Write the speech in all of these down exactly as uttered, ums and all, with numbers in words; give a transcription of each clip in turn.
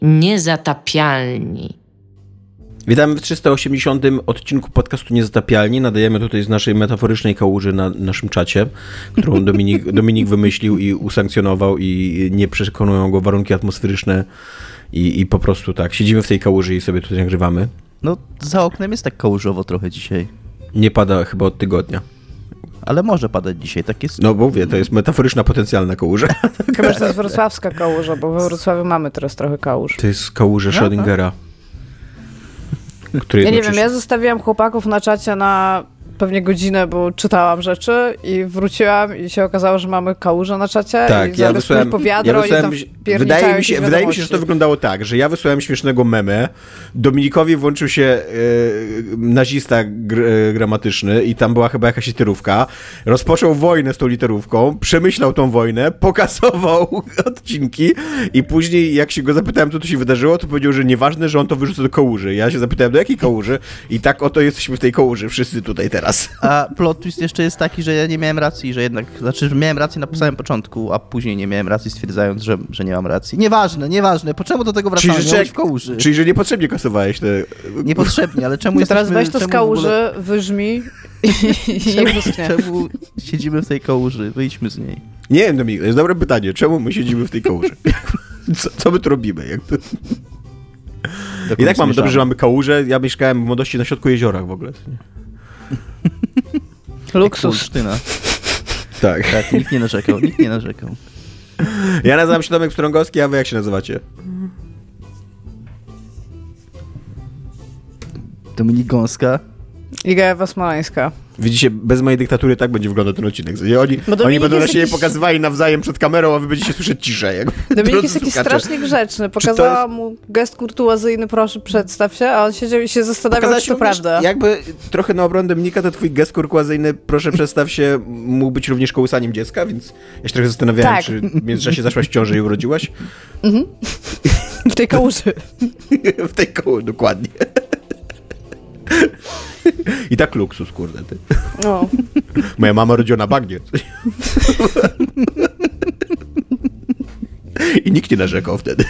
Niezatapialni. Witamy w trzysta osiemdziesiątym odcinku podcastu Niezatapialni. Nadajemy tutaj z naszej metaforycznej kałuży na naszym czacie, którą Dominik, Dominik wymyślił i usankcjonował i nie przekonują go warunki atmosferyczne i, i po prostu tak, siedzimy w tej kałuży i sobie tutaj nagrywamy. No za oknem jest tak kałużowo trochę dzisiaj. Nie pada chyba od tygodnia. Ale może padać dzisiaj, tak jest. No bo mówię, to jest metaforyczna potencjalna kałuża. Chyba, że to jest wrocławska kałuża, bo we Wrocławiu mamy teraz trochę kałuż. To jest kałuża Schrödingera. Ja nie wiem, ja zostawiłam chłopaków na czacie na pewnie godzinę, bo czytałam rzeczy i wróciłam i się okazało, że mamy kałużę na czacie. Tak, i ja wysłałem, po wiadro ja wysłałem, i wydaje mi się, wydaje mi się, że to wyglądało tak, że ja wysłałem śmiesznego memę, Dominikowi włączył się e, nazista gr, e, gramatyczny i tam była chyba jakaś literówka, rozpoczął wojnę z tą literówką, przemyślał tą wojnę, pokasował odcinki i później jak się go zapytałem, co tu się wydarzyło, to powiedział, że nieważne, że on to wyrzuca do kałuży. Ja się zapytałem, do jakiej kałuży? I tak oto jesteśmy w tej kałuży, wszyscy tutaj teraz. A plot twist jeszcze jest taki, że ja nie miałem racji, że jednak, znaczy, że miałem rację na samym początku, a później nie miałem racji, stwierdzając, że, że nie mam racji. Nieważne, nieważne. Po czemu do tego wracamy? Czyli, że, w kałuży. czyli że niepotrzebnie kasowałeś te... Niepotrzebnie, ale czemu jesteśmy... Teraz weź to z kałuży, ogóle... wyżmij i nie wyschnie. Czemu siedzimy w tej kałuży? Wyjdźmy z niej. Nie wiem, Dominik, to jest dobre pytanie. Czemu my siedzimy w tej kałuży? Co, co my tu robimy? Jakby... I tak mamy dobrze, że mamy kałużę. Ja mieszkałem w młodości na środku jeziora w ogóle. Luksus. Tak. Tak, nikt nie narzekał, nikt nie narzekał. Ja nazywam się Tomek Strągowski, a wy jak się nazywacie? Dominik Gąska. Iga Ewa Smoleńska. Widzicie, bez mojej dyktatury tak będzie wyglądał ten odcinek. Oni, oni będą na siebie jakiś... pokazywali nawzajem przed kamerą, a wy będziecie słyszeć ciszej. Jak Dominik jest jakiś strasznie grzeczny. Pokazałam jest... mu gest kurtuazyjny, proszę przedstaw się, a on siedział i się zastanawiał, czy to prawda. Jakby trochę na obronę Dominika, to twój gest kurtuazyjny, proszę przedstaw się, mógł być również kołysaniem dziecka, więc ja się trochę zastanawiałem, tak. Czy w międzyczasie zaszłaś w ciąży i urodziłaś. Mhm. W tej kałuży. W tej kałuży, dokładnie. I tak luksus, kurde, ty. No. Moja mama rodziła na bagnie. I nikt nie narzekał wtedy.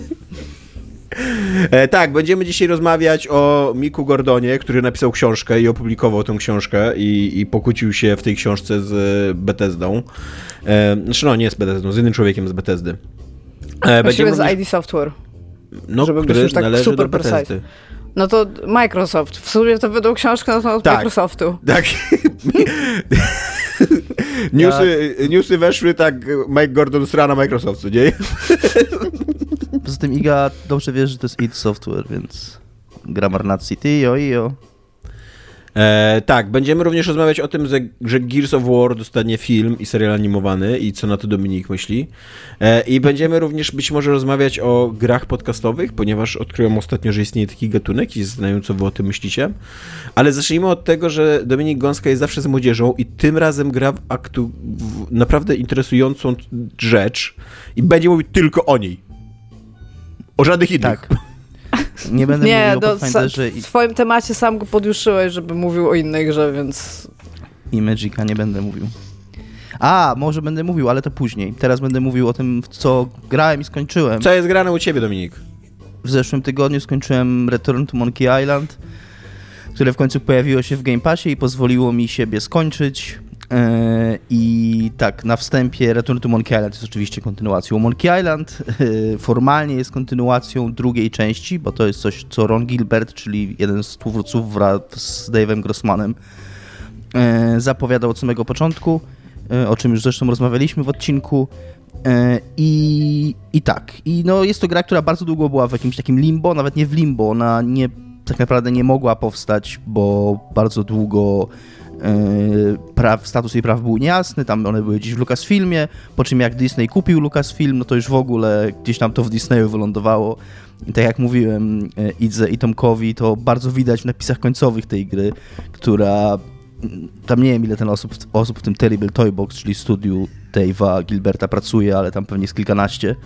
E, tak, będziemy dzisiaj rozmawiać o Micku Gordonie, który napisał książkę i opublikował tę książkę i, i pokłócił się w tej książce z Bethesdą. E, znaczy no, nie z Bethesdą, z innym człowiekiem z Bethesdy. E, będziemy z I D Software. No, żeby który tak należy super do Bethesdy. No to Microsoft. W sumie to według książki no to od tak, Microsoftu. Tak. newsy, ja... newsy weszły tak, Mike Gordon sra na Microsoftu, nie? Poza tym Iga dobrze wiesz, że to jest I D Software, więc grammar nacji ty, jo, jo. E, tak, będziemy również rozmawiać o tym, że, że Gears of War dostanie film i serial animowany i co na to Dominik myśli. E, I będziemy również być może rozmawiać o grach podcastowych, ponieważ odkryłem ostatnio, że istnieje taki gatunek i zastanawiam, co wy o tym myślicie. Ale zacznijmy od tego, że Dominik Gąska jest zawsze z młodzieżą i tym razem gra w, aktu, w naprawdę interesującą rzecz i będzie mówił tylko o niej. O żadnych innych. Tak. Nie będę nie, mówił o Pathfinderze. W swoim temacie sam go podjuszyłeś, żeby mówił o innej grze, więc... I Magica nie będę mówił. A, może będę mówił, ale to później. Teraz będę mówił o tym, w co grałem i skończyłem. Co jest grane u ciebie, Dominik? W zeszłym tygodniu skończyłem Return to Monkey Island, które w końcu pojawiło się w Game Passie i pozwoliło mi siebie skończyć. I tak, na wstępie Return to Monkey Island jest oczywiście kontynuacją Monkey Island. Formalnie jest kontynuacją drugiej części, bo to jest coś, co Ron Gilbert, czyli jeden z twórców wraz z Dave'em Grossmanem, zapowiadał od samego początku, o czym już zresztą rozmawialiśmy w odcinku. I, i tak, i no jest to gra, która bardzo długo była w jakimś takim limbo, nawet nie w limbo, ona nie, tak naprawdę nie mogła powstać, bo bardzo długo Praw, status jej praw był niejasny, tam one były gdzieś w Lucasfilmie, po czym jak Disney kupił Lucasfilm, no to już w ogóle gdzieś tam to w Disneyu wylądowało. I tak jak mówiłem Idze i Tomkowi, to bardzo widać w napisach końcowych tej gry, która, tam nie wiem ile ten osób, osób w tym Terrible Toy Box, czyli studiu Dave'a Gilberta pracuje, ale tam pewnie jest kilkanaście.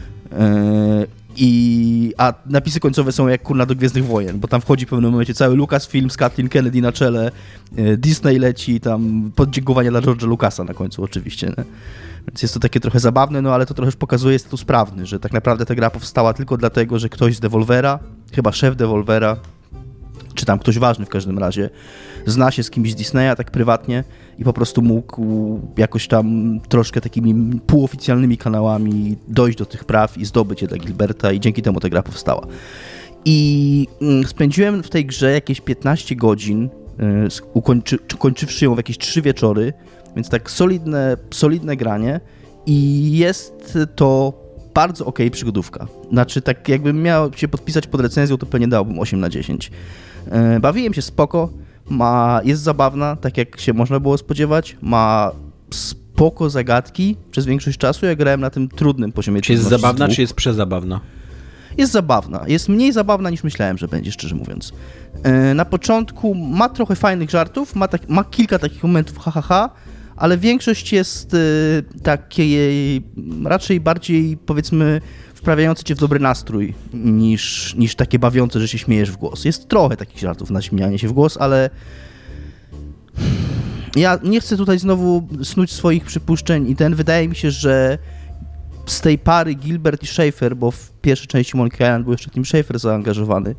I, a napisy końcowe są jak kurna do Gwiezdnych Wojen, bo tam wchodzi w pewnym momencie cały Lucasfilm z Kathleen Kennedy na czele, Disney leci, tam podziękowania dla George'a Lucasa na końcu oczywiście, nie? Więc jest to takie trochę zabawne, no ale to trochę już pokazuje status prawny, że tak naprawdę ta gra powstała tylko dlatego, że ktoś z Devolvera, chyba szef Devolvera, czy tam ktoś ważny w każdym razie, zna się z kimś z Disneya tak prywatnie i po prostu mógł jakoś tam troszkę takimi półoficjalnymi kanałami dojść do tych praw i zdobyć je dla Gilberta i dzięki temu ta gra powstała. I spędziłem w tej grze jakieś piętnaście godzin, ukończy, kończywszy ją w jakieś trzy wieczory, więc tak solidne, solidne granie i jest to bardzo okej okay przygodówka. Znaczy tak jakbym miał się podpisać pod recenzją, to pewnie dałbym osiem na dziesięć. Bawiłem się spoko, ma, jest zabawna, tak jak się można było spodziewać, ma spoko zagadki przez większość czasu. Ja grałem na tym trudnym poziomie. Czy jest zabawna, czy jest przezabawna? Jest zabawna. Jest mniej zabawna niż myślałem, że będzie, szczerze mówiąc. Na początku ma trochę fajnych żartów, ma, tak, ma kilka takich momentów ha, ha, ha, ale większość jest takiej raczej bardziej, powiedzmy, wprawiające cię w dobry nastrój niż, niż takie bawiące, że się śmiejesz w głos. Jest trochę takich żartów na śmianie się w głos, ale ja nie chcę tutaj znowu snuć swoich przypuszczeń i ten, wydaje mi się, że z tej pary Gilbert i Schafer, bo w pierwszej części Monkey Island był jeszcze Tim Schafer zaangażowany,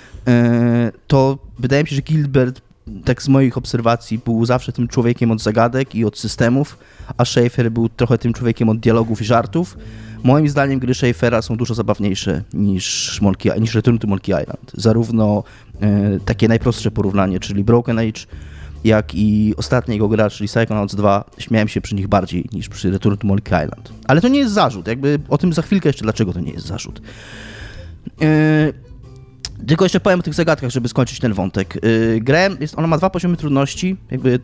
to wydaje mi się, że Gilbert, tak z moich obserwacji, był zawsze tym człowiekiem od zagadek i od systemów, a Schafer był trochę tym człowiekiem od dialogów i żartów. Moim zdaniem gry Schafera są dużo zabawniejsze niż, Monkey, niż Return to Monkey Island. Zarówno e, takie najprostsze porównanie, czyli Broken Age, jak i ostatnia jego gra, czyli Psychonauts dwa, śmiałem się przy nich bardziej niż przy Return to Monkey Island. Ale to nie jest zarzut, jakby o tym za chwilkę jeszcze, dlaczego to nie jest zarzut. E, tylko jeszcze powiem o tych zagadkach, żeby skończyć ten wątek. E, grałem, jest, ona ma dwa poziomy trudności, jakby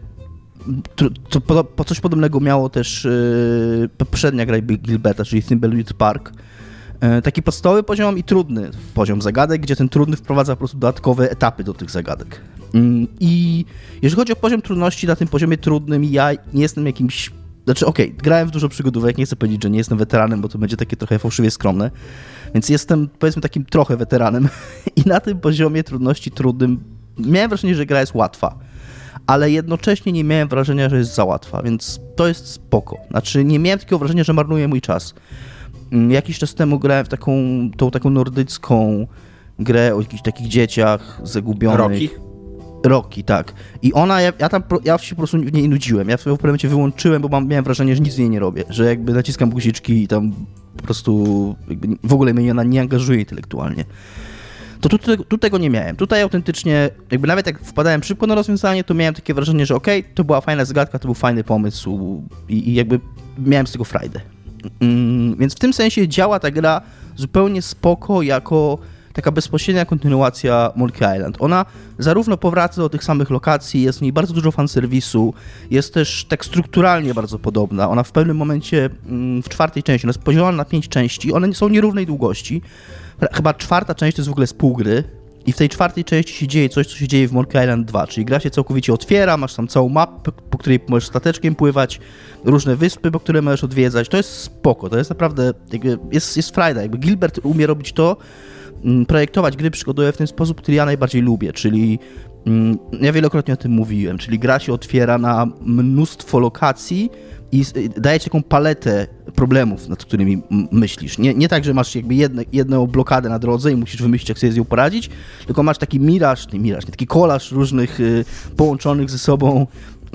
to po, po coś podobnego miało też yy, poprzednia gra Gilberta, czyli Thimbleweed Park. Yy, taki podstawowy poziom i trudny poziom zagadek, gdzie ten trudny wprowadza po prostu dodatkowe etapy do tych zagadek. Yy, I jeżeli chodzi o poziom trudności, na tym poziomie trudnym ja nie jestem jakimś... Znaczy okej, okay, grałem w dużo przygodówek, nie chcę powiedzieć, że nie jestem weteranem, bo to będzie takie trochę fałszywie skromne, więc jestem, powiedzmy, takim trochę weteranem i na tym poziomie trudności trudnym miałem wrażenie, że gra jest łatwa, ale jednocześnie nie miałem wrażenia, że jest za łatwa, więc to jest spoko. Znaczy nie miałem takiego wrażenia, że marnuję mój czas. Jakiś czas temu grałem w taką, tą taką nordycką grę o jakichś takich dzieciach zagubionych. Rocky? Rocky, tak. I ona, ja, ja tam, ja się po prostu w niej nudziłem. Ja w pewnym momencie wyłączyłem, bo mam, miałem wrażenie, że nic w niej nie robię. Że jakby naciskam guziczki i tam po prostu w ogóle mnie ona nie angażuje intelektualnie. To tu, tu, tu tego nie miałem. Tutaj autentycznie, jakby nawet jak wpadałem szybko na rozwiązanie, to miałem takie wrażenie, że okej, okay, to była fajna zagadka, to był fajny pomysł i, i jakby miałem z tego frajdę. Mm, więc w tym sensie działa ta gra zupełnie spoko jako taka bezpośrednia kontynuacja Monkey Island. Ona zarówno powraca do tych samych lokacji, jest w niej bardzo dużo fanserwisu, jest też tak strukturalnie bardzo podobna. Ona w pewnym momencie, w czwartej części, ona jest podzielona na pięć części, one są nierównej długości. Chyba czwarta część to jest w ogóle z pół gry i w tej czwartej części się dzieje coś, co się dzieje w Monkey Island dwa, czyli gra się całkowicie otwiera, masz tam całą mapę, po której możesz stateczkiem pływać, różne wyspy, po które możesz odwiedzać. To jest spoko, to jest naprawdę, jakby jest, jest frajda. Jakby Gilbert umie robić to, projektować gry przygodowe w ten sposób, który ja najbardziej lubię, czyli ja wielokrotnie o tym mówiłem, czyli gra się otwiera na mnóstwo lokacji i daje ci taką paletę problemów, nad którymi myślisz. Nie, nie tak, że masz jakby jedne, jedną blokadę na drodze i musisz wymyślić, jak sobie z nią poradzić, tylko masz taki miraż, nie miraż, nie, taki kolaż różnych y, połączonych ze sobą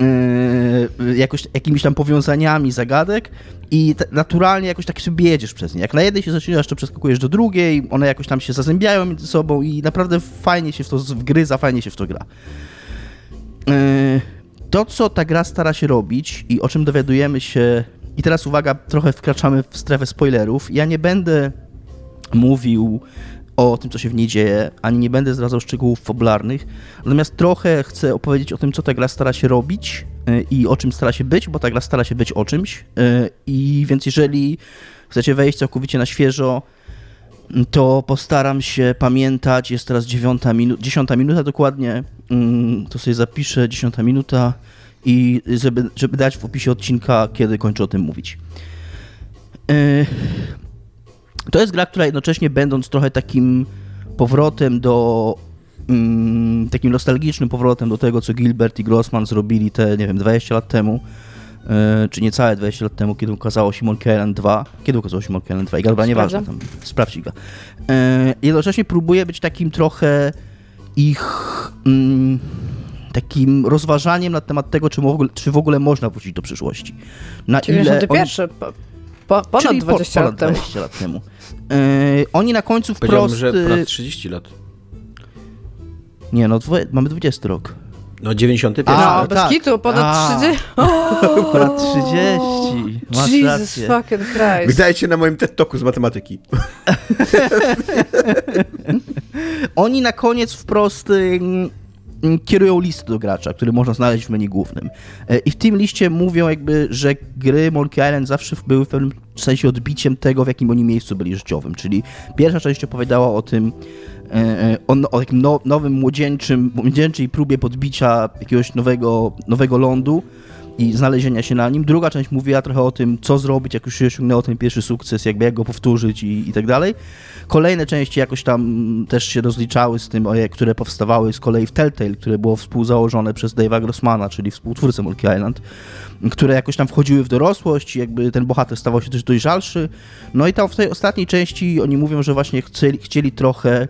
y, jakoś, jakimiś tam powiązaniami zagadek i t- naturalnie jakoś tak sobie jedziesz przez nie. Jak na jednej się zaczynasz, to przeskakujesz do drugiej, one jakoś tam się zazębiają między sobą i naprawdę fajnie się w to wgryza, fajnie się w to gra. Y, To, co ta gra stara się robić i o czym dowiadujemy się, i teraz uwaga, trochę wkraczamy w strefę spoilerów, ja nie będę mówił o tym, co się w niej dzieje, ani nie będę zdradzał szczegółów fabularnych, natomiast trochę chcę opowiedzieć o tym, co ta gra stara się robić i o czym stara się być, bo ta gra stara się być o czymś i więc jeżeli chcecie wejść całkowicie na świeżo, to postaram się pamiętać, jest teraz dziewiąta minuta, dziesiąta minuta dokładnie, to sobie zapiszę, dziesiąta minuta i żeby, żeby dać w opisie odcinka, kiedy kończę o tym mówić. To jest gra, która jednocześnie będąc trochę takim powrotem do, takim nostalgicznym powrotem do tego, co Gilbert i Grossman zrobili te, nie wiem, dwadzieścia lat temu, Yy, czy niecałe dwadzieścia lat temu, kiedy ukazało się Monkey Island dwa. Kiedy ukazało się Monkey Island dwa? I dobra, nieważne, tam sprawdź go. Yy, jednocześnie próbuje być takim trochę ich mm, takim rozważaniem na temat tego, czy w ogóle, czy w ogóle można wrócić do przyszłości. Na dziewięćdziesiąty pierwszy, oni... po, po, ponad Czyli dwadzieścia po, lat temu. dwadzieścia lat temu. Yy, oni na końcu wprost... Powiedziałbym, że ponad trzydzieści lat. Nie, no dwu... mamy dwudziesty rok. No dziewięćdziesiąty pierwszy. No, A, bez tak. kitu, ponad A. trzydzieści. Ponad trzydzieści. Masz Jesus rację. fucking Christ. Witajcie na moim TED Talku z matematyki. Oni na koniec wprost y, y, kierują list do gracza, który można znaleźć w menu głównym. Y, I w tym liście mówią jakby, że gry Monkey Island zawsze były w pewnym sensie odbiciem tego, w jakim oni miejscu byli życiowym. Czyli pierwsza część opowiadała o tym, O, o takim no, nowym młodzieńczym, młodzieńczej próbie podbicia jakiegoś nowego, nowego lądu i znalezienia się na nim. Druga część mówiła trochę o tym, co zrobić, jak już się osiągnęło ten pierwszy sukces, jakby jak go powtórzyć i, i tak dalej. Kolejne części jakoś tam też się rozliczały z tym, które powstawały z kolei w Telltale, które było współzałożone przez Dave'a Grossmana, czyli współtwórcę Monkey Island, które jakoś tam wchodziły w dorosłość, jakby ten bohater stawał się też dojrzalszy. No i tam w tej ostatniej części oni mówią, że właśnie chcieli, chcieli trochę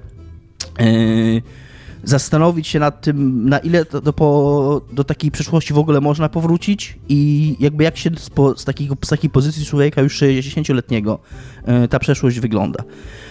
Yy, zastanowić się nad tym, na ile do, do, po, do takiej przyszłości w ogóle można powrócić i jakby jak się z, po, z, takiego, z takiej pozycji człowieka już sześćdziesięcioletniego yy, ta przeszłość wygląda.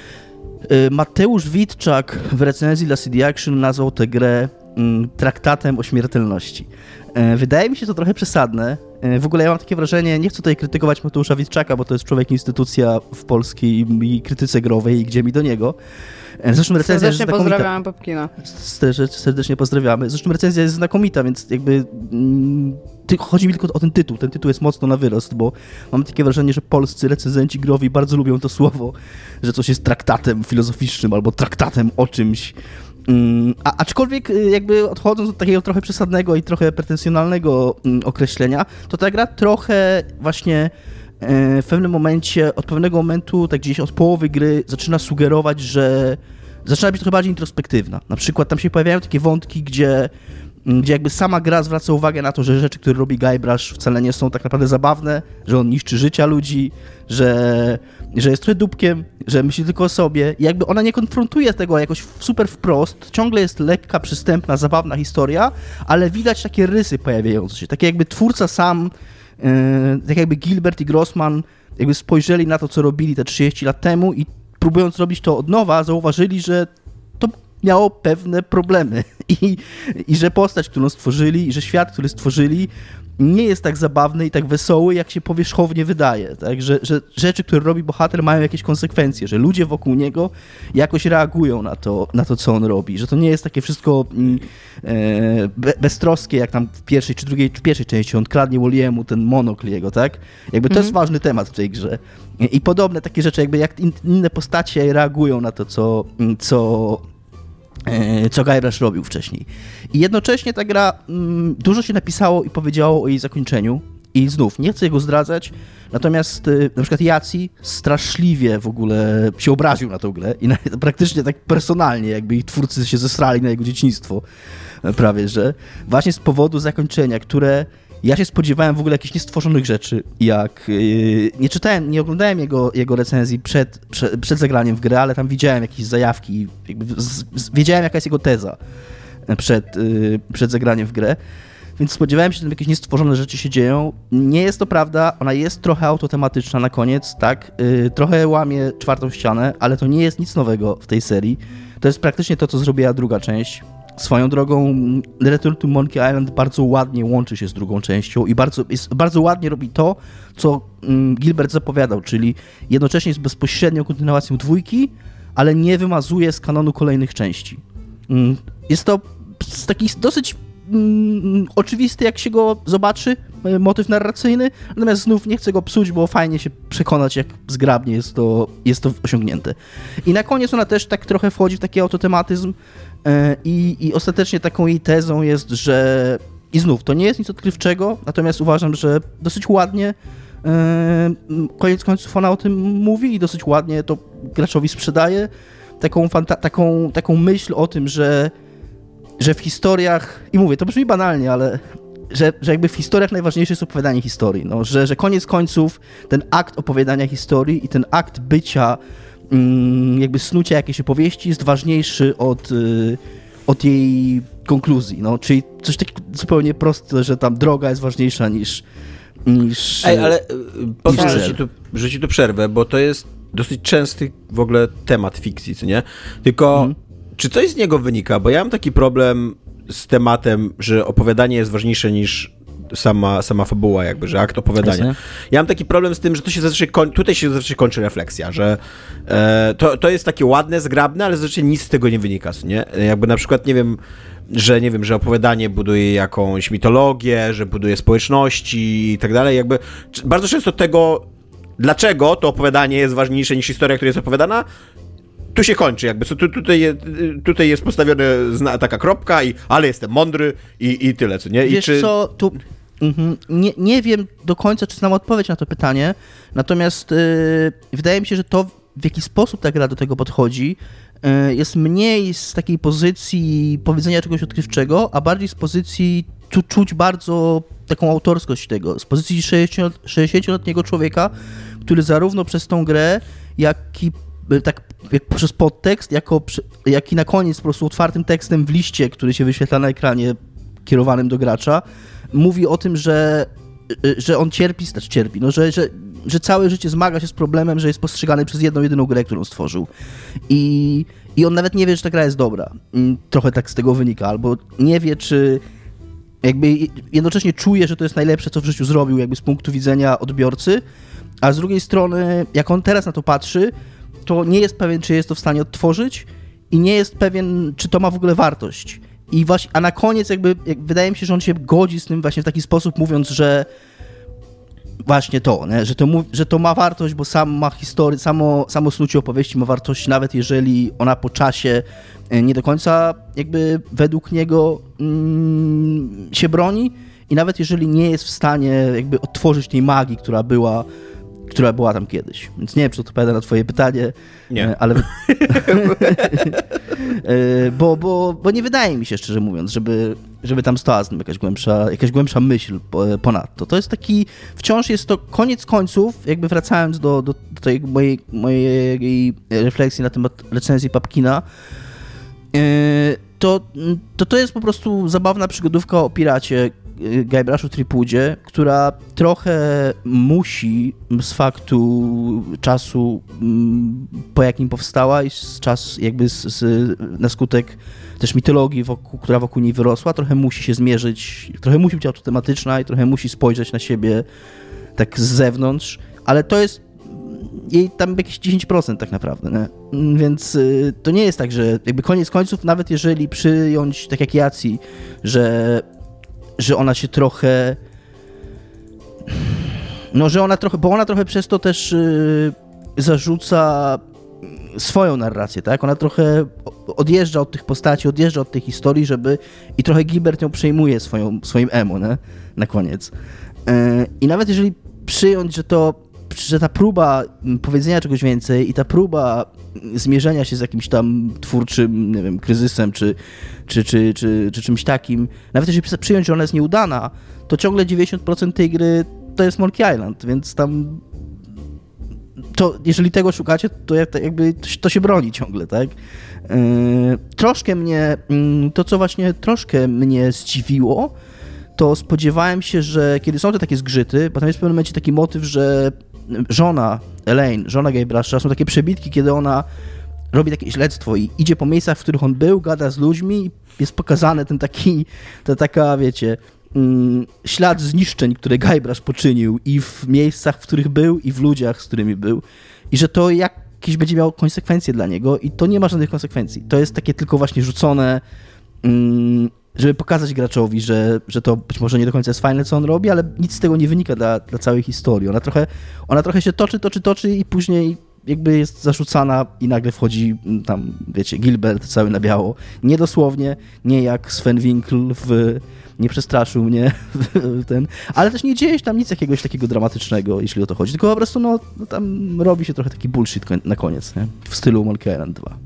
Yy, Mateusz Witczak w recenzji dla C D Action nazwał tę grę yy, traktatem o śmiertelności. Yy, wydaje mi się to trochę przesadne. Yy, w ogóle ja mam takie wrażenie, nie chcę tutaj krytykować Mateusza Witczaka, bo to jest człowiek instytucja w polskiej krytyce growej i gdzie mi do niego. Zresztą recenzja serdecznie jest znakomita. pozdrawiamy Popkina. Serdecznie pozdrawiamy. Zresztą recenzja jest znakomita, więc jakby mm, ty, chodzi mi tylko o ten tytuł. Ten tytuł jest mocno na wyrost, bo mam takie wrażenie, że polscy recenzenci growi bardzo lubią to słowo, że coś jest traktatem filozoficznym albo traktatem o czymś. Mm, a, aczkolwiek jakby odchodząc od takiego trochę przesadnego i trochę pretensjonalnego mm, określenia, to ta gra trochę właśnie w pewnym momencie, od pewnego momentu, tak gdzieś od połowy gry zaczyna sugerować, że zaczyna być trochę bardziej introspektywna. Na przykład tam się pojawiają takie wątki, gdzie, gdzie jakby sama gra zwraca uwagę na to, że rzeczy, które robi Guybrush wcale nie są tak naprawdę zabawne, że on niszczy życia ludzi, że, że jest trochę dupkiem, że myśli tylko o sobie i jakby ona nie konfrontuje tego jakoś super wprost, ciągle jest lekka, przystępna, zabawna historia, ale widać takie rysy pojawiające się, takie jakby twórca sam, Yy, tak jakby Gilbert i Grossman jakby spojrzeli na to, co robili te trzydzieści lat temu i próbując robić to od nowa, zauważyli, że to miało pewne problemy i, i że postać, którą stworzyli, i że świat, który stworzyli, nie jest tak zabawny i tak wesoły, jak się powierzchownie wydaje, tak? Że, że rzeczy, które robi bohater, mają jakieś konsekwencje, że ludzie wokół niego jakoś reagują na to, na to co on robi, że to nie jest takie wszystko mm, e, be, beztroskie, jak tam w pierwszej czy drugiej, czy pierwszej części on kradnie Walliemu ten monokl jego, tak? Jakby to mhm. jest ważny temat w tej grze. I, i podobne takie rzeczy, jakby jak in, inne postacie reagują na to, co, co co Guybrush robił wcześniej. I jednocześnie ta gra, mm, dużo się napisało i powiedziało o jej zakończeniu i znów, nie chcę jego zdradzać, natomiast y, na przykład Jaci straszliwie w ogóle się obraził na tę grę i na, praktycznie tak personalnie, jakby ich twórcy się zesrali na jego dzieciństwo, prawie że, właśnie z powodu zakończenia, które ja się spodziewałem w ogóle jakichś niestworzonych rzeczy, jak yy, nie czytałem, nie oglądałem jego, jego recenzji przed, przed, przed zagraniem w grę, ale tam widziałem jakieś zajawki, jakby z, z, wiedziałem jaka jest jego teza przed, yy, przed zagraniem w grę, więc spodziewałem się, że tam jakieś niestworzone rzeczy się dzieją. Nie jest to prawda, ona jest trochę autotematyczna na koniec, tak, yy, trochę łamie czwartą ścianę, ale to nie jest nic nowego w tej serii. To jest praktycznie to, co zrobiła druga część. Swoją drogą Return to Monkey Island bardzo ładnie łączy się z drugą częścią i bardzo, jest, bardzo ładnie robi to, co Gilbert zapowiadał, czyli jednocześnie jest bezpośrednią kontynuacją dwójki, ale nie wymazuje z kanonu kolejnych części. Jest to taki dosyć mm, oczywisty, jak się go zobaczy, motyw narracyjny, natomiast znów nie chcę go psuć, bo fajnie się przekonać, jak zgrabnie jest to, jest to osiągnięte. I na koniec ona też tak trochę wchodzi w taki autotematyzm, I, I ostatecznie taką jej tezą jest, że i znów, to nie jest nic odkrywczego, natomiast uważam, że dosyć ładnie yy, koniec końców ona o tym mówi i dosyć ładnie to graczowi sprzedaje taką, fanta- taką, taką myśl o tym, że, że w historiach, i mówię, to brzmi banalnie, ale że, że jakby w historiach najważniejsze jest opowiadanie historii, no, że, że koniec końców ten akt opowiadania historii i ten akt bycia, mm, jakby snucia jakiejś opowieści jest ważniejszy od, y, od jej konkluzji, no, czyli coś takiego zupełnie proste, że tam droga jest ważniejsza niż niż Ej, ale pozwól, niż że ci, tu, że ci tu przerwę, bo to jest dosyć częsty w ogóle temat fikcji, co nie? Tylko hmm. czy coś z niego wynika? Bo ja mam taki problem z tematem, że opowiadanie jest ważniejsze niż sama, sama fabuła, jakby, że akt opowiadania. Jasne. Ja mam taki problem z tym, że to się zazwyczaj koń... tutaj się zazwyczaj kończy refleksja, że e, to, to jest takie ładne, zgrabne, ale zazwyczaj nic z tego nie wynika, nie? Jakby na przykład, nie wiem, że nie wiem, że opowiadanie buduje jakąś mitologię, że buduje społeczności i tak dalej, jakby bardzo często tego, dlaczego to opowiadanie jest ważniejsze niż historia, która jest opowiadana, tu się kończy, jakby, tu, tutaj, jest, tutaj jest postawiona taka kropka i ale jestem mądry i, i tyle, co nie? I Wiesz czy... co, tu mm, nie, nie wiem do końca, czy znam odpowiedź na to pytanie, natomiast yy, wydaje mi się, że to, w jaki sposób ta gra do tego podchodzi, yy, jest mniej z takiej pozycji powiedzenia czegoś odkrywczego, a bardziej z pozycji tu czuć bardzo taką autorskość tego, z pozycji sześćdziesięcioletniego człowieka, który zarówno przez tą grę, jak i tak jak przez podtekst, jako, jak i na koniec po prostu otwartym tekstem w liście, który się wyświetla na ekranie kierowanym do gracza, mówi o tym, że, że on cierpi, znaczy cierpi, no, że, że, że całe życie zmaga się z problemem, że jest postrzegany przez jedną, jedyną grę, którą stworzył. I, i on nawet nie wie, że ta gra jest dobra. Trochę tak z tego wynika, albo nie wie, czy jakby jednocześnie czuje, że to jest najlepsze, co w życiu zrobił, jakby z punktu widzenia odbiorcy, a z drugiej strony, jak on teraz na to patrzy, to nie jest pewien, czy jest to w stanie odtworzyć i nie jest pewien, czy to ma w ogóle wartość. I właśnie, a na koniec jakby, jak wydaje mi się, że on się godzi z tym właśnie w taki sposób, mówiąc, że właśnie to, nie? Że, to że to ma wartość, bo sam ma historię, samo, samo snucie opowieści ma wartość, nawet jeżeli ona po czasie nie do końca jakby według niego mm, się broni i nawet jeżeli nie jest w stanie jakby odtworzyć tej magii, która była która była tam kiedyś. Więc nie wiem, czy odpowiada na twoje pytanie, nie. ale bo, bo, bo nie wydaje mi się, szczerze mówiąc, żeby, żeby tam stała z tym jakaś głębsza, jakaś głębsza myśl ponadto. To jest taki, wciąż jest to koniec końców, jakby wracając do, do, do tej mojej, mojej refleksji na temat recenzji Papkina, to, to to jest po prostu zabawna przygodówka o piracie, Guybrush'u Threepwoodzie, która trochę musi z faktu czasu, po jakim powstała i z czas jakby z, z, na skutek też mitologii, wokół, która wokół niej wyrosła, trochę musi się zmierzyć, trochę musi być autotematyczna i trochę musi spojrzeć na siebie tak z zewnątrz, ale to jest jej tam jakieś dziesięć procent tak naprawdę, nie? Więc y, to nie jest tak, że jakby koniec końców, nawet jeżeli przyjąć, tak jak Jacji, że że ona się trochę, no, że ona trochę, bo ona trochę przez to też yy, zarzuca swoją narrację, tak? Ona trochę odjeżdża od tych postaci, odjeżdża od tej historii, żeby i trochę Gilbert ją przejmuje swoją, swoim emo, nie? Na koniec. Yy, I nawet jeżeli przyjąć, że to, że ta próba powiedzenia czegoś więcej i ta próba zmierzenia się z jakimś tam twórczym, nie wiem, kryzysem czy, czy, czy, czy, czy czymś takim, nawet jeżeli przyjąć, że ona jest nieudana, to ciągle dziewięćdziesiąt procent tej gry to jest Monkey Island, więc tam to, jeżeli tego szukacie, to jakby to się broni ciągle, tak? Yy, troszkę mnie, to co właśnie troszkę mnie zdziwiło, to spodziewałem się, że kiedy są te takie zgrzyty, bo tam jest w pewnym momencie taki motyw, że żona Elaine, żona Guybrush'a, są takie przebitki, kiedy ona robi takie śledztwo i idzie po miejscach, w których on był, gada z ludźmi i jest pokazany ten taki, ta taka, wiecie, mm, ślad zniszczeń, które Guybrush poczynił i w miejscach, w których był i w ludziach, z którymi był i że to jakieś będzie miało konsekwencje dla niego i to nie ma żadnych konsekwencji. To jest takie tylko właśnie rzucone, mm, żeby pokazać graczowi, że, że to być może nie do końca jest fajne, co on robi, ale nic z tego nie wynika dla, dla całej historii. Ona trochę, ona trochę się toczy, toczy, toczy i później jakby jest zarzucana i nagle wchodzi tam, wiecie, Gilbert cały na biało. Nie dosłownie, nie jak Sven Winkl w Nie przestraszył mnie ten, ale też nie dzieje się tam nic jakiegoś takiego dramatycznego, jeśli o to chodzi, tylko po prostu no, no tam robi się trochę taki bullshit na koniec, nie? W stylu Monkey Island dwa.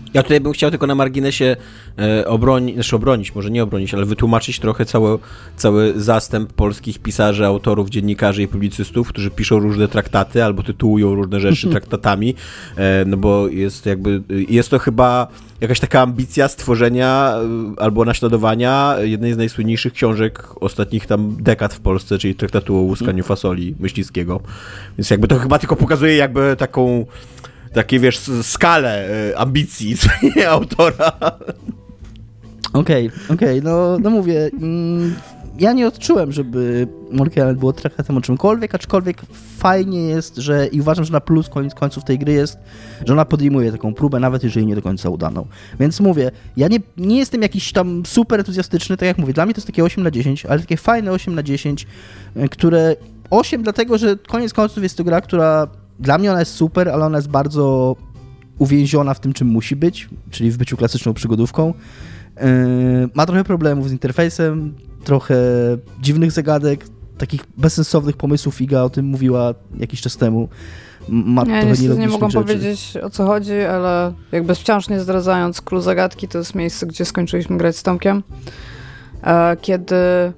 Ja tutaj bym chciał tylko na marginesie e, obronić, znaczy obronić, może nie obronić, ale wytłumaczyć trochę cały, cały zastęp polskich pisarzy, autorów, dziennikarzy i publicystów, którzy piszą różne traktaty albo tytułują różne rzeczy traktatami, e, no bo jest jakby, jest to chyba jakaś taka ambicja stworzenia e, albo naśladowania jednej z najsłynniejszych książek ostatnich tam dekad w Polsce, czyli traktatu o łuskaniu fasoli Myśliwskiego. Więc jakby to chyba tylko pokazuje jakby taką takie, wiesz, skalę y, ambicji co nie, autora. Okej, okay, okej, okay, no, no mówię, mm, ja nie odczułem, żeby Monkey Island było traktatem o czymkolwiek, aczkolwiek fajnie jest, że i uważam, że na plus koniec końców tej gry jest, że ona podejmuje taką próbę, nawet jeżeli nie do końca udaną. Więc mówię, ja nie, nie jestem jakiś tam super entuzjastyczny, tak jak mówię, dla mnie to jest takie osiem na dziesięć, ale takie fajne osiem na dziesięć, które osiem dlatego, że koniec końców jest to gra, która dla mnie ona jest super, ale ona jest bardzo uwięziona w tym, czym musi być, czyli w byciu klasyczną przygodówką. Yy, ma trochę problemów z interfejsem, trochę dziwnych zagadek, takich bezsensownych pomysłów. Iga o tym mówiła jakiś czas temu. Ma ja trochę niestety nie mogę rzeczy. powiedzieć, o co chodzi, ale jakby wciąż nie zdradzając clue zagadki, to jest miejsce, gdzie skończyliśmy grać z Tomkiem. Kiedy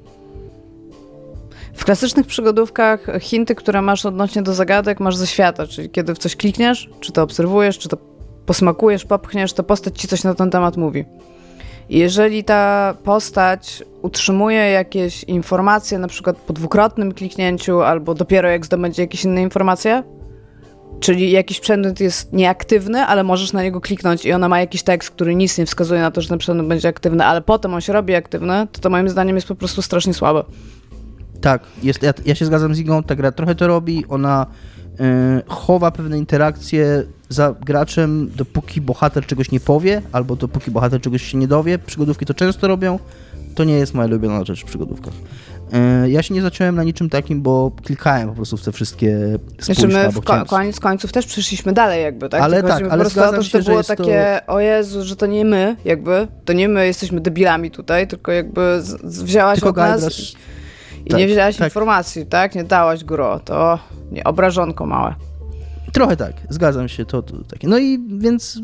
w klasycznych przygodówkach hinty, które masz odnośnie do zagadek, masz ze świata, czyli kiedy w coś klikniesz, czy to obserwujesz, czy to posmakujesz, popchniesz, to postać ci coś na ten temat mówi. I jeżeli ta postać utrzymuje jakieś informacje, na przykład po dwukrotnym kliknięciu, albo dopiero jak zdobędzie jakieś inne informacje, czyli jakiś przedmiot jest nieaktywny, ale możesz na niego kliknąć i ona ma jakiś tekst, który nic nie wskazuje na to, że ten przedmiot będzie aktywny, ale potem on się robi aktywny, to to moim zdaniem jest po prostu strasznie słabe. Tak, jest, ja, ja się zgadzam z Igą, ta gra trochę to robi, ona yy, chowa pewne interakcje za graczem, dopóki bohater czegoś nie powie, albo dopóki bohater czegoś się nie dowie. Przygodówki to często robią, to nie jest moja ulubiona rzecz w przygodówkach. Yy, ja się nie zacząłem na niczym takim, bo klikałem po prostu w te wszystkie spójrzka. Znaczy my w chciałem... koniec końców też przeszliśmy dalej jakby, tak? Ale Tylko tak, po ale prostu o to, że to się, było że takie, to... o Jezu, że to nie my jakby, to nie my jesteśmy debilami tutaj, tylko jakby z, z, wzięłaś tylko od nas... Guybrush... I tak, nie wzięłaś tak. informacji, tak? Nie dałaś gro, to nie, obrażonko małe. Trochę tak, zgadzam się, to, to takie. No i więc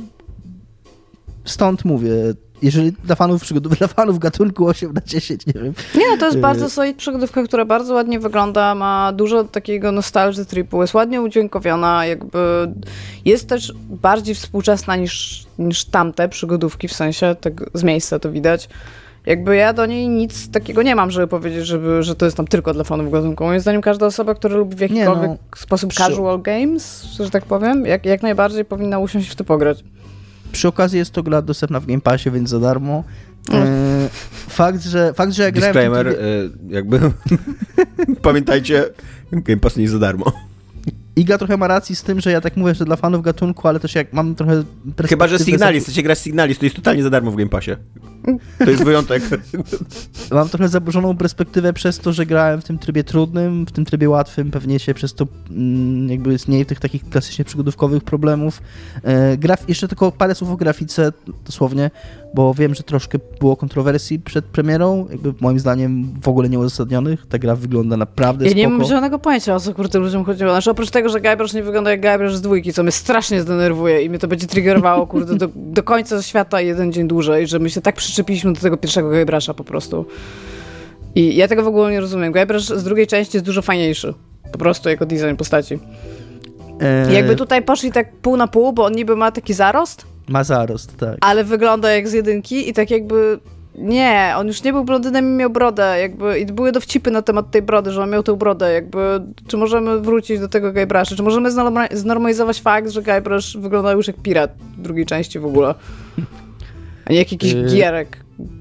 stąd mówię, jeżeli dla fanów przygodów, dla fanów gatunku osiem na dziesięć, nie wiem. Nie, no to jest bardzo solid przygodówka, która bardzo ładnie wygląda, ma dużo takiego nostalgii tripu, jest ładnie udźwiękowiona, jakby jest też bardziej współczesna niż, niż tamte przygodówki, w sensie tak z miejsca to widać. Jakby ja do niej nic takiego nie mam, żeby powiedzieć, żeby, że to jest tam tylko dla fanów gatunku. Moim zdaniem każda osoba, która lubi w jakikolwiek no, sposób przy... casual games, że tak powiem, jak, jak najbardziej powinna usiąść w to pograć. Przy okazji jest to gra dostępna w Game Passie, więc za darmo. Mm. E, fakt, że, fakt, że ja grałem... Disclaimer, y, jakby pamiętajcie, Game Pass nie jest za darmo. Iga trochę ma racji z tym, że ja tak mówię, że dla fanów gatunku, ale też jak mam trochę... Chyba, że Signalis, chcecie grać Signalis, to jest totalnie za darmo w Game Passie. To jest wyjątek. Mam trochę zaburzoną perspektywę przez to, że grałem w tym trybie trudnym, w tym trybie łatwym, pewnie się przez to mm, jakby jest mniej tych takich klasycznie przygodówkowych problemów. E, graf, jeszcze tylko parę słów o grafice, dosłownie, bo wiem, że troszkę było kontrowersji przed premierą, jakby moim zdaniem w ogóle nieuzasadnionych. Ta gra wygląda naprawdę ja spoko. Ja nie mam żadnego pojęcia, o co kurde ludziom chodziło. Znaczy oprócz tego, że Guybrush nie wygląda jak Guybrush z dwójki, co mnie strasznie zdenerwuje i mnie to będzie triggerowało kurde do, do końca świata jeden dzień dłużej, że my się tak przyczepiliśmy do tego pierwszego Guybrush'a po prostu. I ja tego w ogóle nie rozumiem. Guybrush z drugiej części jest dużo fajniejszy. Po prostu jako design postaci. Eee... Jakby tutaj poszli tak pół na pół, bo on niby ma taki zarost. Ma zarost, tak. Ale wygląda jak z jedynki i tak jakby... Nie, on już nie był blondynem i miał brodę, jakby i były dowcipy na temat tej brody, że on miał tę brodę, jakby czy możemy wrócić do tego Guybrush'a, czy możemy znormalizować fakt, że Guybrush wygląda już jak pirat w drugiej części w ogóle, a nie jak jakiś yy... gierek.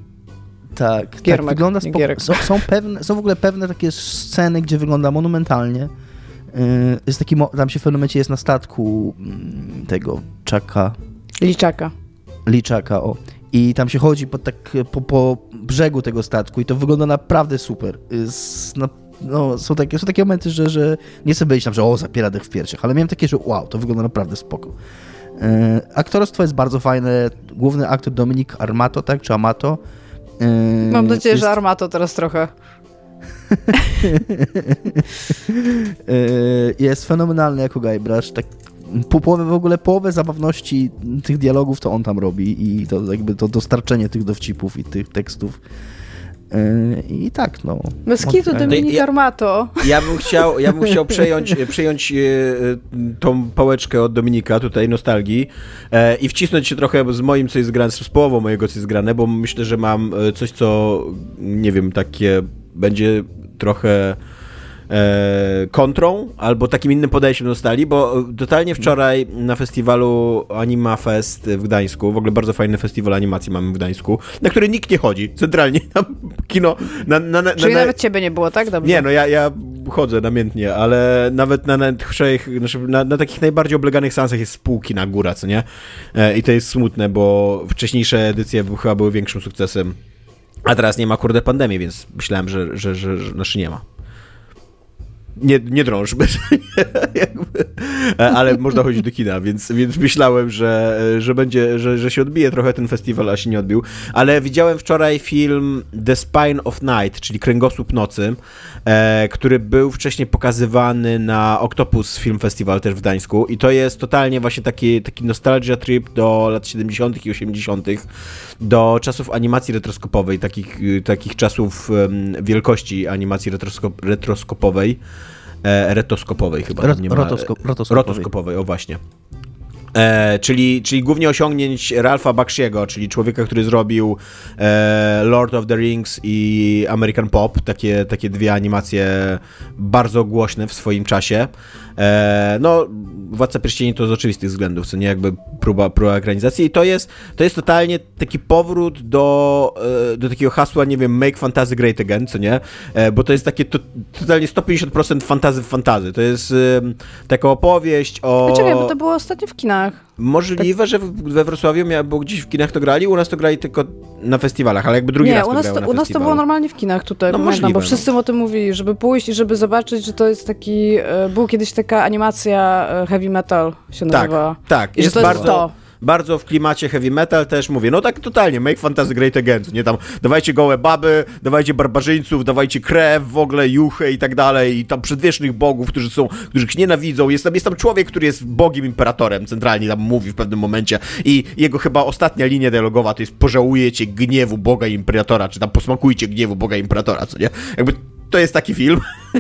Tak, Giermek, tak wygląda spoko- są, są, pewne, są w ogóle pewne takie sceny, gdzie wygląda monumentalnie. Yy, jest taki, mo- tam się w pewnym momencie jest na statku yy, tego Chucka. Liczaka. Liczaka, o. I tam się chodzi po, tak, po, po brzegu tego statku i to wygląda naprawdę super. Jest, no, no, są, takie, są takie momenty, że, że nie chcę być tam, że o, zapiera dech w piersiach, ale miałem takie, że wow, to wygląda naprawdę spoko. E, aktorstwo jest bardzo fajne. Główny aktor Dominik Armato, tak? Czy Amato? E, Mam nadzieję, jest... że Armato teraz trochę. e, jest fenomenalny jako Guybrush. Tak, po połowę w ogóle połowę zabawności tych dialogów to on tam robi i to jakby to dostarczenie tych dowcipów i tych tekstów. I tak, no. Bez kitu, Dominik Armato. Ja bym chciał, ja bym chciał przejąć, przejąć tą pałeczkę od Dominika, tutaj nostalgii i wcisnąć się trochę z moim, co jest zgrane, z połową mojego, co jest zgrane, bo myślę, że mam coś, co, nie wiem, takie będzie trochę e, kontrą, albo takim innym podejściem do nostalgii, bo totalnie wczoraj na festiwalu Anima Fest w Gdańsku, w ogóle bardzo fajny festiwal animacji mamy w Gdańsku, na który nikt nie chodzi, centralnie, tam kino... Na, na, na, Czyli na, nawet ciebie nie było, tak? Dobrze. Nie, no ja, ja chodzę namiętnie, ale nawet na, na, na, na takich najbardziej obleganych seansach jest pół kina góra, co nie? E, I to jest smutne, bo wcześniejsze edycje chyba były większym sukcesem, a teraz nie ma, kurde, pandemii, więc myślałem, że, że, że, że znaczy nie ma. Nie, nie drążmy, jakby, ale można chodzić do kina, więc, więc myślałem, że, że będzie, że, że się odbije trochę ten festiwal, a się nie odbił. Ale widziałem wczoraj film The Spine of Night, czyli Kręgosłup Nocy, e, który był wcześniej pokazywany na Octopus Film Festival też w Gdańsku i to jest totalnie właśnie taki, taki nostalgia trip do lat siedemdziesiątych i osiemdziesiątych, do czasów animacji retroskopowej, takich, takich czasów um, wielkości animacji retroskop- retroskopowej. E, retoskopowej chyba. Rot, nie ma, rotosko, rotoskopowej. rotoskopowej, o właśnie. E, czyli, czyli głównie osiągnięć Ralpha Bakshiego, czyli człowieka, który zrobił e, Lord of the Rings i American Pop, takie, takie dwie animacje bardzo głośne w swoim czasie. E, no, Władca Pierścieni to z oczywistych względów, co nie, jakby próba, próba ekranizacji i to jest, to jest totalnie taki powrót do, e, do takiego hasła, nie wiem, make fantasy great again, co nie, e, bo to jest takie to, totalnie sto pięćdziesiąt procent fantazy w fantazy, to jest e, taka opowieść o... A czekaj, bo to było ostatnio w kinach. Możliwe, tak. że we Wrocławiu miał, bo gdzieś w kinach to grali, u nas to grali tylko na festiwalach, ale jakby drugi nie, raz to u nas grało to, na u nas festiwalu. to było normalnie w kinach tutaj, no pamiętam, możliwe, bo wszyscy no. o tym mówili, żeby pójść i żeby zobaczyć, że to jest taki, był kiedyś taka animacja heavy metal się nazywała. Tak, tak. I Jest że to bardzo... jest to. Bardzo w klimacie heavy metal też mówię, no tak totalnie, make fantasy great again, nie tam, dawajcie gołe baby, dawajcie barbarzyńców, dawajcie krew, w ogóle juchę i tak dalej, i tam przedwiecznych bogów, którzy są, którzy ich nienawidzą, jest tam, jest tam człowiek, który jest bogiem imperatorem, centralnie tam mówi w pewnym momencie i jego chyba ostatnia linia dialogowa to jest pożałujecie gniewu boga imperatora, czy tam posmakujcie gniewu boga imperatora, co nie? Jakby to jest taki film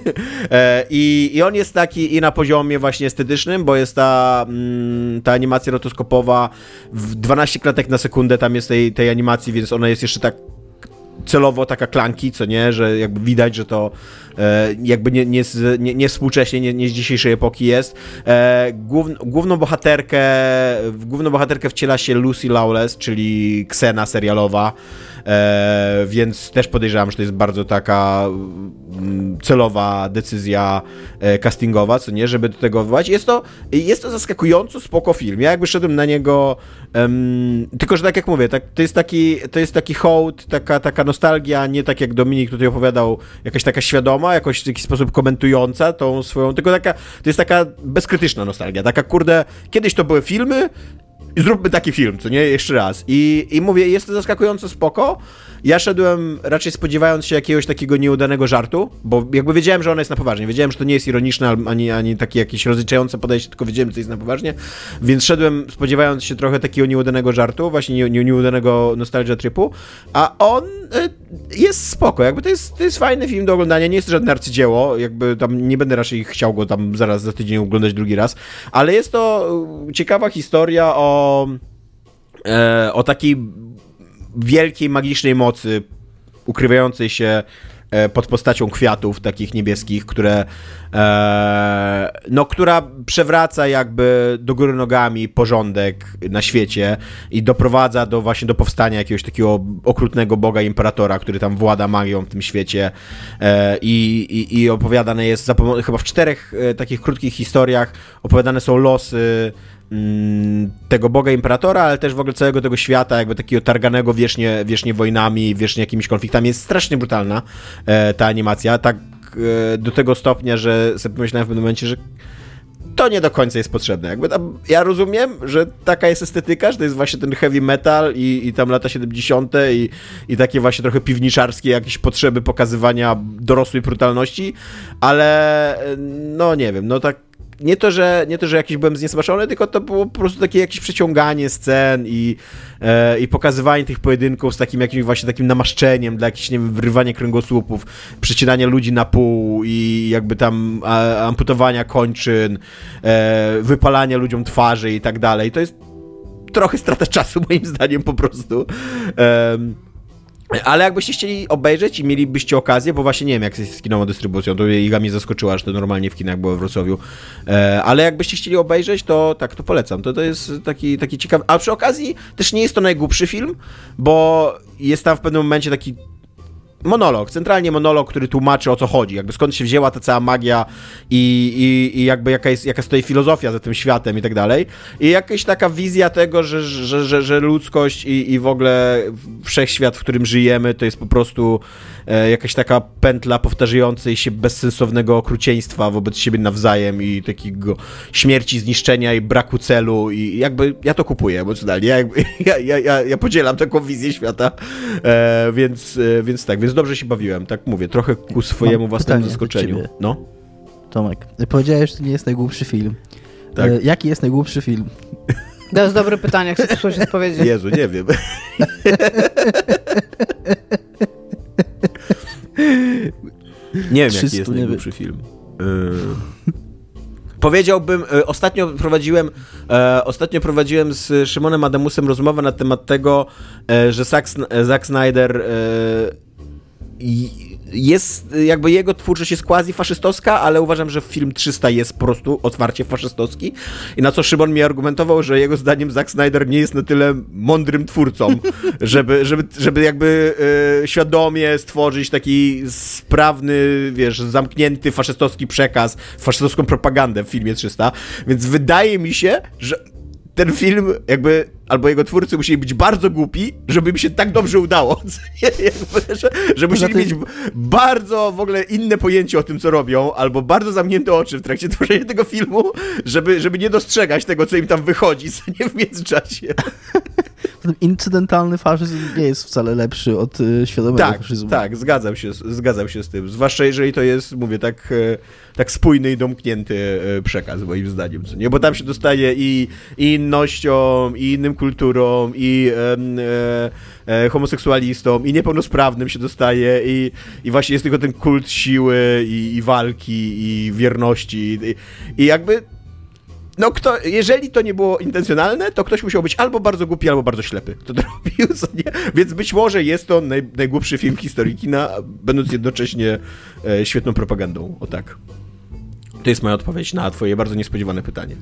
I, i on jest taki i na poziomie właśnie estetycznym, bo jest ta, ta animacja rotoskopowa w dwanaście klatek na sekundę, tam jest tej, tej animacji, więc ona jest jeszcze tak celowo taka klanki, co nie, że jakby widać, że to e, jakby nie, nie, z, nie, nie współcześnie, nie, nie z dzisiejszej epoki jest. E, głów, główną bohaterkę w główną bohaterkę wciela się Lucy Lawless, czyli Xena serialowa, e, więc też podejrzewam, że to jest bardzo taka m, celowa decyzja e, castingowa, co nie, żeby do tego wywołać. Jest to, jest to zaskakująco spoko film. Ja jakby szedłem na niego, em, tylko że tak jak mówię, tak, to jest taki, to jest taki hołd, taka, taka nostalgia, nie tak jak Dominik tutaj opowiadał, jakaś taka świadoma, jakoś w jakiś sposób komentująca tą swoją, tylko taka, to jest taka bezkrytyczna nostalgia, taka kurde, kiedyś to były filmy i zróbmy taki film, co nie, jeszcze raz. I, i mówię, jest to zaskakująco spoko. Ja szedłem raczej spodziewając się jakiegoś takiego nieudanego żartu, bo jakby wiedziałem, że ona jest na poważnie. Wiedziałem, że to nie jest ironiczne, ani, ani takie jakieś rozliczające podejście, tylko wiedziałem, że to jest na poważnie. Więc szedłem spodziewając się trochę takiego nieudanego żartu, właśnie nie, nie, nieudanego nostalgia tripu, a on y, jest spoko. Jakby to jest, to jest fajny film do oglądania. Nie jest to żadne arcydzieło, jakby tam nie będę raczej chciał go tam zaraz za tydzień oglądać drugi raz, ale jest to ciekawa historia o, e, o takiej wielkiej, magicznej mocy ukrywającej się pod postacią kwiatów takich niebieskich, które e, no, która przewraca jakby do góry nogami porządek na świecie i doprowadza do właśnie do powstania jakiegoś takiego okrutnego boga imperatora, który tam włada magią w tym świecie e, i, i, i opowiadane jest za pomocą, chyba w czterech e, takich krótkich historiach opowiadane są losy tego boga imperatora, ale też w ogóle całego tego świata, jakby takiego targanego wiecznie, wiecznie wojnami, wiecznie jakimiś konfliktami. Jest strasznie brutalna e, ta animacja, tak e, do tego stopnia, że sobie pomyślałem w pewnym momencie, że to nie do końca jest potrzebne. Jakby tam, ja rozumiem, że taka jest estetyka, że to jest właśnie ten heavy metal i, i tam lata siedemdziesiąte i, i takie właśnie trochę piwniczarskie jakieś potrzeby pokazywania dorosłej brutalności, ale no nie wiem, no tak nie to, że, nie to, że jakiś byłem zniesmaczony, tylko to było po prostu takie jakieś przeciąganie scen i, e, i pokazywanie tych pojedynków z takim jakimś właśnie takim namaszczeniem dla jakichś, nie wiem, wyrywania kręgosłupów, przecinania ludzi na pół i jakby tam a, amputowania kończyn, e, wypalania ludziom twarzy i tak dalej. To jest trochę strata czasu, moim zdaniem, po prostu. E, Ale jakbyście chcieli obejrzeć i mielibyście okazję, bo właśnie nie wiem, jak jest z kinową dystrybucją, to Iga mnie zaskoczyła, że to normalnie w kinach było w Wrocławiu, e, ale jakbyście chcieli obejrzeć, to tak, to polecam. To, to jest taki, taki ciekawy... A przy okazji też nie jest to najgłupszy film, bo jest tam w pewnym momencie taki monolog, centralnie monolog, który tłumaczy, o co chodzi, jakby skąd się wzięła ta cała magia i, i, i jakby jaka jest, jaka stoi filozofia za tym światem i tak dalej. I jakaś taka wizja tego, że, że, że, że ludzkość i, i w ogóle wszechświat, w którym żyjemy, to jest po prostu e, jakaś taka pętla powtarzającej się bezsensownego okrucieństwa wobec siebie nawzajem i takiego śmierci, zniszczenia i braku celu i jakby ja to kupuję emocjonalnie, ja, jakby, ja, ja, ja, ja podzielam taką wizję świata, e, więc, e, więc tak, więc dobrze się bawiłem, tak mówię, trochę ku swojemu Mam własnemu zaskoczeniu. No. Tomek, powiedziałeś, że to nie jest najgłupszy film. Tak. E, jaki jest najgłupszy film? To jest dobre pytanie, chcę posłuchać odpowiedzi. Jezu, nie wiem. Nie wiem, jaki jest najgłupszy film. Yy... Powiedziałbym, y, ostatnio prowadziłem y, ostatnio prowadziłem z Szymonem Adamusem rozmowę na temat tego, y, że Zack, Zack Snyder y, jest, jakby jego twórczość jest quasi-faszystowska, ale uważam, że film trzysta jest po prostu otwarcie faszystowski i na co Szymon mi argumentował, że jego zdaniem Zack Snyder nie jest na tyle mądrym twórcą, żeby, żeby, żeby jakby y, świadomie stworzyć taki sprawny, wiesz, zamknięty faszystowski przekaz, faszystowską propagandę w filmie trzysta, więc wydaje mi się, że ten film jakby, albo jego twórcy musieli być bardzo głupi, żeby im się tak dobrze udało. jakby, że, że musieli mieć bardzo w ogóle inne pojęcie o tym, co robią, albo bardzo zamknięte oczy w trakcie tworzenia tego filmu, żeby, żeby nie dostrzegać tego, co im tam wychodzi, co nie w międzyczasie. Incydentalny faszyzm nie jest wcale lepszy od y, świadomego tak, faszyzmu. Tak, zgadzam się, zgadzam się z tym. Zwłaszcza jeżeli to jest, mówię, tak, tak spójny i domknięty przekaz, moim zdaniem. Co nie? Bo tam się dostaje i, i innością, i innym kulturą, i e, e, homoseksualistom, i niepełnosprawnym się dostaje, i, i właśnie jest tylko ten kult siły, i, i walki, i wierności. I, i jakby no kto, jeżeli to nie było intencjonalne, to ktoś musiał być albo bardzo głupi, albo bardzo ślepy, kto to robił, co nie? Więc być może jest to naj, najgłupszy film historii kina, będąc jednocześnie e, świetną propagandą, o tak. To jest moja odpowiedź na twoje bardzo niespodziewane pytanie.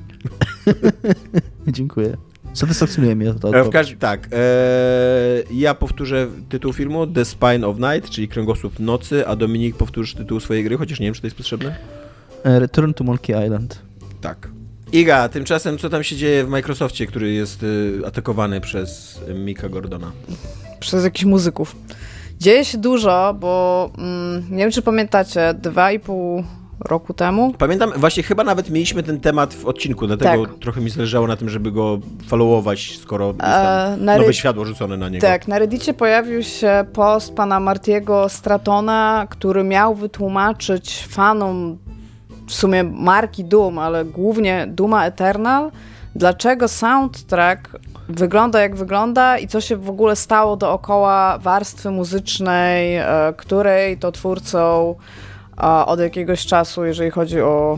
Dziękuję. Satysfakcjonuje mnie to. E, w każdym, tak, e, ja powtórzę tytuł filmu The Spine of Night, czyli Kręgosłup Nocy, a Dominik powtórz tytuł swojej gry, chociaż nie wiem, czy to jest potrzebne. Return to Monkey Island. Tak. Iga, tymczasem co tam się dzieje w Microsoftie, który jest y, atakowany przez Micka Gordona? Przez jakichś muzyków. Dzieje się dużo, bo mm, nie wiem, czy pamiętacie, dwa i pół roku temu. Pamiętam, właśnie chyba nawet mieliśmy ten temat w odcinku, dlatego tak. Trochę mi zależało na tym, żeby go followować, skoro jest tam e, nowe Red... światło rzucone na niego. Tak, na Reddicie pojawił się post pana Martiego Stratona, który miał wytłumaczyć fanom w sumie marki Doom, ale głównie Dooma Eternal, dlaczego soundtrack wygląda jak wygląda i co się w ogóle stało dookoła warstwy muzycznej, której to twórcą od jakiegoś czasu, jeżeli chodzi o,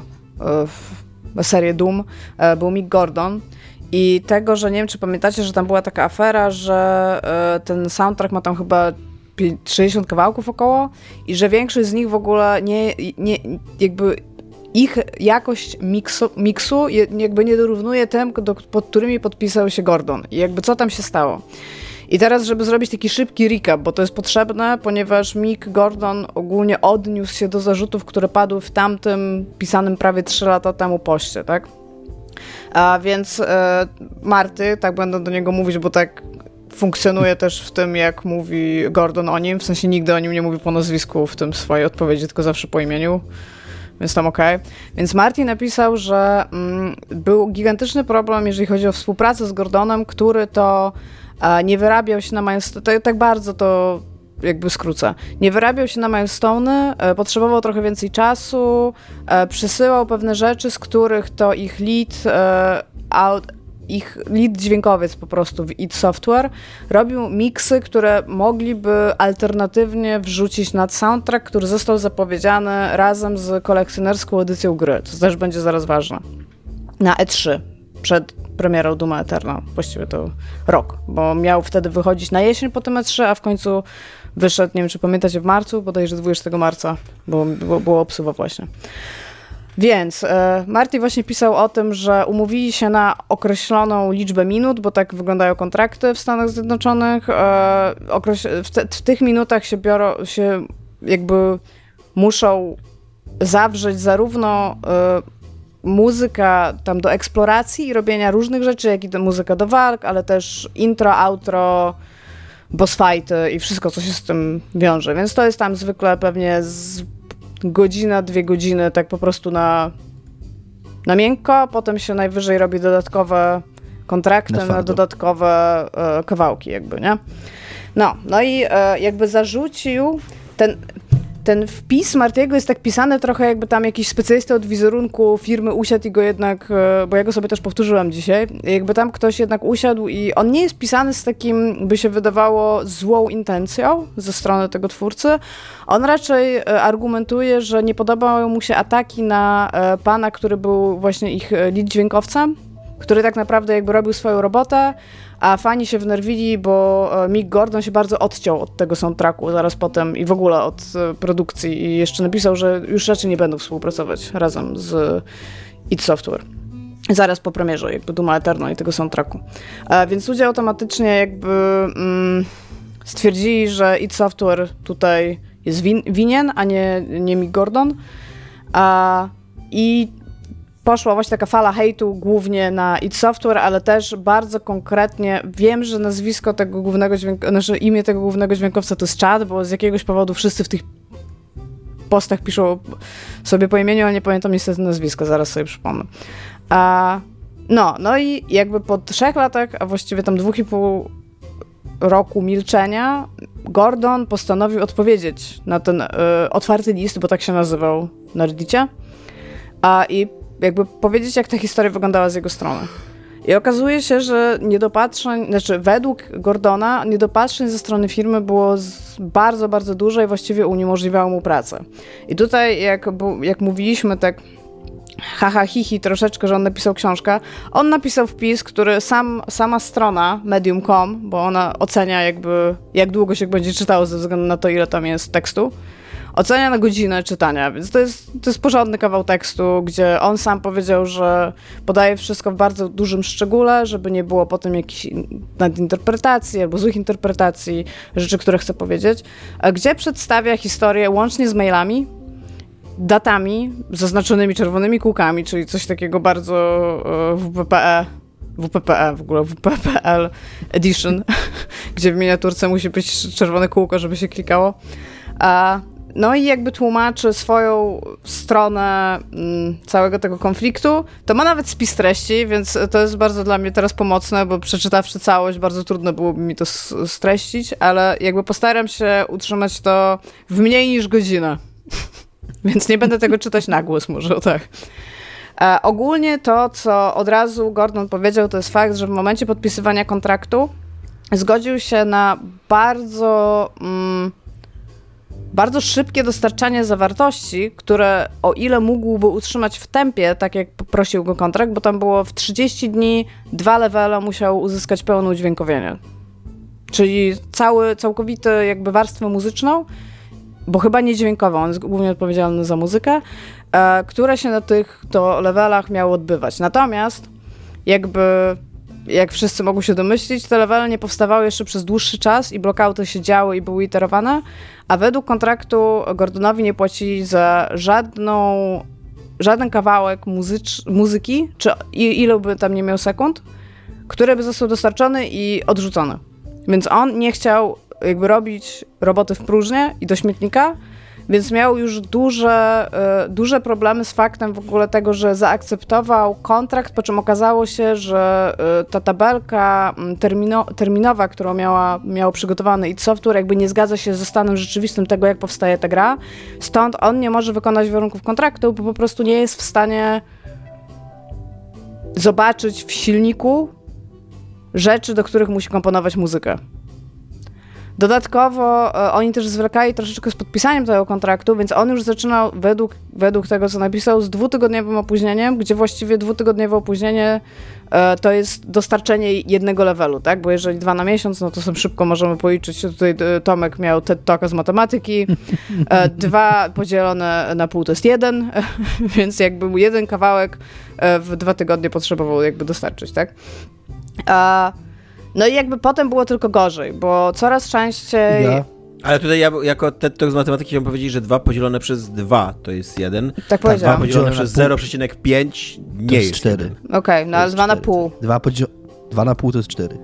o serię Doom, był Mick Gordon. I tego, że nie wiem, czy pamiętacie, że tam była taka afera, że ten soundtrack ma tam chyba sześćdziesiąt kawałków około i że większość z nich w ogóle nie, nie jakby ich jakość miksu, miksu jakby nie dorównuje tym, do, pod którymi podpisał się Gordon. I jakby co tam się stało. I teraz, żeby zrobić taki szybki recap, bo to jest potrzebne, ponieważ Mick Gordon ogólnie odniósł się do zarzutów, które padły w tamtym pisanym prawie trzy lata temu poście, tak? A więc e, Marty, tak będę do niego mówić, bo tak funkcjonuje też w tym, jak mówi Gordon o nim, w sensie nigdy o nim nie mówi po nazwisku w tym swojej odpowiedzi, tylko zawsze po imieniu. Więc tam okej. Okay. Więc Marty napisał, że mm, był gigantyczny problem, jeżeli chodzi o współpracę z Gordonem, który to e, nie wyrabiał się na majestatycznie, tak bardzo to jakby skrócę. Nie wyrabiał się na milestone'y, e, potrzebował trochę więcej czasu, e, przesyłał pewne rzeczy, z których to ich lead, e, out, ich lead dźwiękowiec po prostu w id Software robił miksy, które mogliby alternatywnie wrzucić na soundtrack, który został zapowiedziany razem z kolekcjonerską edycją gry. To też będzie zaraz ważne. Na E trzy, przed premierą Dooma Eternal. Właściwie to rok, bo miał wtedy wychodzić na jesień po tym E trzy, a w końcu wyszedł, nie wiem czy pamiętacie, w marcu, bodajże dwudziestego marca, bo było, było obsuwa właśnie. Więc e, Marty właśnie pisał o tym, że umówili się na określoną liczbę minut, bo tak wyglądają kontrakty w Stanach Zjednoczonych. E, okreś- w, te, w tych minutach się biorą, się jakby muszą zawrzeć zarówno e, muzyka tam do eksploracji i robienia różnych rzeczy, jak i do muzyka do walk, ale też intro, outro, boss fighty i wszystko, co się z tym wiąże. Więc to jest tam zwykle pewnie z godzina, dwie godziny, tak po prostu na, na miękko, potem się najwyżej robi dodatkowe kontrakty na, na dodatkowe e, kawałki jakby, nie? No, no i e, jakby zarzucił ten... Ten wpis Martiego jest tak pisany trochę jakby tam jakiś specjalista od wizerunku firmy usiadł i go jednak, bo ja go sobie też powtórzyłam dzisiaj, jakby tam ktoś jednak usiadł i on nie jest pisany z takim, by się wydawało, złą intencją ze strony tego twórcy. On raczej argumentuje, że nie podobały mu się ataki na pana, który był właśnie ich lead dźwiękowcem, który tak naprawdę jakby robił swoją robotę, a fani się wnerwili, bo Mick Gordon się bardzo odciął od tego soundtracku zaraz potem i w ogóle od produkcji i jeszcze napisał, że już raczej nie będą współpracować razem z id Software. Zaraz po premierze jakby Dooma Eternal i tego soundtracku. A więc ludzie automatycznie jakby mm, stwierdzili, że id Software tutaj jest win- winien, a nie, nie Mick Gordon. A, I poszła właśnie taka fala hejtu głównie na id Software, ale też bardzo konkretnie wiem, że nazwisko tego głównego dźwiękowca, znaczy imię tego głównego dźwiękowca to jest Chad, bo z jakiegoś powodu wszyscy w tych postach piszą sobie po imieniu, ale nie pamiętam niestety nazwiska, zaraz sobie przypomnę. A, no, no i jakby po trzech latach, a właściwie tam dwóch i pół roku milczenia, Gordon postanowił odpowiedzieć na ten y, otwarty list, bo tak się nazywał na Reddicie, a i jakby powiedzieć, jak ta historia wyglądała z jego strony. I okazuje się, że niedopatrzeń, znaczy według Gordona niedopatrzeń ze strony firmy było bardzo, bardzo dużo i właściwie uniemożliwiało mu pracę. I tutaj, jak, jak mówiliśmy tak haha hihi troszeczkę, że on napisał książkę, on napisał wpis, który sam, sama strona medium kropka com, bo ona ocenia jakby, jak długo się będzie czytało ze względu na to, ile tam jest tekstu, ocenia na godzinę czytania, więc to jest, to jest porządny kawał tekstu, gdzie on sam powiedział, że podaje wszystko w bardzo dużym szczególe, żeby nie było potem jakichś nadinterpretacji albo złych interpretacji rzeczy, które chce powiedzieć, gdzie przedstawia historię łącznie z mailami, datami zaznaczonymi czerwonymi kółkami, czyli coś takiego bardzo W P P E, W P P E w ogóle, W P P L Edition, gdzie w miniaturce musi być czerwone kółko, żeby się klikało. A no i jakby tłumaczy swoją stronę mm, całego tego konfliktu. To ma nawet spis treści, więc to jest bardzo dla mnie teraz pomocne, bo przeczytawszy całość, bardzo trudno byłoby mi to streścić, ale jakby postaram się utrzymać to w mniej niż godzinę. Więc nie będę tego czytać na głos, może tak. E, ogólnie to, co od razu Gordon powiedział, to jest fakt, że w momencie podpisywania kontraktu zgodził się na bardzo... Mm, bardzo szybkie dostarczanie zawartości, które o ile mógłby utrzymać w tempie, tak jak prosił go kontrakt, bo tam było w trzydzieści dni dwa levele musiał uzyskać pełne udźwiękowienie. Czyli cały, całkowity jakby warstwę muzyczną, bo chyba nie dźwiękową, on jest głównie odpowiedzialny za muzykę, e, które się na tych to levelach miało odbywać. Natomiast jakby jak wszyscy mogą się domyślić, te levele nie powstawały jeszcze przez dłuższy czas i blockouty się działy i były iterowane, a według kontraktu Gordonowi nie płacili za żadną, żaden kawałek muzycz, muzyki, czy ile by tam nie miał sekund, który by został dostarczony i odrzucony. Więc on nie chciał jakby robić roboty w próżnię i do śmietnika, Więc miał już duże, y, duże problemy z faktem w ogóle tego, że zaakceptował kontrakt, po czym okazało się, że y, ta tabelka termino, terminowa, którą miała, miał przygotowany id Software, jakby nie zgadza się ze stanem rzeczywistym tego, jak powstaje ta gra. Stąd on nie może wykonać warunków kontraktu, bo po prostu nie jest w stanie zobaczyć w silniku rzeczy, do których musi komponować muzykę. Dodatkowo e, oni też zwlekali troszeczkę z podpisaniem tego kontraktu, więc on już zaczynał według, według tego, co napisał, z dwutygodniowym opóźnieniem, gdzie właściwie dwutygodniowe opóźnienie e, to jest dostarczenie jednego levelu, tak? Bo jeżeli dwa na miesiąc, no to sobie szybko możemy policzyć. Tutaj e, Tomek miał TED Talka z matematyki. E, dwa podzielone na pół to jest jeden, e, więc jakby mu jeden kawałek e, w dwa tygodnie potrzebował jakby dostarczyć, tak? A No i jakby potem było tylko gorzej, bo coraz częściej... Ja. Ale tutaj ja jako TED Talk z matematyki chciałem powiedzieć, że dwa podzielone przez dwa to jest jeden. Tak dwa powiedziałam. podzielone Podzielone przez na pół. zero przecinek pięć nie To jest jest cztery. jeden. Okej, okay, no ale dwa na pół. Dwa, podzio- dwa na pół to jest cztery.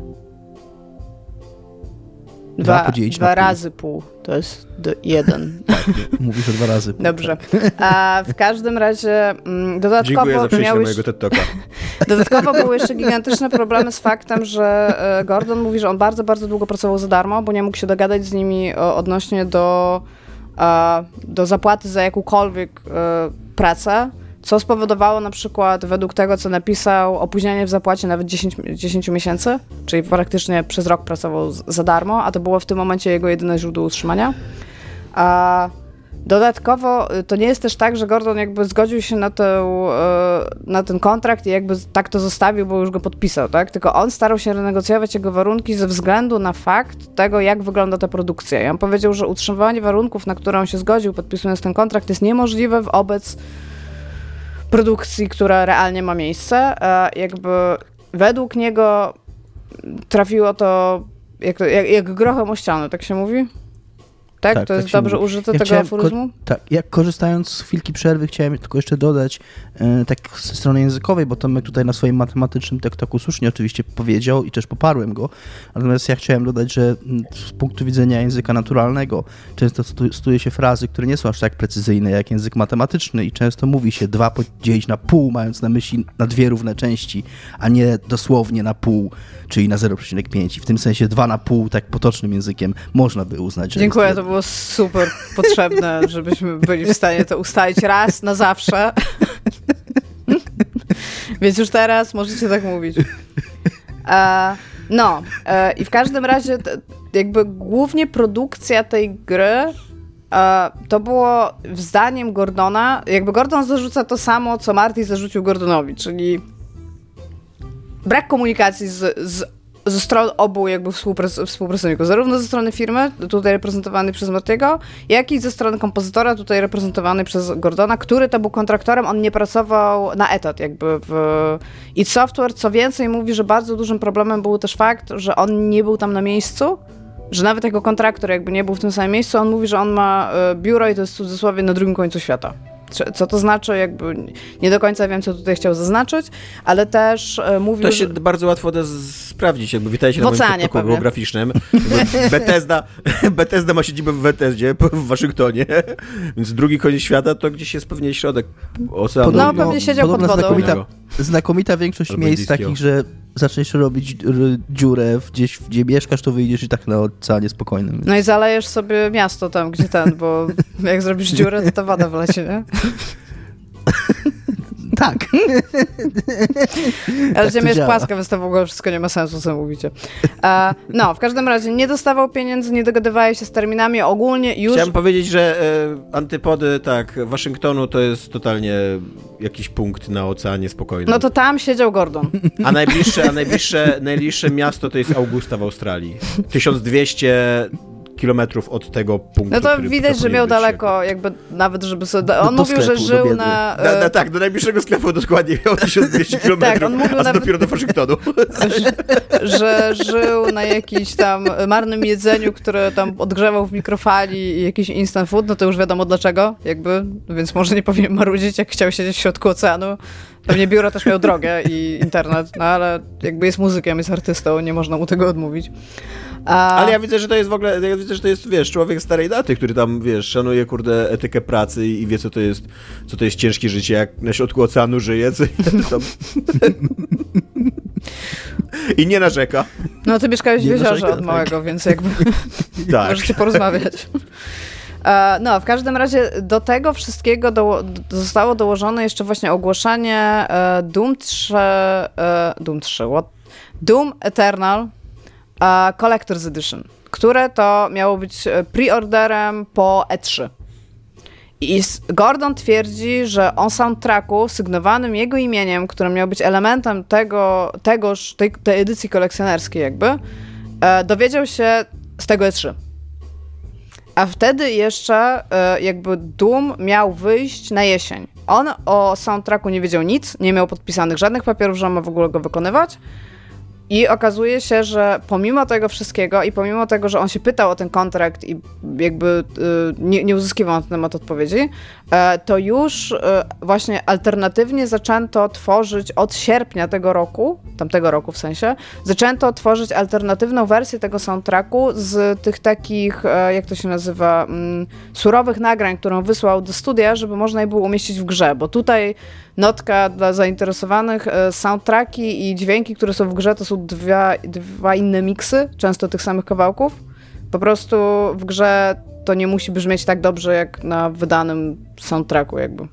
Dwa, Dwa podzielić dwa na pół. razy pół to jest d- jeden. Mówisz o dwa razy. Pół. Dobrze. A w każdym razie mm, dodatkowo Dziękuję za przyjście na miałeś... mojego TED Talka. Dodatkowo były jeszcze gigantyczne problemy z faktem, że e, Gordon mówi, że on bardzo, bardzo długo pracował za darmo, bo nie mógł się dogadać z nimi o, odnośnie do, e, do zapłaty za jakąkolwiek e, pracę, co spowodowało na przykład, według tego, co napisał, opóźnienie w zapłacie nawet dziesięć, dziesięć miesięcy, czyli praktycznie przez rok pracował z, za darmo, a to było w tym momencie jego jedyne źródło utrzymania. A dodatkowo to nie jest też tak, że Gordon jakby zgodził się na, tę, na ten kontrakt i jakby tak to zostawił, bo już go podpisał, tak? Tylko on starał się renegocjować jego warunki ze względu na fakt tego, jak wygląda ta produkcja. I on powiedział, że utrzymywanie warunków, na które on się zgodził, podpisując ten kontrakt, jest niemożliwe wobec produkcji, która realnie ma miejsce. Jakby według niego trafiło to jak, jak, jak grochem o ścianę, tak się mówi? Tak? Tak, To tak jest się dobrze mówi. użyte Ja tego chciałem aforyzmu? Ko- tak, jak korzystając z chwilki przerwy, chciałem tylko jeszcze dodać e, tak ze strony językowej, bo Tomek tutaj na swoim matematycznym tektoku słusznie oczywiście powiedział i też poparłem go, natomiast ja chciałem dodać, że m, z punktu widzenia języka naturalnego często stu- stosuje się frazy, które nie są aż tak precyzyjne jak język matematyczny i często mówi się dwa podzielić na pół, mając na myśli na dwie równe części, a nie dosłownie na pół, czyli na zero przecinek pięć. I w tym sensie dwa na pół, tak potocznym językiem, można by uznać, że Dziękuję, jest to było super potrzebne, żebyśmy byli w stanie to ustalić raz na zawsze. Więc już teraz możecie tak mówić. E, no, e, i w każdym razie t, jakby głównie produkcja tej gry e, to było zdaniem Gordona, jakby Gordon zarzuca to samo, co Marty zarzucił Gordonowi, czyli brak komunikacji z, z ze stron obu jakby współprac- współpracowników, zarówno ze strony firmy, tutaj reprezentowanej przez Martiego, jak i ze strony kompozytora, tutaj reprezentowanej przez Gordona, który to był kontraktorem, on nie pracował na etat jakby w id Software. Co więcej, mówi, że bardzo dużym problemem był też fakt, że on nie był tam na miejscu, że nawet jako kontraktor jakby nie był w tym samym miejscu. On mówi, że on ma biuro i to jest w cudzysłowie na drugim końcu świata. Co to znaczy, jakby nie do końca wiem, co tutaj chciał zaznaczyć, ale też e, mówił, To się że... bardzo łatwo da z- sprawdzić, jakby witajcie W na moim oceanie TikToku pewnie. geograficznym. Bethesda, Bethesda ma siedzibę w Bethesdzie, w Waszyngtonie, więc drugi koniec świata to gdzieś jest pewnie środek oceanu. No, pewnie siedział pod podobna wodą. Znakomita, znakomita większość Albo miejsc indyjskiego. takich, że zaczniesz robić r- dziurę w- gdzieś, gdzie mieszkasz, to wyjdziesz i tak na oceanie spokojnym. No i zalejesz sobie miasto tam, gdzie ten, bo jak zrobisz dziurę, to ta woda wleci, nie? Tak. Ale Tak ziemia to jest działa. płaska, więc to w ogóle wszystko nie ma sensu, co mówicie. E, no, w każdym razie nie dostawał pieniędzy, nie dogadywali się z terminami, ogólnie już... Chciałem powiedzieć, że e, antypody, tak, Waszyngtonu to jest totalnie jakiś punkt na oceanie spokojnym. No to tam siedział Gordon. A najbliższe, a najbliższe, najbliższe miasto to jest Augusta w Australii. tysiąc dwieście kilometrów od tego punktu, No to który widać, że powinien miał być daleko, jakby nawet, żeby sobie... On do mówił, że sklepu, do żył biedy. na... Na, e, na, tak, do najbliższego sklepu dokładnie miał tysiąc dwieście kilometrów, Tak, on mówił a co nawet- dopiero do Waszyngtonu. że żył na jakimś tam marnym jedzeniu, które tam odgrzewał w mikrofali i jakiś instant food, no to już wiadomo dlaczego, jakby, więc może nie powinien marudzić, jak chciał siedzieć w środku oceanu. Pewnie biuro też miał drogę i internet, no ale jakby jest muzykiem, jest artystą, nie można mu tego odmówić. A... Ale ja widzę, że to jest w ogóle, ja widzę, że to jest, wiesz, człowiek starej daty, który tam, wiesz, szanuje, kurde, etykę pracy i wie, co to jest, co to jest ciężkie życie, jak na środku oceanu żyje, co tam... I nie narzeka. No, ty mieszkałeś w Nie jeziorze narzeka, od małego, tak. więc jakby Tak. możecie porozmawiać. E, No, w każdym razie do tego wszystkiego do, zostało dołożone jeszcze właśnie ogłoszenie e, Doom trzy, e, Doom trzy, what? Doom Eternal e, Collector's Edition, które to miało być preorderem po E trzy. I Gordon twierdzi, że o soundtracku sygnowanym jego imieniem, który miał być elementem tego, tegoż, tej, tej edycji kolekcjonerskiej jakby, e, dowiedział się z tego E trzy. A wtedy jeszcze e, jakby Doom miał wyjść na jesień. On o soundtracku nie wiedział nic, nie miał podpisanych żadnych papierów, że ma w ogóle go wykonywać. I okazuje się, że pomimo tego wszystkiego i pomimo tego, że on się pytał o ten kontrakt i jakby y, nie, nie uzyskiwał na ten temat odpowiedzi, y, to już y, właśnie alternatywnie zaczęto tworzyć od sierpnia tego roku, tamtego roku w sensie, zaczęto tworzyć alternatywną wersję tego soundtracku z tych takich, y, jak to się nazywa, y, surowych nagrań, którą wysłał do studia, żeby można je było umieścić w grze, bo tutaj notka dla zainteresowanych, soundtracki i dźwięki, które są w grze, to są dwa, dwa inne miksy, często tych samych kawałków. Po prostu w grze to nie musi brzmieć tak dobrze, jak na wydanym soundtracku jakby.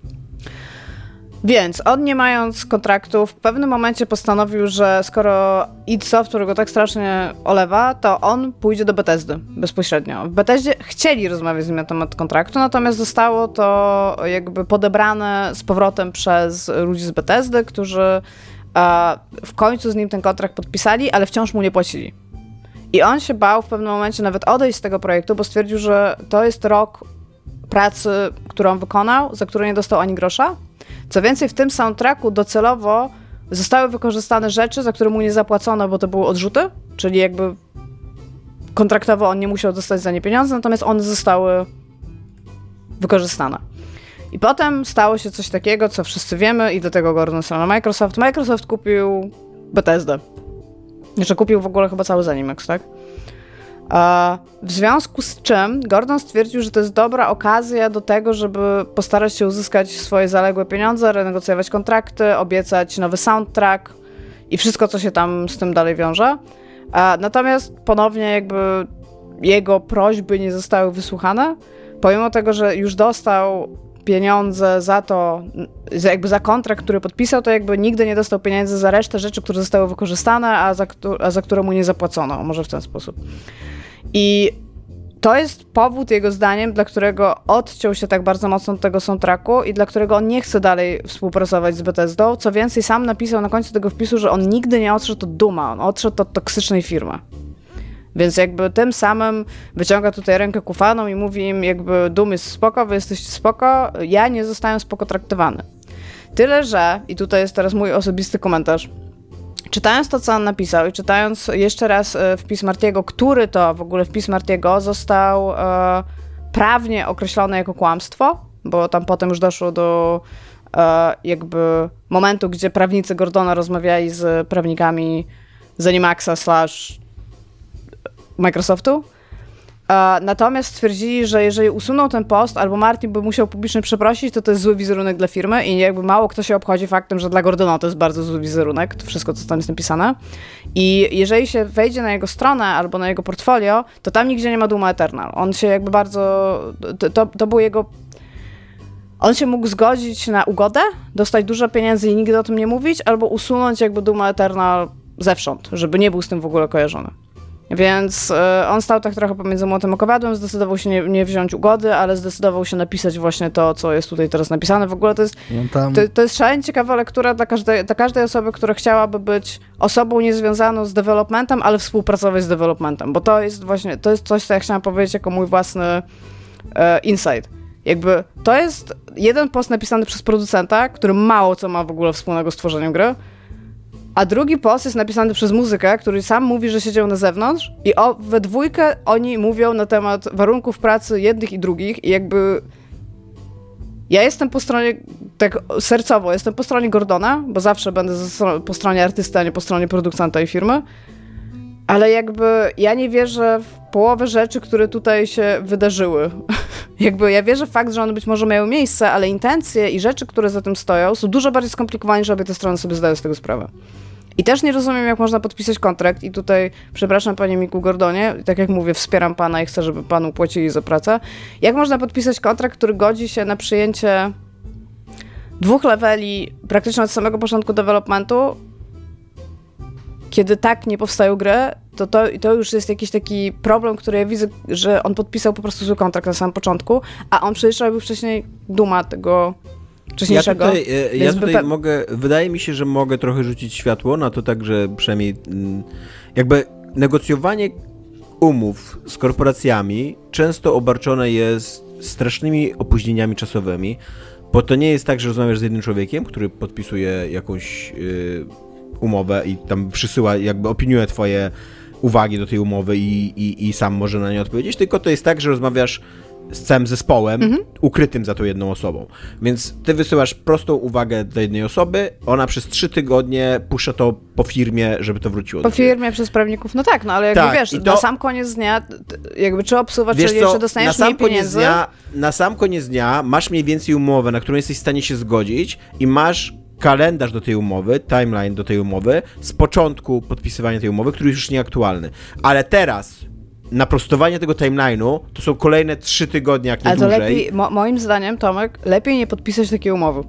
Więc on, nie mając kontraktu, w pewnym momencie postanowił, że skoro id Software go tak strasznie olewa, to on pójdzie do Bethesdy bezpośrednio. W Bethesdzie chcieli rozmawiać z nim na temat kontraktu, natomiast zostało to jakby podebrane z powrotem przez ludzi z Bethesdy, którzy e, w końcu z nim ten kontrakt podpisali, ale wciąż mu nie płacili. I on się bał w pewnym momencie nawet odejść z tego projektu, bo stwierdził, że to jest rok pracy, którą wykonał, za którą nie dostał ani grosza. Co więcej, w tym soundtracku docelowo zostały wykorzystane rzeczy, za które mu nie zapłacono, bo to były odrzuty, czyli jakby kontraktowo on nie musiał dostać za nie pieniądze, natomiast one zostały wykorzystane. I potem stało się coś takiego, co wszyscy wiemy i do tego Gordon strona Microsoft. Microsoft kupił Bethesdę. Jeszcze kupił w ogóle chyba cały Zenimax, tak? W związku z czym Gordon stwierdził, że to jest dobra okazja do tego, żeby postarać się uzyskać swoje zaległe pieniądze, renegocjować kontrakty, obiecać nowy soundtrack i wszystko, co się tam z tym dalej wiąże. Natomiast ponownie jakby jego prośby nie zostały wysłuchane, pomimo tego, że już dostał pieniądze za to, jakby za kontrakt, który podpisał, to jakby nigdy nie dostał pieniędzy za resztę rzeczy, które zostały wykorzystane, a za, a za które mu nie zapłacono, może w ten sposób. I to jest powód, jego zdaniem, dla którego odciął się tak bardzo mocno od tego soundtracku i dla którego on nie chce dalej współpracować z Bethesdą. Co więcej, sam napisał na końcu tego wpisu, że on nigdy nie odszedł od Dooma, on odszedł od toksycznej firmy. Więc jakby tym samym wyciąga tutaj rękę ku fanom i mówi im, jakby Doom jest spoko, wy jesteście spoko, ja nie zostałem spoko traktowany. Tyle, że, i tutaj jest teraz mój osobisty komentarz, czytając to, co on napisał i czytając jeszcze raz wpis Martiego, który to w ogóle wpis Martiego został e, prawnie określony jako kłamstwo, bo tam potem już doszło do e, jakby momentu, gdzie prawnicy Gordona rozmawiali z prawnikami Zenimaxa slash Microsoftu. Natomiast stwierdzili, że jeżeli usuną ten post, albo Martin by musiał publicznie przeprosić, to to jest zły wizerunek dla firmy i jakby mało kto się obchodzi faktem, że dla Gordona to jest bardzo zły wizerunek, to wszystko, co tam jest napisane. I jeżeli się wejdzie na jego stronę albo na jego portfolio, to tam nigdzie nie ma Dooma Eternal. On się jakby bardzo... To, to, to był jego... On się mógł zgodzić na ugodę, dostać dużo pieniędzy i nigdy o tym nie mówić, albo usunąć jakby Dooma Eternal zewsząd, żeby nie był z tym w ogóle kojarzony. Więc y, on stał tak trochę pomiędzy młotem a kowadłem, zdecydował się nie, nie wziąć ugody, ale zdecydował się napisać właśnie to, co jest tutaj teraz napisane. W ogóle to jest, no tam... to, to jest szalenie ciekawa lektura dla każdej, dla każdej osoby, która chciałaby być osobą niezwiązaną z developmentem, ale współpracować z developmentem, bo to jest właśnie, to jest coś, co ja chciałam powiedzieć jako mój własny e, insight. Jakby to jest jeden post napisany przez producenta, który mało co ma w ogóle wspólnego z tworzeniem gry, a drugi post jest napisany przez muzyka, który sam mówi, że siedział na zewnątrz i o, we dwójkę oni mówią na temat warunków pracy jednych i drugich i jakby ja jestem po stronie, tak sercowo, jestem po stronie Gordona, bo zawsze będę po stronie artysty, a nie po stronie producenta i firmy, Ale jakby ja nie wierzę w połowę rzeczy, które tutaj się wydarzyły. Jakby ja wierzę w fakt, że one być może miały miejsce, ale intencje i rzeczy, które za tym stoją, są dużo bardziej skomplikowane, niż obie te strony sobie zdają z tego sprawę. I też nie rozumiem, jak można podpisać kontrakt i tutaj, przepraszam panie Miku Gordonie, tak jak mówię, wspieram pana i chcę, żeby panu płacili za pracę. Jak można podpisać kontrakt, który godzi się na przyjęcie dwóch leveli praktycznie od samego początku developmentu, kiedy tak nie powstają gry, to, to to już jest jakiś taki problem, który ja widzę, że on podpisał po prostu zły kontrakt na samym początku, a on przecież robił wcześniej Duma tego wcześniejszego. Ja tutaj, ja, ja tutaj mogę, wydaje mi się, że mogę trochę rzucić światło na to, tak, że przynajmniej jakby negocjowanie umów z korporacjami często obarczone jest strasznymi opóźnieniami czasowymi, bo to nie jest tak, że rozmawiasz z jednym człowiekiem, który podpisuje jakąś yy, umowę i tam przysyła, jakby opiniuje twoje uwagi do tej umowy i, i, i sam może na nie odpowiedzieć, tylko to jest tak, że rozmawiasz z całym zespołem, mhm. ukrytym za tą jedną osobą. Więc ty wysyłasz prostą uwagę do jednej osoby, ona przez trzy tygodnie puszcza to po firmie, żeby to wróciło. Po firmie, przez prawników, no tak, no ale jakby tak, wiesz, to, na sam koniec dnia, jakby czy obsuwa, czy, czy dostaniesz mniej pieniędzy. Dnia, na sam koniec dnia masz mniej więcej umowę, na którą jesteś w stanie się zgodzić i masz kalendarz do tej umowy, timeline do tej umowy, z początku podpisywania tej umowy, który już jest nieaktualny. Ale teraz na prostowanie tego timeline'u to są kolejne trzy tygodnie, jak nie dłużej. Ale to lepiej, mo- moim zdaniem, Tomek, lepiej nie podpisać takiej umowy.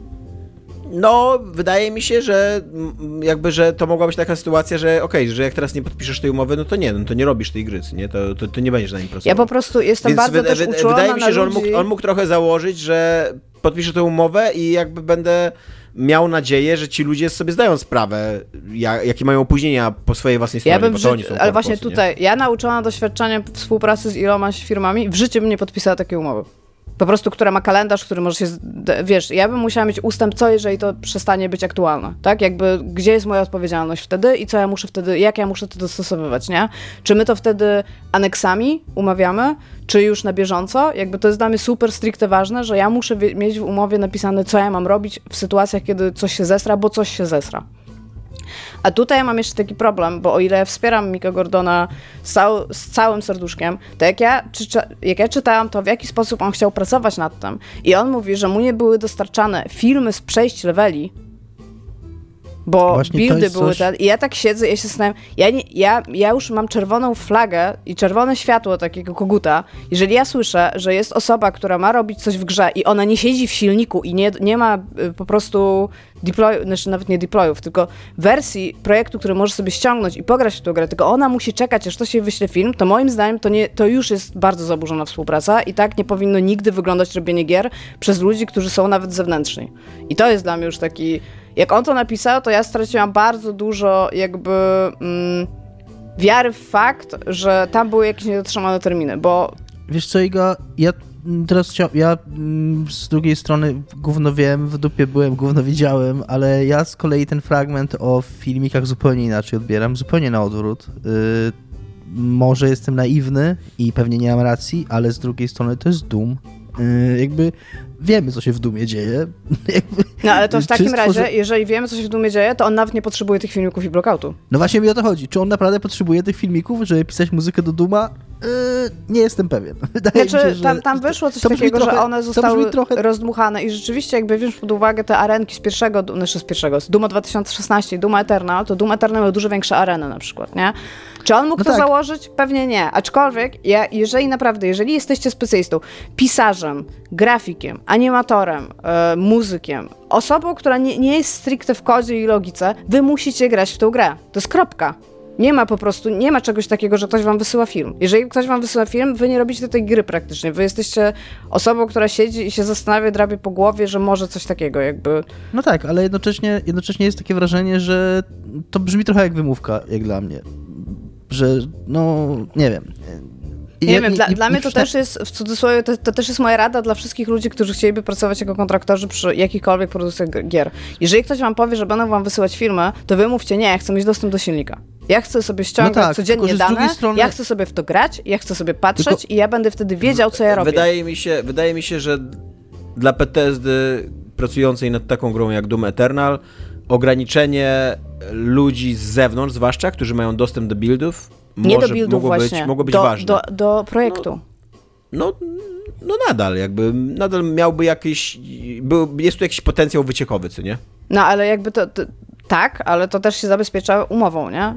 No, wydaje mi się, że jakby, że to mogła być taka sytuacja, że okej, okay, że jak teraz nie podpiszesz tej umowy, no to nie, no to nie robisz tej gry, nie? To, to, to nie będziesz na nim pracował. Ja po prostu jestem Więc bardzo wy- też wy- uczulona Wydaje mi się, na że on mógł, on mógł trochę założyć, że podpiszę tę umowę i jakby będę miał nadzieję, że ci ludzie sobie zdają sprawę, jak, jakie mają opóźnienia po swojej własnej stronie, ja bym bo ży- to oni są Ale właśnie nie? tutaj, ja nauczona doświadczeniem współpracy z ilomaś firmami, w życiu bym nie podpisała takiej umowy. Po prostu, która ma kalendarz, który może się, wiesz, ja bym musiała mieć ustęp, co jeżeli to przestanie być aktualne, tak? Jakby, gdzie jest moja odpowiedzialność wtedy i co ja muszę wtedy, jak ja muszę to dostosowywać, nie? Czy my to wtedy aneksami umawiamy, czy już na bieżąco? Jakby to jest dla mnie super stricte ważne, że ja muszę wie- mieć w umowie napisane, co ja mam robić w sytuacjach, kiedy coś się zesra, bo coś się zesra. A tutaj ja mam jeszcze taki problem, bo o ile ja wspieram Mika Gordona z, cał- z całym serduszkiem, to jak ja, czy, jak ja czytałam, to w jaki sposób on chciał pracować nad tym i on mówi, że mu nie były dostarczane filmy z przejść leveli, bo Właśnie buildy były coś... te... I ja tak siedzę i ja się zastanawiam, ja, nie, ja, ja już mam czerwoną flagę i czerwone światło takiego koguta. Jeżeli ja słyszę, że jest osoba, która ma robić coś w grze i ona nie siedzi w silniku i nie, nie ma y, po prostu deploy, znaczy nawet nie deployów, tylko wersji projektu, który może sobie ściągnąć i pograć w tę grę, tylko ona musi czekać, aż to się wyśle film, to moim zdaniem to, nie, to już jest bardzo zaburzona współpraca i tak nie powinno nigdy wyglądać robienie gier przez ludzi, którzy są nawet zewnętrzni. I to jest dla mnie już taki... Jak on to napisał, to ja straciłam bardzo dużo jakby mm, wiary w fakt, że tam były jakieś niedotrzymane terminy, bo... Wiesz co, Iga, ja teraz chciałem, ja z drugiej strony gówno wiem, w dupie byłem, gówno widziałem, ale ja z kolei ten fragment o filmikach zupełnie inaczej odbieram, zupełnie na odwrót. Yy, może jestem naiwny i pewnie nie mam racji, ale z drugiej strony to jest Doom. Yy, jakby wiemy, co się w Doomie dzieje. Jakby, no ale to w takim razie, stworzy... jeżeli wiemy, co się w Doomie dzieje, to on nawet nie potrzebuje tych filmików i blockoutu. No właśnie mi o to chodzi. Czy on naprawdę potrzebuje tych filmików, żeby pisać muzykę do Dooma? Yy, nie jestem pewien. Wydaje znaczy, mi się, że tam, tam wyszło coś takiego, trochę, że one zostały trochę... rozdmuchane i rzeczywiście jakby wziąć pod uwagę te arenki z pierwszego, znaczy z pierwszego, z Dooma dwa tysiące szesnaście i Doom Eternal, to Doom Eternal miał dużo większe areny na przykład, nie? Czy on mógł no to tak. założyć? Pewnie nie. Aczkolwiek, ja, jeżeli naprawdę, jeżeli jesteście specjalistą, pisarzem, grafikiem, animatorem, e, muzykiem, osobą, która nie, nie jest stricte w kodzie i logice, wy musicie grać w tę grę. To jest kropka. Nie ma po prostu, nie ma czegoś takiego, że ktoś wam wysyła film. Jeżeli ktoś wam wysyła film, wy nie robicie tej gry praktycznie. Wy jesteście osobą, która siedzi i się zastanawia, drapie po głowie, że może coś takiego jakby... No tak, ale jednocześnie, jednocześnie jest takie wrażenie, że to brzmi trochę jak wymówka, jak dla mnie. Że, no, nie wiem... Nie ja, wiem, nie, dla, nie, dla nie, mnie to nie, też jest, w cudzysłowie, to, to też jest moja rada dla wszystkich ludzi, którzy chcieliby pracować jako kontraktorzy przy jakichkolwiek produkcjach gier. Jeżeli ktoś wam powie, że będą wam wysyłać filmy, to wy mówcie, nie, ja chcę mieć dostęp do silnika. Ja chcę sobie ściągać no tak, codziennie tylko, dane, strony... ja chcę sobie w to grać, ja chcę sobie patrzeć tylko... i ja będę wtedy wiedział, co ja robię. Wydaje mi się, wydaje mi się, że dla Bethesdy pracującej nad taką grą jak Doom Eternal ograniczenie ludzi z zewnątrz, zwłaszcza, którzy mają dostęp do buildów, Nie może, do buildów mogło właśnie, być, mogło być do, ważne. do, do projektu. No, no, no nadal, jakby, nadal miałby jakiś, był, jest tu jakiś potencjał wyciekowy, co nie? No ale jakby to, to tak, ale to też się zabezpiecza umową, nie?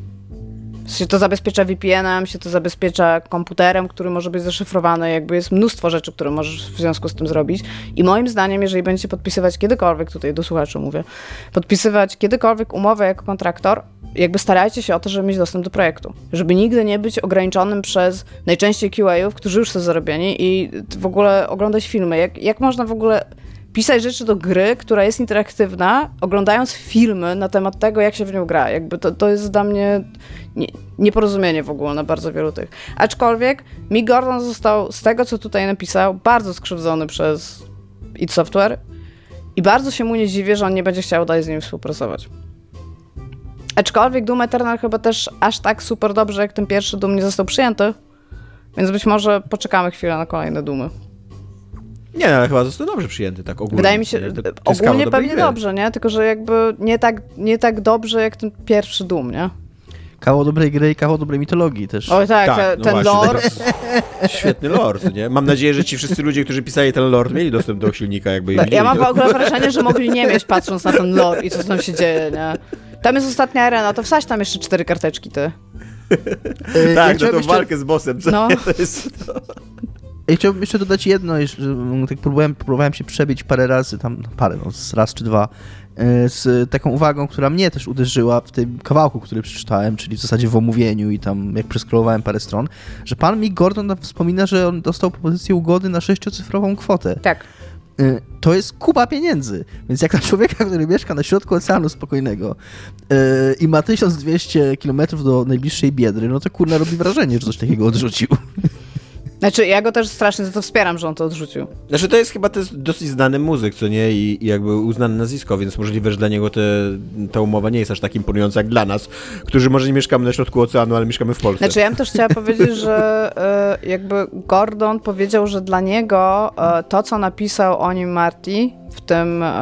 Się to zabezpiecza V P N-em, się to zabezpiecza komputerem, który może być zaszyfrowany, jakby jest mnóstwo rzeczy, które możesz w związku z tym zrobić. I moim zdaniem, jeżeli będziecie podpisywać kiedykolwiek, tutaj do słuchaczy mówię, podpisywać kiedykolwiek umowę jako kontraktor, jakby starajcie się o to, żeby mieć dostęp do projektu. Żeby nigdy nie być ograniczonym przez najczęściej Q A-ów, którzy już są zarobieni i w ogóle oglądać filmy. Jak, jak można w ogóle pisać rzeczy do gry, która jest interaktywna, oglądając filmy na temat tego, jak się w nią gra. Jakby to, to jest dla mnie nie, nieporozumienie w ogóle na bardzo wielu tych. Aczkolwiek Mick Gordon został, z tego co tutaj napisał, bardzo skrzywdzony przez id Software i bardzo się mu nie dziwię, że on nie będzie chciał dalej z nim współpracować. Aczkolwiek Doom Eternal chyba też aż tak super dobrze, jak ten pierwszy Doom nie został przyjęty, więc być może poczekamy chwilę na kolejne Doomy. Nie, ale chyba został dobrze przyjęty, tak ogólnie. Wydaje mi się, to, to ogólnie pewnie dobrze, nie? Tylko, że jakby nie tak, nie tak dobrze, jak ten pierwszy Doom, nie? Kawał dobrej gry i kawał dobrej mitologii też. Oj tak, tak ten no lore. Świetny lore, nie? Mam nadzieję, że ci wszyscy ludzie, którzy pisali ten lore, mieli dostęp do silnika, jakby... No, ja mam w ogóle wrażenie, że mogli nie mieć, patrząc na ten lore i co tam się dzieje, nie? Tam jest ostatnia arena, to wsadź tam jeszcze cztery karteczki, ty. Yy, tak, ja no to jeszcze... walkę z bossem, co? No. To jest to. Ja chciałbym jeszcze dodać jedno, że tak próbowałem, próbowałem się przebić parę razy, tam parę, no, z raz czy dwa, z taką uwagą, która mnie też uderzyła w tym kawałku, który przeczytałem, czyli w zasadzie w omówieniu i tam jak przeskrolowałem parę stron, że pan Mick Gordon tam wspomina, że on dostał propozycję ugody na sześciocyfrową kwotę. Tak. To jest kupa pieniędzy, więc jak na człowieka, który mieszka na środku Oceanu Spokojnego yy, i ma tysiąc dwieście kilometrów do najbliższej Biedry, no to kurna robi wrażenie, że coś takiego odrzucił. Znaczy, ja go też strasznie za to wspieram, że on to odrzucił. Znaczy, to jest chyba to jest dosyć znany muzyk, co nie? I, i jakby uznane nazwisko, więc możliwe, że dla niego te, ta umowa nie jest aż tak imponująca jak dla nas, którzy może nie mieszkamy na środku oceanu, ale mieszkamy w Polsce. Znaczy, ja bym też chciała powiedzieć, że y, jakby Gordon powiedział, że dla niego y, to, co napisał o nim Marty w tym, y,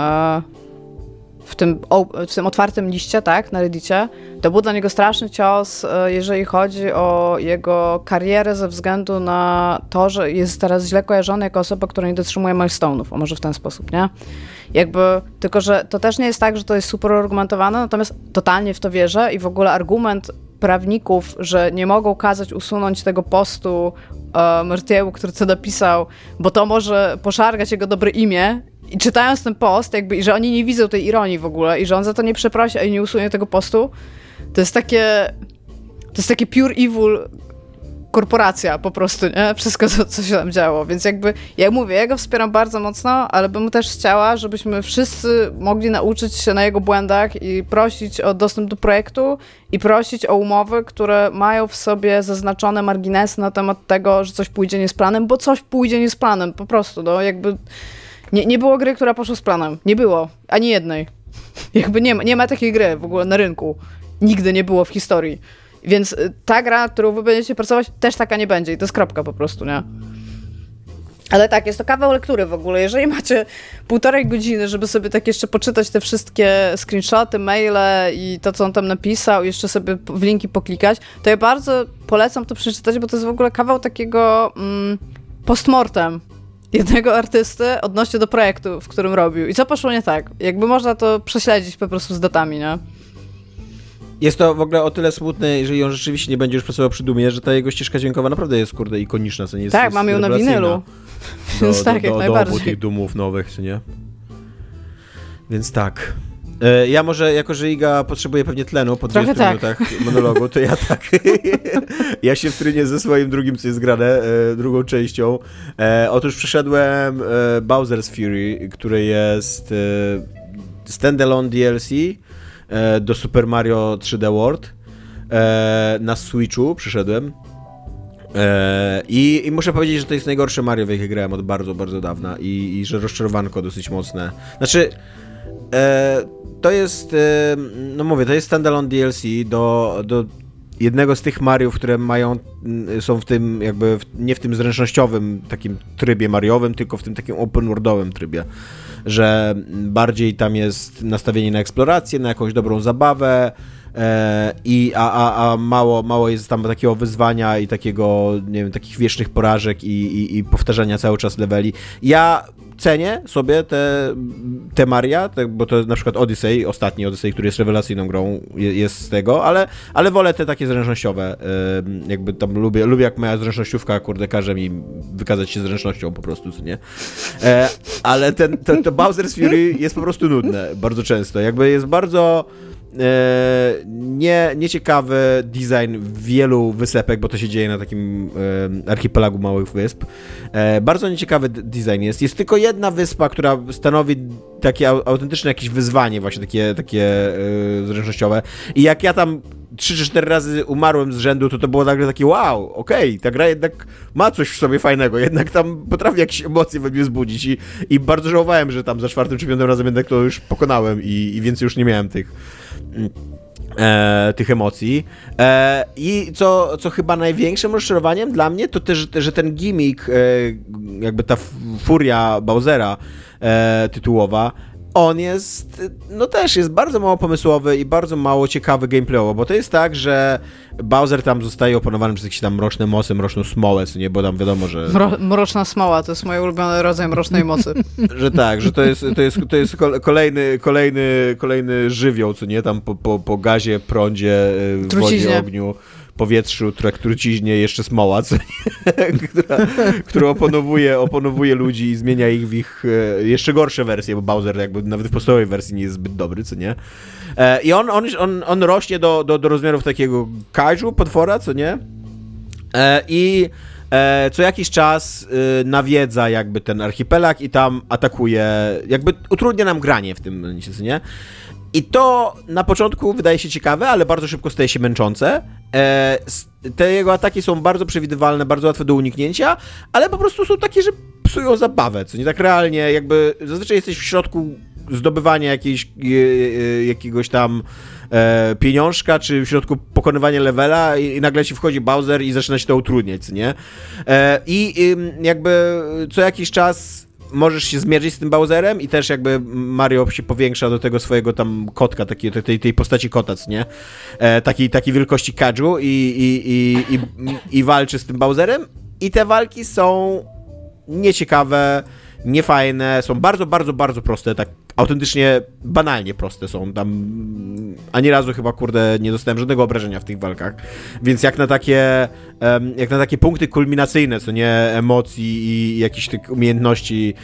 w tym, o, w tym otwartym liście, tak, na Reddicie, to był dla niego straszny cios, y, jeżeli chodzi o jego karierę ze względu na to, że jest teraz źle kojarzony jako osoba, która nie dotrzymuje milestone'ów, a może w ten sposób, nie? Jakby, tylko że to też nie jest tak, że to jest super argumentowane, natomiast totalnie w to wierzę i w ogóle argument prawników, że nie mogą kazać usunąć tego postu e, Martiemu, który to napisał, bo to może poszargać jego dobre imię. I czytając ten post, jakby, i że oni nie widzą tej ironii w ogóle i że on za to nie przeprosi, a i nie usunie tego postu, to jest takie to jest takie pure evil korporacja po prostu, nie? Wszystko, co, co się tam działo. Więc jakby, jak mówię, ja go wspieram bardzo mocno, ale bym też chciała, żebyśmy wszyscy mogli nauczyć się na jego błędach i prosić o dostęp do projektu i prosić o umowy, które mają w sobie zaznaczone marginesy na temat tego, że coś pójdzie nie z planem, bo coś pójdzie nie z planem, po prostu, no jakby nie, nie było gry, która poszła z planem. Nie było. Ani jednej. Jakby nie ma, nie ma takiej gry w ogóle na rynku. Nigdy nie było w historii. Więc ta gra, nad którą wy będziecie pracować, też taka nie będzie i to jest kropka po prostu, nie? Ale tak, jest to kawał lektury w ogóle. Jeżeli macie półtorej godziny, żeby sobie tak jeszcze poczytać te wszystkie screenshoty, maile i to, co on tam napisał, i jeszcze sobie w linki poklikać, to ja bardzo polecam to przeczytać, bo to jest w ogóle kawał takiego mm, postmortem jednego artysty odnośnie do projektu, w którym robił. I co poszło nie tak? Jakby można to prześledzić po prostu z datami, nie? Jest to w ogóle o tyle smutne, jeżeli on rzeczywiście nie będzie już pracował przy Dumie, że ta jego ścieżka dźwiękowa naprawdę jest, kurde, ikoniczna, co nie jest. Tak, jest mamy ją na winylu. Do, Więc tak, do, jak do, najbardziej. do obu tych Dumów nowych, co nie? Więc tak. E, ja może, jako że Iga potrzebuje pewnie tlenu po dwudziestu tak. minutach monologu, to ja tak. ja się wtrynię ze swoim drugim, co jest grane, e, drugą częścią. E, otóż przeszedłem e, Bowser's Fury, które jest e, standalone D L C do Super Mario trzy D World. E, na Switchu przyszedłem. E, i, I muszę powiedzieć, że to jest najgorsze Mario, w jakie grałem od bardzo, bardzo dawna. I, i że rozczarowanko dosyć mocne. Znaczy, e, to jest, e, no mówię, to jest standalone D L C do, do jednego z tych Mariów, które mają, są w tym jakby, w, nie w tym zręcznościowym takim trybie Mariowym, tylko w tym takim open worldowym trybie, że bardziej tam jest nastawienie na eksplorację, na jakąś dobrą zabawę, e, i, a, a, a mało, mało jest tam takiego wyzwania i takiego, nie wiem, takich wiecznych porażek i, i, i powtarzania cały czas leveli. Ja cenię sobie te, te Maria, te, bo to na przykład Odyssey, ostatni Odyssey, który jest rewelacyjną grą, je, jest z tego, ale, ale wolę te takie zręcznościowe. Yy, jakby tam lubię, lubię jak moja zręcznościówka, kurde, każe mi wykazać się zręcznością po prostu, co nie? E, ale ten, to, to Bowser's Fury jest po prostu nudne bardzo często. Jakby jest bardzo e, nie, nieciekawy design wielu wysepek, bo to się dzieje na takim e, archipelagu małych wysp. E, bardzo nieciekawy d- design jest. Jest tylko jedna wyspa, która stanowi takie au- autentyczne jakieś wyzwanie, właśnie takie, takie e, zręcznościowe. I jak ja tam trzy czy cztery razy umarłem z rzędu, to to było nagle takie wow, okej, okay, ta gra jednak ma coś w sobie fajnego, jednak tam potrafi jakieś emocje we mnie wzbudzić i, i bardzo żałowałem, że tam za czwartym czy piątym razem jednak to już pokonałem i, i więcej już nie miałem tych E, tych emocji. E, I co, co chyba największym rozczarowaniem dla mnie, to też, że ten gimmick, e, jakby ta furia Bowsera e, tytułowa, on jest, no też jest bardzo mało pomysłowy i bardzo mało ciekawy gameplayowo, bo to jest tak, że Bowser tam zostaje opanowany przez jakieś tam mroczne mocy, mroczną smołę, co nie, bo tam wiadomo, że... Mro, mroczna smoła, to jest mój ulubiony rodzaj mrocznej mocy. Że tak, że to jest, to jest, to jest kolejny, kolejny, kolejny żywioł, co nie, tam po, po, po gazie, prądzie, wodzie, ogniu, powietrzu, truciźnie, jeszcze smoła, co nie? która, która opanowuje, opanowuje ludzi i zmienia ich w ich jeszcze gorsze wersje, bo Bowser jakby nawet w podstawowej wersji nie jest zbyt dobry, co nie? I on, on, on, on rośnie do, do, do rozmiarów takiego kaiju, potwora, co nie? I co jakiś czas nawiedza jakby ten archipelag i tam atakuje, jakby utrudnia nam granie w tym momencie, co nie? I to na początku wydaje się ciekawe, ale bardzo szybko staje się męczące. E, te jego ataki są bardzo przewidywalne, bardzo łatwe do uniknięcia, ale po prostu są takie, że psują zabawę, co nie tak realnie, jakby zazwyczaj jesteś w środku zdobywania jakiejś, e, jakiegoś tam e, pieniążka, czy w środku pokonywania levela i, i nagle ci wchodzi Bowser i zaczyna się to utrudniać, co nie? E, I e, jakby co jakiś czas możesz się zmierzyć z tym Bowserem i też jakby Mario się powiększa do tego swojego tam kotka, takiej, tej, tej postaci kota, nie? E, takiej, takiej wielkości Kaiju i, i, i, i, i walczy z tym Bowserem i te walki są nieciekawe, niefajne, są bardzo, bardzo, bardzo proste, tak autentycznie banalnie proste są. Tam ani razu chyba, kurde, nie dostałem żadnego obrażenia w tych walkach. Więc jak na takie jak na takie punkty kulminacyjne, co nie, emocji i jakichś tych umiejętności,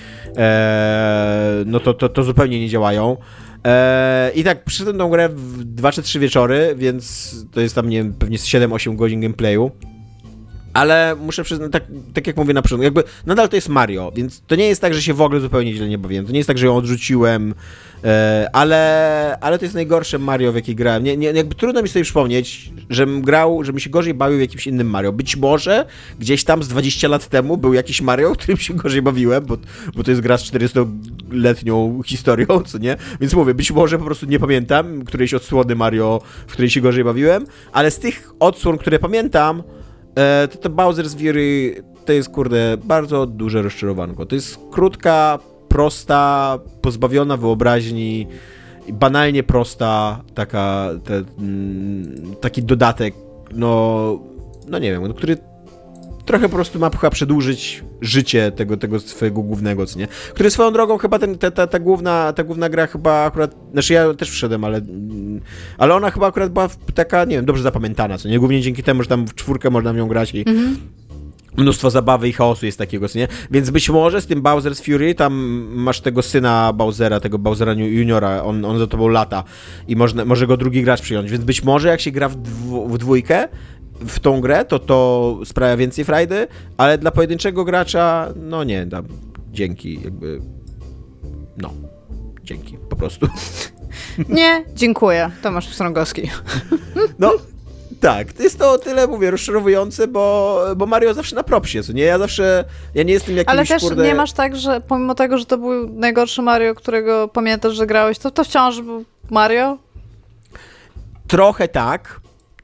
e, no to, to, to zupełnie nie działają. E, I tak przyszedłem tą grę w dwa czy trzy wieczory, więc to jest tam, nie wiem, pewnie siedem osiem godzin gameplayu. Ale muszę przyznać, tak, tak jak mówię na początku, jakby nadal to jest Mario, więc to nie jest tak, że się w ogóle zupełnie źle nie bawiłem. To nie jest tak, że ją odrzuciłem, e, ale, ale to jest najgorsze Mario, w jakie grałem. Nie, nie, jakby trudno mi sobie przypomnieć, żebym grał, żebym się gorzej bawił w jakimś innym Mario. Być może gdzieś tam z dwadzieścia lat temu był jakiś Mario, którym się gorzej bawiłem, bo, bo to jest gra z czterystuletnią historią, co nie? Więc mówię, być może po prostu nie pamiętam którejś odsłony Mario, w której się gorzej bawiłem, ale z tych odsłon, które pamiętam, to to Bowser's Fury to jest, kurde, bardzo duże rozczarowanko. To jest krótka, prosta, pozbawiona wyobraźni, banalnie prosta, taka, te, mm, taki dodatek, no, no nie wiem, który trochę po prostu ma chyba przedłużyć życie tego, tego swojego głównego, co nie? Który swoją drogą chyba ten, ta, ta, ta, główna, ta główna gra chyba akurat, znaczy ja też wszedłem, ale, ale ona chyba akurat była taka, nie wiem, dobrze zapamiętana, co nie? Głównie dzięki temu, że tam w czwórkę można w nią grać i mm-hmm. mnóstwo zabawy i chaosu jest takiego, co nie? Więc być może z tym Bowser's Fury tam masz tego syna Bowsera, tego Bowsera juniora, on, on za tobą lata i można, może go drugi gracz przyjąć, więc być może jak się gra w, dwu, w dwójkę, w tą grę, to to sprawia więcej frajdy, ale dla pojedynczego gracza, no nie, tam, dzięki, jakby, no, dzięki, po prostu. Nie, dziękuję, Tomasz Pstrągowski. No, tak, jest to o tyle, mówię, rozczarowujące, bo, bo Mario zawsze na propsie, co nie? Ja zawsze, ja nie jestem jakimś, ale też kurde... nie masz tak, że pomimo tego, że to był najgorszy Mario, którego pamiętasz, że grałeś, to to wciąż był Mario? Trochę tak.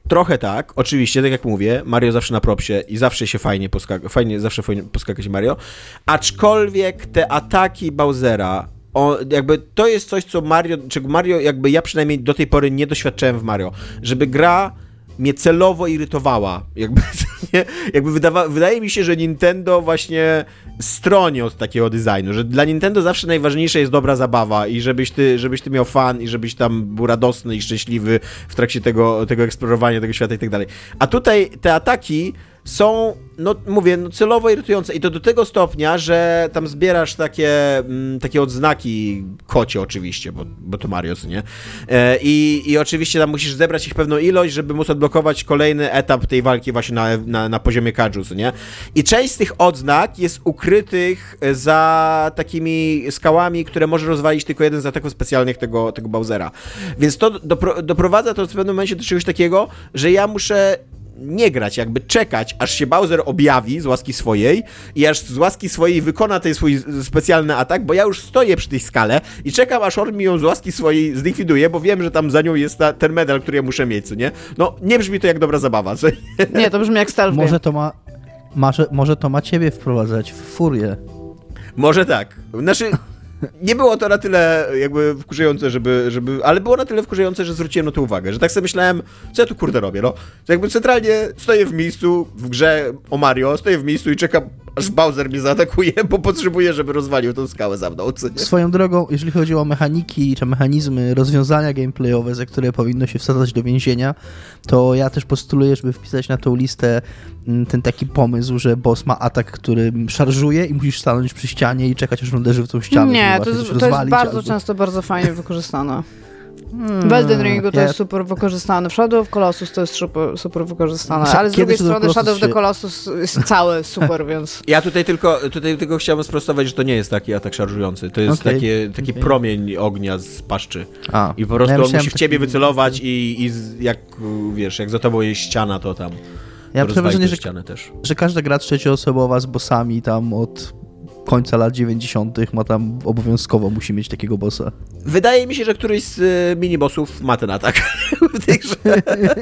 trochę tak, oczywiście, tak jak mówię, Mario zawsze na propsie i zawsze się fajnie poskaka, fajnie, zawsze fajnie poskaka się Mario, aczkolwiek te ataki Bowsera, o, jakby to jest coś, co Mario, czego Mario, jakby ja przynajmniej do tej pory nie doświadczałem w Mario, żeby gra mnie celowo irytowała. Jakby, nie, jakby wydawa, wydaje mi się, że Nintendo właśnie stroni od takiego designu, że dla Nintendo zawsze najważniejsza jest dobra zabawa i żebyś ty, żebyś ty miał fan i żebyś tam był radosny i szczęśliwy w trakcie tego, tego eksplorowania tego świata i tak dalej. A tutaj te ataki są, no mówię, no celowo irytujące i to do tego stopnia, że tam zbierasz takie, mm, takie odznaki kocie oczywiście, bo, bo to Mario, nie? E, i, I oczywiście tam musisz zebrać ich pewną ilość, żeby móc odblokować kolejny etap tej walki właśnie na, na, na poziomie Kaiju, nie? I część z tych odznak jest ukrytych za takimi skałami, które może rozwalić tylko jeden z ataków specjalnych tego, tego Bowsera. Więc to dopro, doprowadza to w pewnym momencie do czegoś takiego, że ja muszę nie grać, jakby czekać, aż się Bowser objawi z łaski swojej i aż z łaski swojej wykona ten swój specjalny atak, bo ja już stoję przy tej skale i czekam, aż on mi ją z łaski swojej zlikwiduje, bo wiem, że tam za nią jest ta, ten medal, który ja muszę mieć, co nie? No, nie brzmi to jak dobra zabawa, co nie? Nie, to brzmi jak stealth. Może to ma, może, może to ma ciebie wprowadzać w furię. Może tak. Znaczy, nie było to na tyle jakby wkurzające, żeby, żeby... Ale było na tyle wkurzające, że zwróciłem na to uwagę, że tak sobie myślałem, co ja tu kurde robię, no. Że jakby centralnie stoję w miejscu, w grze o Mario, stoję w miejscu i czekam, aż Bowser mnie zaatakuje, bo potrzebuję, żeby rozwalił tą skałę za mną. Swoją drogą, jeżeli chodzi o mechaniki, czy mechanizmy, rozwiązania gameplayowe, za które powinno się wsadzać do więzienia, to ja też postuluję, żeby wpisać na tą listę ten taki pomysł, że boss ma atak, który szarżuje i musisz stanąć przy ścianie i czekać, aż on uderzy w tą ścianę. Nie, to, jest, to jest bardzo albo... często bardzo fajnie wykorzystane. W Elden Ringu to ja... jest super wykorzystane, w Shadow of Colossus to jest super, super wykorzystane, ale z drugiej strony Shadow of the Colossus jest cały super, więc... Ja tutaj tylko, tutaj tylko chciałbym sprostować, że to nie jest taki atak szarżujący, to jest okay. takie, taki okay. promień ognia z paszczy. A, i po prostu ja on musi w ciebie taki... wycelować i, i jak, wiesz, jak za tobą jest ściana, to tam ja mam wrażenie, że, że każda gra trzecioosobowa z bossami tam od końca lat dziewięćdziesiątych ma tam obowiązkowo musi mieć takiego bossa. Wydaje mi się, że któryś z y, minibossów ma ten atak w tej grze.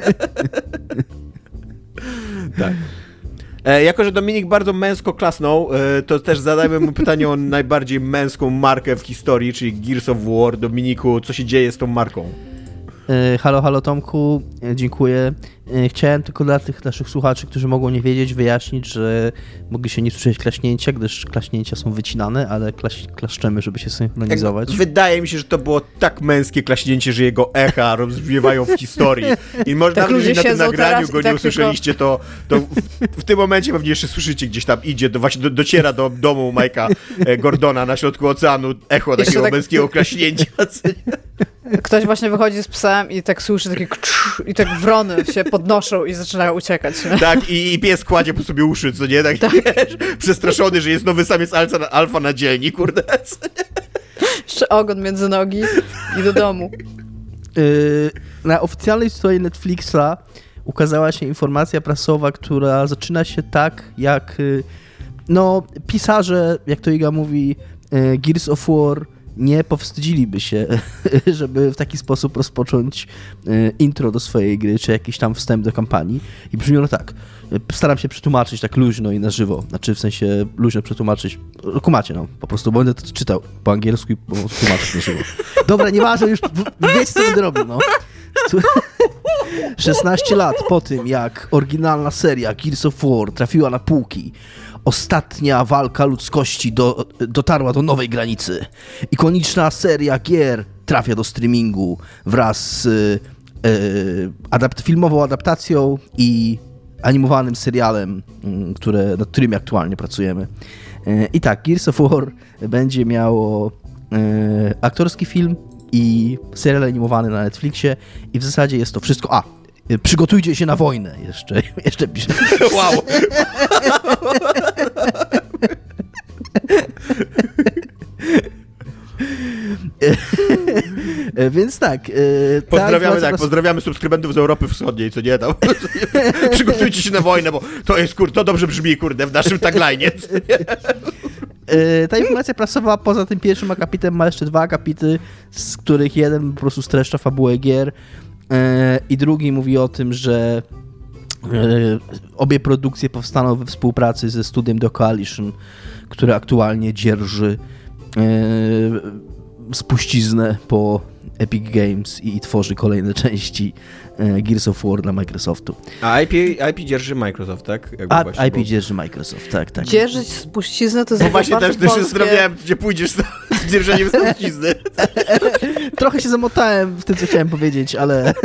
Tak. E, jako, że Dominik bardzo męsko klasnął, e, to też zadajmy mu pytanie o najbardziej męską markę w historii, czyli Gears of War. Dominiku, co się dzieje z tą marką? Halo, halo Tomku, dziękuję. Chciałem tylko dla tych naszych słuchaczy, którzy mogą nie wiedzieć, wyjaśnić, że mogli się nie słyszeć klaśnięcia, gdyż klaśnięcia są wycinane, ale klaś, klaszczemy, żeby się synchronizować. Jak, wydaje mi się, że to było tak męskie klaśnięcie, że jego echa rozbrzmiewają w historii. I może tak nawet, jeżeli na tym nagraniu go nie tak usłyszeliście, tylko... to, to w, w tym momencie pewnie jeszcze słyszycie, gdzieś tam idzie, do, właśnie do, dociera do domu Mike'a Gordona na środku oceanu echo takiego tak... męskiego klaśnięcia. Ktoś właśnie wychodzi z psem i tak słyszy takie krz, i tak wrony się podnoszą i zaczynają uciekać. Nie? Tak, i, i pies kładzie po sobie uszy, co nie? Tak, tak. Wiesz, przestraszony, że jest nowy samiec alfa na, alfa na dzielni, kurde. Jeszcze ogon między nogi i do domu. Yy, na oficjalnej stronie Netflixa ukazała się informacja prasowa, która zaczyna się tak, jak yy, no, pisarze, jak to Iga mówi, yy, Gears of War nie powstydziliby się, żeby w taki sposób rozpocząć intro do swojej gry, czy jakiś tam wstęp do kampanii. I brzmi ono tak. Staram się przetłumaczyć tak luźno i na żywo. Znaczy w sensie luźno przetłumaczyć. Kumacie, no. Po prostu będę to czytał po angielsku i tłumaczyć na żywo. Dobra, nieważne, już wiecie, co będę robił, no. szesnaście lat po tym, jak oryginalna seria Gears of War trafiła na półki, ostatnia walka ludzkości do, dotarła do nowej granicy. Ikoniczna seria gier trafia do streamingu wraz z y, adapt- filmową adaptacją i animowanym serialem, y, które, nad którym aktualnie pracujemy. Y, I tak, Gears of War będzie miało y, aktorski film i serial animowany na Netflixie i w zasadzie jest to wszystko... A, y, przygotujcie się na wojnę jeszcze. Jeszcze piszę. Wow! Więc tak. Pozdrawiamy, tak, pozdrawiamy subskrybentów z Europy Wschodniej, co nie tam. Przygotujcie się na wojnę, bo to jest, kurde, to dobrze brzmi, kurde, w naszym tagline. Ta informacja prasowa poza tym pierwszym akapitem ma jeszcze dwa akapity, z których jeden po prostu streszcza fabułę gier I drugi mówi o tym, że obie produkcje powstaną we współpracy ze studiem The Coalition, które aktualnie dzierży spuściznę po Epic Games i tworzy kolejne części Gears of War dla Microsoftu. A I P, I P dzierży Microsoft, tak? Jakby A właśnie, I P bo... dzierży Microsoft, tak, tak. Dzierżyć spuściznę to jest Bo właśnie też, też się polskie... zastanawiałem, gdzie pójdziesz z dzierżeniem spuścizny. Trochę się zamotałem w tym, co chciałem powiedzieć, ale...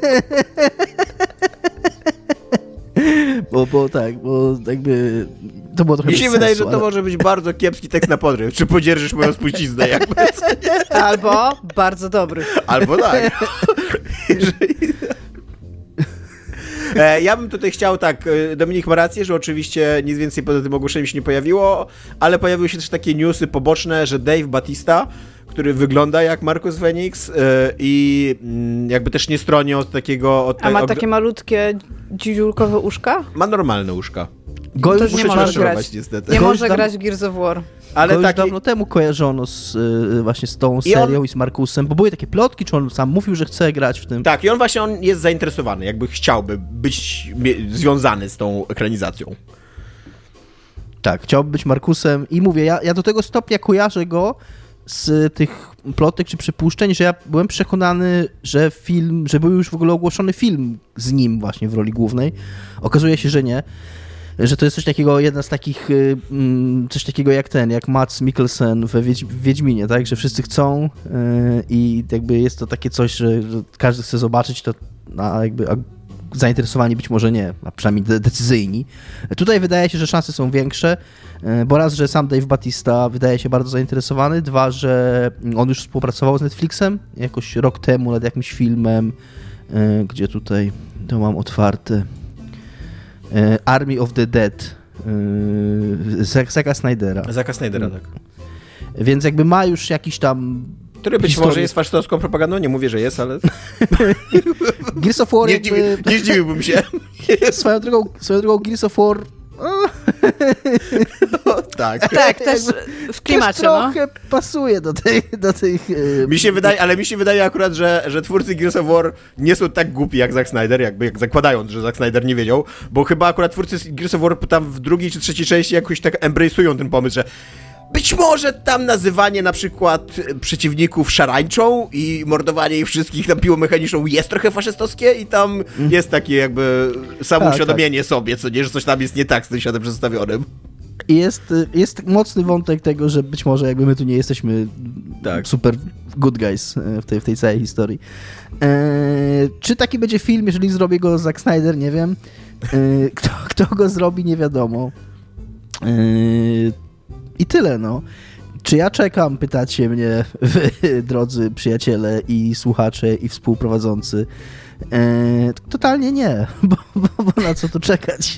bo, bo tak, bo jakby... To było trochę Mi się bez wydaje, sensu, że to ale... może być bardzo kiepski tekst na podryw. Czy podzierżysz moją spuściznę? Jakby. Albo bardzo dobry. Albo tak. Jeżeli... Ja bym tutaj chciał tak, Dominik ma rację, że oczywiście nic więcej poza tym ogłoszeniem się nie pojawiło, ale pojawiły się też takie newsy poboczne, że Dave Bautista, który wygląda jak Marcus Phoenix i jakby też nie stroni od takiego... Od A ma od... takie malutkie dzidziulkowe uszka? Ma normalne uszka. Go To już, nie Muszę może cię grać. rozczarować, niestety. Nie Go może już grać w Gears of War. ale Ale już taki... dawno temu kojarzono z, y, właśnie z tą I serią on- i z Markusem, bo były takie plotki, czy on sam mówił, że chce grać w tym. Tak, i on właśnie on jest zainteresowany, jakby chciałby być mie- związany z tą ekranizacją. Tak, chciałby być Markusem i mówię, ja, ja do tego stopnia kojarzę go z tych plotek czy przypuszczeń, że ja byłem przekonany, że film, że był już w ogóle ogłoszony film z nim właśnie w roli głównej. Okazuje się, że nie. Że to jest coś takiego, jedna z takich, y, mm, coś takiego jak ten, jak Mads Mikkelsen we Wiedź, w Wiedźminie, tak, że wszyscy chcą y, i jakby jest to takie coś, że, że każdy chce zobaczyć to, a jakby a zainteresowani być może nie, a przynajmniej de- decyzyjni. Tutaj wydaje się, że szanse są większe, y, bo raz, że sam Dave Bautista wydaje się bardzo zainteresowany, dwa, że on już współpracował z Netflixem jakoś rok temu nad jakimś filmem, y, gdzie tutaj to mam otwarte. Army of the Dead yy, Zacka Snydera. Zacka Snydera, tak. Więc jakby ma już jakiś tam... Który być historię. może jest faszystowską propagandą, nie mówię, że jest, ale Gears of War nie, jakby... zdziwi, nie zdziwiłbym się. Swoją drogą, swoją drogą Gears of War... No, tak. Tak, też w klimacie, też no. trochę pasuje do, tej, do tych... Yy, Mi się wydaje, ale mi się wydaje akurat, że, że twórcy Gears of War nie są tak głupi jak Zack Snyder, jakby jak zakładając, że Zack Snyder nie wiedział, bo chyba akurat twórcy Gears of War tam w drugiej czy trzeciej części jakoś tak embrace'ują ten pomysł, że być może tam nazywanie na przykład przeciwników szarańczą i mordowanie ich wszystkich tam piłą mechaniczną jest trochę faszystowskie i tam mm. jest takie jakby samouświadomienie tak, tak. sobie, co nie, że coś tam jest nie tak z tym światem przedstawionym. I jest, jest mocny wątek tego, że być może jakby my tu nie jesteśmy tak. super good guys w tej, w tej całej historii. Eee, czy taki będzie film, jeżeli zrobi go Zack Snyder, nie wiem. Eee, kto, kto go zrobi, nie wiadomo. Eee, I tyle, no. Czy ja czekam, pytacie mnie, wy, drodzy przyjaciele i słuchacze i współprowadzący. Eee, totalnie nie, bo, bo, bo na co tu czekać?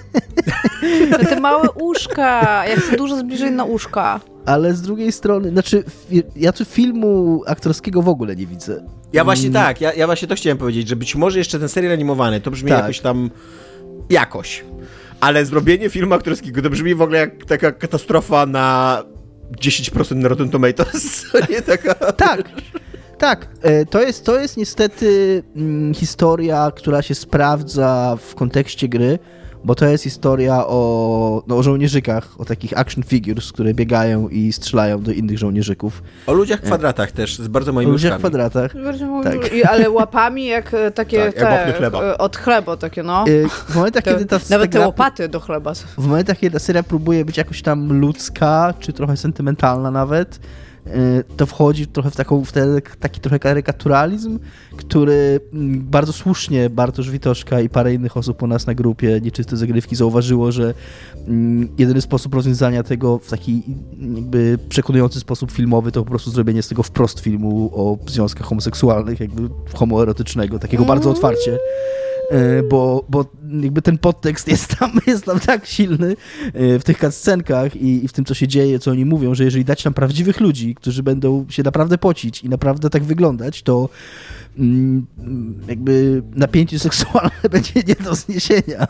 Ale te małe uszka, jak za dużo zbliżeń na uszka. Ale z drugiej strony, znaczy ja tu filmu aktorskiego w ogóle nie widzę. Ja właśnie mm. tak, ja, ja właśnie to chciałem powiedzieć, że być może jeszcze ten serial animowany, to brzmi tak. jakoś tam, jakoś. Ale zrobienie filmu aktorskiego to brzmi w ogóle jak taka katastrofa na dziesięć procent na Rotten Tomatoes. Nie taka... Tak, tak. To jest, to jest niestety mm, historia, która się sprawdza w kontekście gry, bo to jest historia o, no, o żołnierzykach, o takich action figures, które biegają i strzelają do innych żołnierzyków. O ludziach w kwadratach też, z bardzo moimi O ludziach w łóżkami. kwadratach. Tak. I, ale łapami jak takie tak, jak te, chleba. od chleba takie, no. W momentach, te, kiedy ta, nawet ta te łopaty do chleba. W momentach, kiedy ta seria próbuje być jakoś tam ludzka, czy trochę sentymentalna nawet, to wchodzi trochę w, taką, w te, taki trochę karykaturalizm, który bardzo słusznie Bartosz Witoszka i parę innych osób u nas na grupie Nieczyste Zagrywki zauważyło, że jedyny sposób rozwiązania tego w taki jakby przekonujący sposób filmowy to po prostu zrobienie z tego wprost filmu o związkach homoseksualnych, jakby homoerotycznego, takiego mm. bardzo otwarcie. Bo, bo jakby ten podtekst jest tam, jest tam tak silny w tych cutscenkach i, i w tym, co się dzieje, co oni mówią, że jeżeli dać tam prawdziwych ludzi, którzy będą się naprawdę pocić i naprawdę tak wyglądać, to mm, jakby napięcie seksualne będzie nie do zniesienia.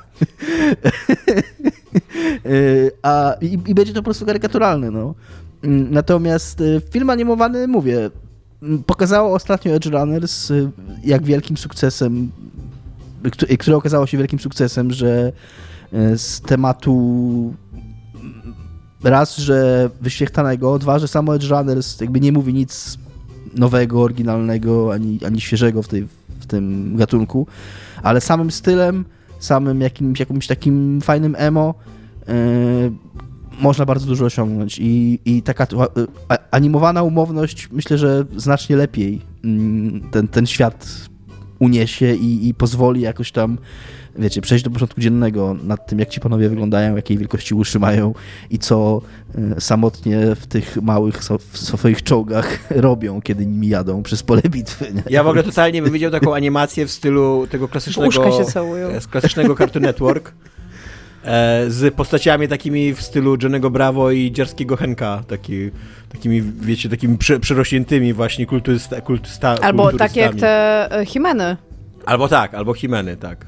A, i, i będzie to po prostu karykaturalne, no. Natomiast film animowany, mówię, pokazało ostatnio Edge Runners, jak wielkim sukcesem, które okazało się wielkim sukcesem, że z tematu raz, że wyświechtanego, dwa, że samo Edge Runners jakby nie mówi nic nowego, oryginalnego, ani, ani świeżego w, tej, w tym gatunku, ale samym stylem, samym jakimś, jakimś takim fajnym emo yy, można bardzo dużo osiągnąć i, i taka a, animowana umowność myślę, że znacznie lepiej yy, ten, ten świat uniesie i, i pozwoli jakoś tam, wiecie, przejść do porządku dziennego nad tym, jak ci panowie wyglądają, jakiej wielkości uszy mają i co y, samotnie w tych małych so, w swoich czołgach robią, kiedy nimi jadą przez pole bitwy. Nie? Ja w ogóle totalnie bym widział taką animację w stylu tego klasycznego... Uszka się całują. Z klasycznego Cartoon Network. E, z postaciami takimi w stylu Johnny'ego Bravo i Dziarskiego Henka. Taki, takimi, wiecie, takimi prze, przerośniętymi właśnie kulturysta, kultysta, albo takie jak te e, Himeny. Albo tak, albo Himeny, tak.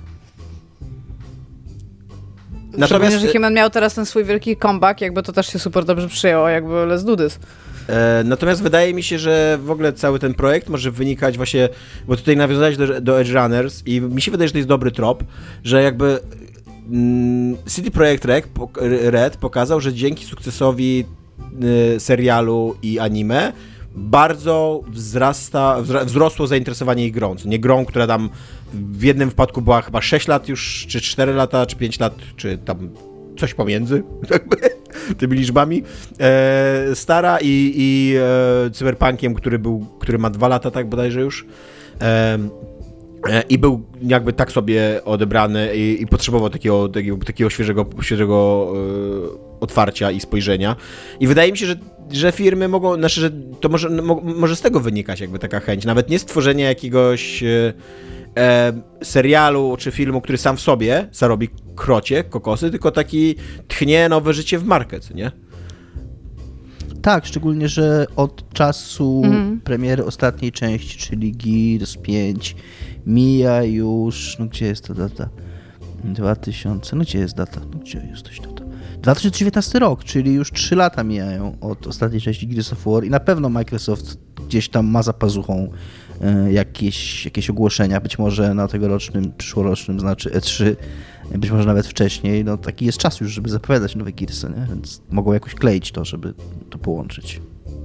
Natomiast, że He-Man miał teraz ten swój wielki comeback, jakby to też się super dobrze przyjęło, jakby let's do this. E, natomiast wydaje mi się, że w ogóle cały ten projekt może wynikać właśnie, bo tutaj nawiązałeś do, do Edge Runners i mi się wydaje, że to jest dobry trop, że jakby mm, C D Projekt Red, Red pokazał, że dzięki sukcesowi y, serialu i anime bardzo wzrasta, wzrosło zainteresowanie ich grą. Nie grą, która tam w jednym wypadku była chyba sześć lat już, czy cztery lata, czy pięć lat, czy tam coś pomiędzy, jakby, tymi liczbami. E, stara i, i e, Cyberpunkiem, który był, który ma dwa lata, tak bodajże już. E, e, I był jakby tak sobie odebrany i, i potrzebował takiego, takiego, takiego świeżego, świeżego e, otwarcia i spojrzenia. I wydaje mi się, że że firmy mogą, znaczy, że to może, mo, może z tego wynikać jakby taka chęć, nawet nie stworzenie jakiegoś e, e, serialu czy filmu, który sam w sobie zarobi krocie, kokosy, tylko taki tchnie nowe życie w markę, co nie? Tak, szczególnie, że od czasu mm. premiery ostatniej części, czyli Gears pięć, mija już, no gdzie jest ta data? dwa tysiące, no gdzie jest data? No gdzie jest coś data? dwa tysiące dziewiętnasty rok, czyli już trzy lata mijają od ostatniej części Gears of War i na pewno Microsoft gdzieś tam ma za pazuchą y, jakieś, jakieś ogłoszenia, być może na tegorocznym, przyszłorocznym, znaczy E trzy, być może nawet wcześniej, no taki jest czas już, żeby zapowiadać nowe Gearsy, nie? Więc mogą jakoś kleić to, żeby to połączyć.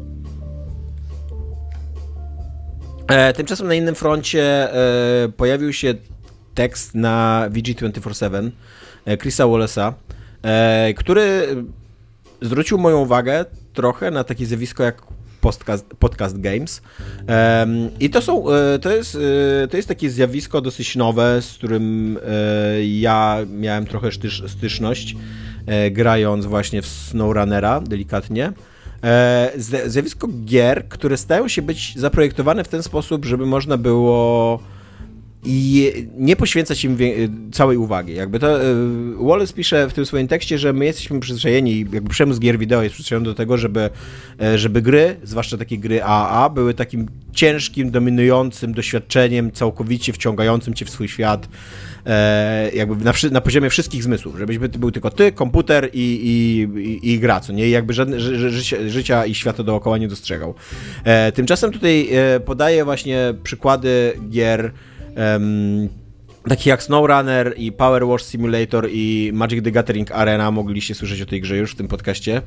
E, tymczasem na innym froncie e, pojawił się tekst na V G dwadzieścia cztery siedem e, Chrisa Wallace'a, e, który zwrócił moją uwagę trochę na takie zjawisko jak podcast, podcast games. E, I to są, e, to jest, e, to jest takie zjawisko dosyć nowe, z którym e, ja miałem trochę sztysz, styczność, e, grając właśnie w SnowRunnera, delikatnie. E, zjawisko gier, które stają się być zaprojektowane w ten sposób, żeby można było i nie poświęcać im wie- całej uwagi. Jakby to y, Wallace pisze w tym swoim tekście, że my jesteśmy przyzwyczajeni, jakby przemysł gier wideo jest przyzwyczajony do tego, żeby, y, żeby gry, zwłaszcza takie gry A A A, były takim ciężkim, dominującym doświadczeniem, całkowicie wciągającym cię w swój świat, y, jakby na, na poziomie wszystkich zmysłów, żebyś był tylko ty, komputer i, i, i, i gra, co nie? I jakby żadne, ży, ży, życia, życia i świata dookoła nie dostrzegał. Y, tymczasem tutaj y, podaję właśnie przykłady gier Um, takich jak SnowRunner i Power Wash Simulator i Magic the Gathering Arena, mogliście słyszeć o tej grze już w tym podcaście,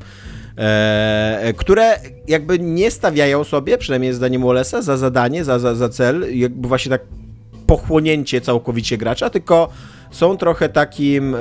e, które jakby nie stawiają sobie, przynajmniej zdaniem Wallace'a, za zadanie, za, za, za cel, jakby właśnie tak pochłonięcie całkowicie gracza, tylko są trochę takim, e,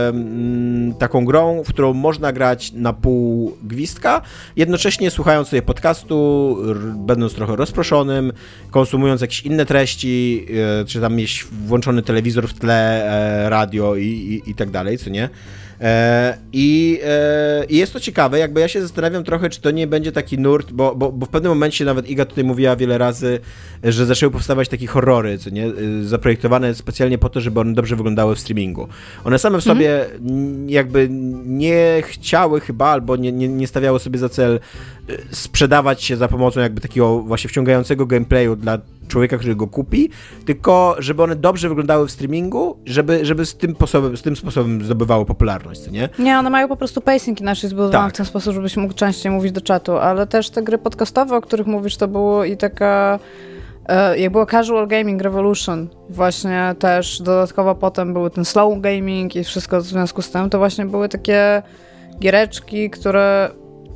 taką grą, w którą można grać na pół gwizdka, jednocześnie słuchając sobie podcastu, r, będąc trochę rozproszonym, konsumując jakieś inne treści, e, czy tam mieć włączony telewizor w tle, e, radio i, i, i tak dalej, co nie? E, i, e, I jest to ciekawe, jakby ja się zastanawiam trochę, czy to nie będzie taki nurt, bo, bo, bo w pewnym momencie nawet Iga tutaj mówiła wiele razy, że zaczęły powstawać takie horrory, co nie? Zaprojektowane specjalnie po to, żeby one dobrze wyglądały w streamingu. One same w sobie mhm. jakby nie chciały chyba, albo nie, nie, nie stawiały sobie za cel sprzedawać się za pomocą jakby takiego właśnie wciągającego gameplayu dla człowieka, który go kupi, tylko żeby one dobrze wyglądały w streamingu, żeby, żeby z, tym sposobem, z tym sposobem zdobywały popularność, co nie? Nie, one mają po prostu pacing inaczej zbudowane Tak. w ten sposób, żebyś mógł częściej mówić do czatu, ale też te gry podcastowe, o których mówisz, to było i taka... Jak było Casual Gaming Revolution, właśnie też dodatkowo potem był ten slow gaming i wszystko w związku z tym, to właśnie były takie giereczki, które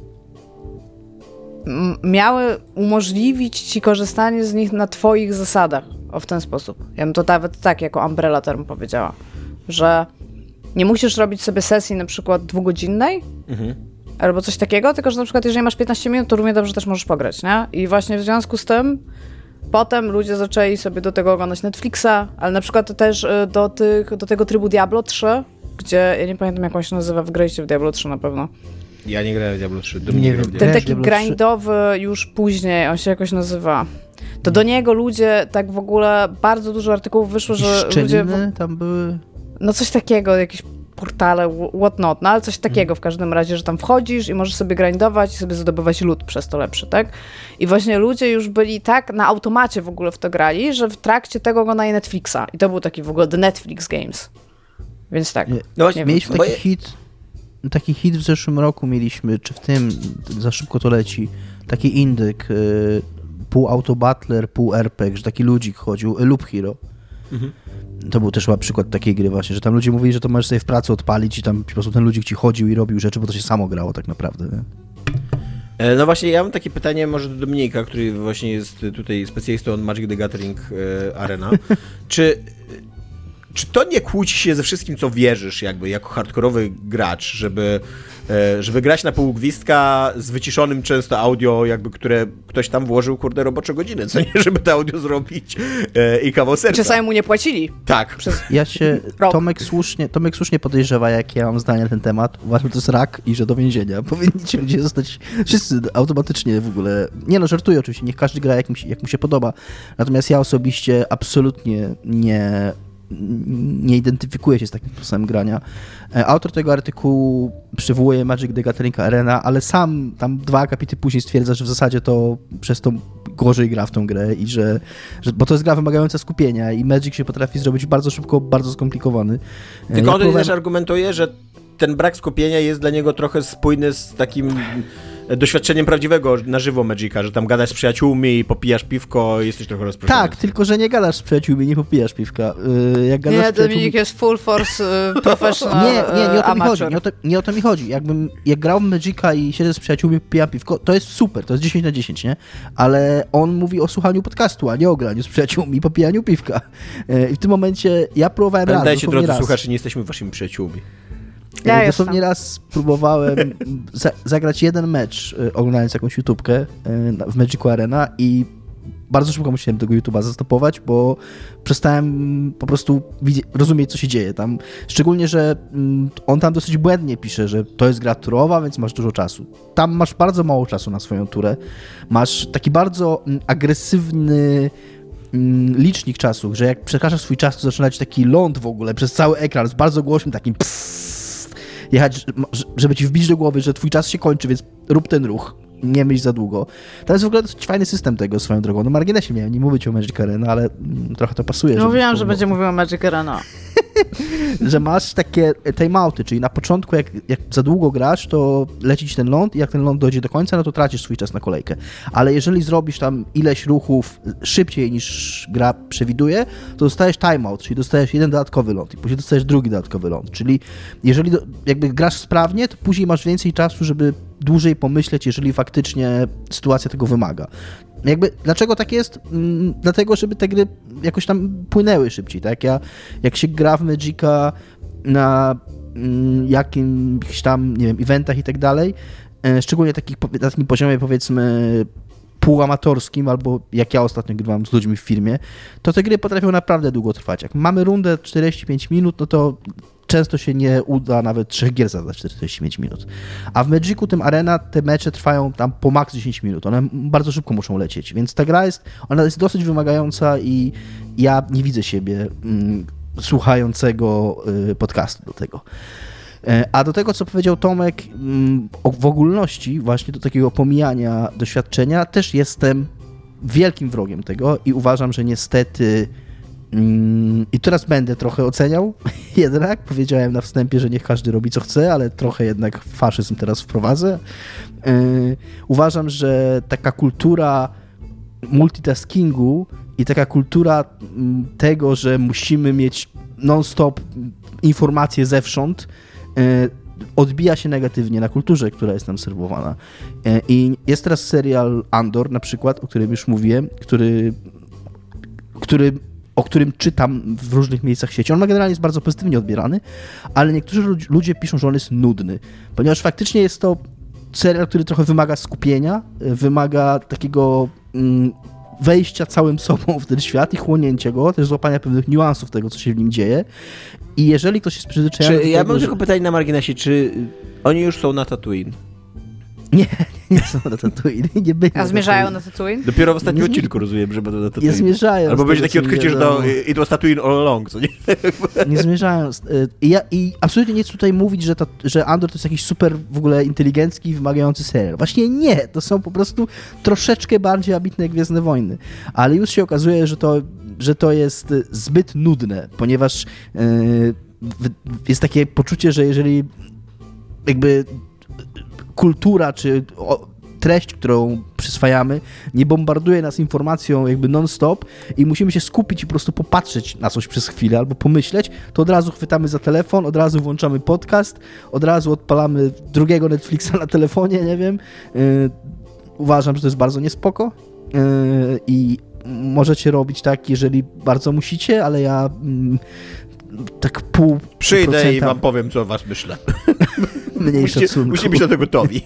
m- miały umożliwić ci korzystanie z nich na twoich zasadach, o w ten sposób. Ja bym to nawet tak jako umbrella term powiedziała, że nie musisz robić sobie sesji na przykład dwugodzinnej, mhm. albo coś takiego, tylko że na przykład jeżeli masz piętnaście minut, to równie dobrze też możesz pograć, nie? I właśnie w związku z tym potem ludzie zaczęli sobie do tego oglądać Netflixa, ale na przykład też do, tych, do tego trybu Diablo trzy, gdzie, ja nie pamiętam jak on się nazywa, wgraliście w Diablo trzy na pewno. Ja nie grałem w Diablo trzy. Nie wiem. Ten taki grindowy już później, on się jakoś nazywa. To do niego ludzie tak w ogóle, bardzo dużo artykułów wyszło, że ludzie... W... tam były... No coś takiego, jakieś portale, whatnot, no ale coś takiego w każdym razie, że tam wchodzisz i możesz sobie grindować i sobie zdobywać lód przez to lepszy, tak? I właśnie ludzie już byli tak na automacie w ogóle w to grali, że w trakcie tego oglądali Netflixa. I to był taki w ogóle The Netflix Games. Więc tak. No właśnie, mieliśmy taki hit, taki hit w zeszłym roku mieliśmy, czy w tym, za szybko to leci, taki indyk, y, pół autobattler, pół er pe gie, że taki ludzik chodził, Loop Hero. Mhm. To był też chyba przykład takiej gry właśnie, że tam ludzie mówili, że to możesz sobie w pracy odpalić i tam po prostu ten ludzik ci chodził i robił rzeczy, bo to się samo grało tak naprawdę. Nie? No właśnie, ja mam takie pytanie może do Dominika, który właśnie jest tutaj specjalistą od Magic the Gathering Arena. Czy, czy to nie kłóci się ze wszystkim, co wierzysz jakby jako hardkorowy gracz, żeby, żeby grać na pół gwizdka z wyciszonym często audio, jakby które ktoś tam włożył, kurde, robocze godziny, co nie, żeby to audio zrobić i kawał serca. Czasami mu nie płacili. Tak. Przez ja się, Tomek słusznie, Tomek słusznie podejrzewa, jak ja mam zdanie na ten temat. Uważam, że to jest rak i że do więzienia. Powinni ci ludzie zostać wszyscy automatycznie w ogóle. Nie no, żartuję oczywiście, niech każdy gra jak mu, jak mu się podoba. Natomiast ja osobiście absolutnie nie... nie identyfikuje się z takim sposobem grania. Autor tego artykułu przywołuje Magic the Gathering Arena, ale sam tam dwa akapity później stwierdza, że w zasadzie to przez to gorzej gra w tą grę i że, że bo to jest gra wymagająca skupienia i Magic się potrafi zrobić bardzo szybko, bardzo skomplikowany. Tylko ja on próbowałem... też argumentuje, że ten brak skupienia jest dla niego trochę spójny z takim doświadczeniem prawdziwego na żywo Magica, że tam gadasz z przyjaciółmi, popijasz piwko i jesteś trochę rozproszony. Tak, tylko że nie gadasz z przyjaciółmi, nie popijasz piwka. Jak gadasz nie, Dominik jest full force uh, professional Nie, nie, nie o to mi amateur. chodzi, nie o to, nie o to mi chodzi. Jakbym, jak grał w Magica i siedzę z przyjaciółmi, popijam piwko, to jest super, to jest dziesięć na dziesięć, nie? Ale on mówi o słuchaniu podcastu, a nie o graniu z przyjaciółmi i popijaniu piwka. I w tym momencie ja próbowałem raz, Pamiętajcie, drodzy raz. słuchacze, nie jesteśmy waszymi przyjaciółmi. Ja Dosłownie jestem. raz próbowałem za, zagrać jeden mecz, y, oglądając jakąś YouTubkę y, w Magicu Arena i bardzo szybko musiałem tego YouTube'a zastopować, bo przestałem po prostu widzi- rozumieć, co się dzieje tam. Szczególnie, że mm, on tam dosyć błędnie pisze, że to jest gra turowa, więc masz dużo czasu. Tam masz bardzo mało czasu na swoją turę. Masz taki bardzo mm, agresywny licznik czasu, że jak przekraczasz swój czas, to zaczyna ci taki ląd w ogóle przez cały ekran z bardzo głośnym takim psss, jechać, żeby ci wbić do głowy, że twój czas się kończy, więc rób ten ruch. Nie myśl za długo. To jest w ogóle dosyć fajny system tego swoją drogą. No marginesie miałem nie mówić o Magic Arena, ale mm, trochę to pasuje. No mówiłam, że będzie mówił o Magic Arena. Że masz takie timeouty, czyli na początku jak, jak za długo grasz, to leci ci ten ląd i jak ten ląd dojdzie do końca, no to tracisz swój czas na kolejkę. Ale jeżeli zrobisz tam ileś ruchów szybciej niż gra przewiduje, to dostajesz timeout, czyli dostajesz jeden dodatkowy ląd i później dostajesz drugi dodatkowy ląd. Czyli jeżeli do, jakby grasz sprawnie, to później masz więcej czasu, żeby dłużej pomyśleć, jeżeli faktycznie sytuacja tego wymaga. Jakby, dlaczego tak jest? Mm, dlatego, żeby te gry jakoś tam płynęły szybciej, tak? Ja, jak się gra w Magica na mm, jakimś tam, nie wiem, eventach i tak dalej, e, szczególnie takich, na takim poziomie, powiedzmy, półamatorskim, albo jak ja ostatnio grywam z ludźmi w firmie, to te gry potrafią naprawdę długo trwać. Jak mamy rundę czterdzieści pięć minut, no to często się nie uda nawet trzech gier za czterdzieści pięć minut. A w Magicu tym Arena te mecze trwają tam po maks dziesięć minut. One bardzo szybko muszą lecieć, więc ta gra jest, ona jest dosyć wymagająca i ja nie widzę siebie mm, słuchającego y, podcastu do tego. A do tego, co powiedział Tomek, mm, w ogólności właśnie do takiego pomijania doświadczenia, też jestem wielkim wrogiem tego i uważam, że niestety mm, i teraz będę trochę oceniał jednak, powiedziałem na wstępie, że niech każdy robi co chce, ale trochę jednak faszyzm teraz wprowadzę. Yy, uważam, że taka kultura multitaskingu i taka kultura mm, tego, że musimy mieć non-stop informacje zewsząd, yy, odbija się negatywnie na kulturze, która jest nam serwowana. I jest teraz serial Andor na przykład, o którym już mówiłem, który, który, o którym czytam w różnych miejscach sieci. On generalnie jest bardzo pozytywnie odbierany, ale niektórzy ludzie piszą, że on jest nudny, ponieważ faktycznie jest to serial, który trochę wymaga skupienia, wymaga takiego mm, wejścia całym sobą w ten świat i chłonięcia go, też złapania pewnych niuansów tego, co się w nim dzieje. I jeżeli ktoś jest przyzwyczajony... Czy, ja tego, mam że... tylko pytanie na marginesie, czy oni już są na Tatooine? Nie, nie są na Tatooine, nie byli. A zmierzają na Tatooine? Dopiero w ostatnim odcinku rozumiem, że będą na Tatooine. Nie zmierzają. Albo będzie tego, takie odkrycie, że no, it was Tatooine all along, co nie? Nie zmierzają. I, ja, I absolutnie nie chcę tutaj mówić, że, ta, że Andor to jest jakiś super w ogóle inteligencki, wymagający serial. Właśnie nie, to są po prostu troszeczkę bardziej ambitne Gwiezdne Wojny. Ale już się okazuje, że to, że to jest zbyt nudne, ponieważ yy, jest takie poczucie, że jeżeli jakby kultura czy o, treść, którą przyswajamy, nie bombarduje nas informacją jakby non-stop i musimy się skupić i po prostu popatrzeć na coś przez chwilę albo pomyśleć, to od razu chwytamy za telefon, od razu włączamy podcast, od razu odpalamy drugiego Netflixa na telefonie, nie wiem. Yy, uważam, że to jest bardzo niespoko yy, i możecie robić tak, jeżeli bardzo musicie, ale ja yy, tak pół Przyjdę procenta... i wam powiem, co o was myślę. Mniej musicie, szacunku. musimy być na to gotowi.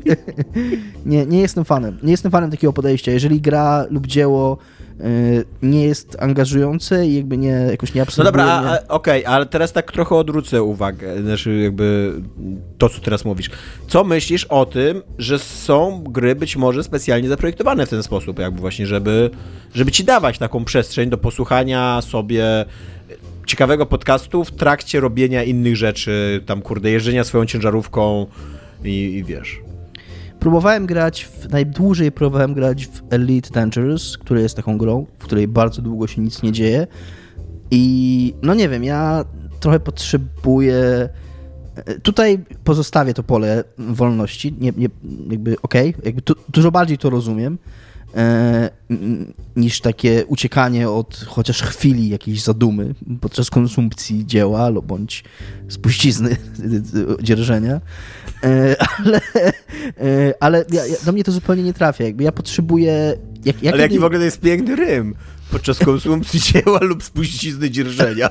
nie, nie jestem fanem. Nie jestem fanem takiego podejścia. Jeżeli gra lub dzieło y, nie jest angażujące i jakby nie, jakoś nie No absorbuje... dobra, a, a, okej, okay, ale teraz tak trochę odwrócę uwagę, znaczy jakby to, co teraz mówisz. Co myślisz o tym, że są gry być może specjalnie zaprojektowane w ten sposób, jakby właśnie, żeby, żeby ci dawać taką przestrzeń do posłuchania sobie ciekawego podcastu w trakcie robienia innych rzeczy, tam kurde, jeżdżenia swoją ciężarówką i, i wiesz... Próbowałem grać, w, najdłużej próbowałem grać w Elite Dangerous, który jest taką grą, w której bardzo długo się nic nie dzieje i no nie wiem, ja trochę potrzebuję, tutaj pozostawię to pole wolności, nie, nie, jakby okej, okay, jakby tu, dużo bardziej to rozumiem, e, niż takie uciekanie od chociaż chwili jakiejś zadumy podczas konsumpcji dzieła lub bądź spuścizny dzierżenia. Ale, ale ja, ja, do mnie to zupełnie nie trafia. Jakby ja potrzebuję... Jak, jak ale jaki kiedy... w ogóle to jest piękny rym. Podczas konsumpcji dzieła lub spuścizny dzierżenia.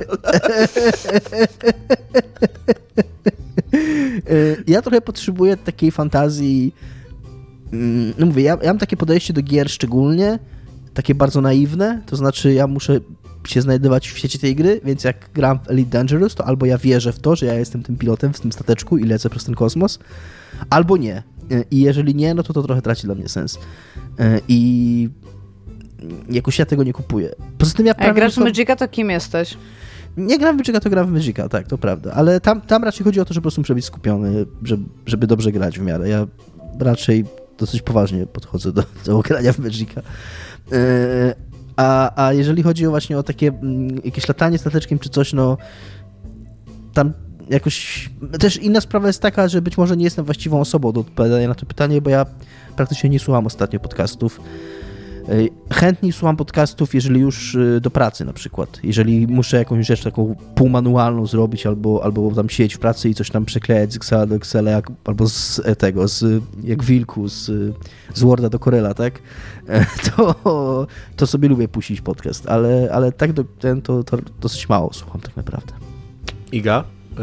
Ja trochę potrzebuję takiej fantazji... No mówię, ja, ja mam takie podejście do gier szczególnie, takie bardzo naiwne, to znaczy ja muszę się znajdować w sieci tej gry, więc jak gram w Elite Dangerous, to albo ja wierzę w to, że ja jestem tym pilotem w tym stateczku i lecę przez ten kosmos, albo nie. I jeżeli nie, no to to trochę traci dla mnie sens. I jakoś ja tego nie kupuję. Poza tym ja A jak grasz w Magica, to kim jesteś? Nie gram w Magica, to gram w Magica, tak, to prawda. Ale tam, tam raczej chodzi o to, że po prostu muszę być skupiony, żeby, żeby dobrze grać w miarę. Ja raczej dosyć poważnie podchodzę do, do grania w Magica. Yy, a, a jeżeli chodzi o właśnie o takie mm, jakieś latanie stateczkiem czy coś, no tam jakoś... Też inna sprawa jest taka, że być może nie jestem właściwą osobą do odpowiadania na to pytanie, bo ja praktycznie nie słucham ostatnio podcastów. Yy, chętniej słucham podcastów, jeżeli już yy, do pracy na przykład. Jeżeli muszę jakąś rzecz taką półmanualną zrobić albo, albo tam siedzieć w pracy i coś tam przeklejać z Excela do Excela, jak, albo z e, tego, z, jak wilku, z, z Worda do Corela, tak? E, to, to sobie lubię puścić podcast, ale, ale tak do, ten, to, to dosyć mało słucham tak naprawdę. Iga?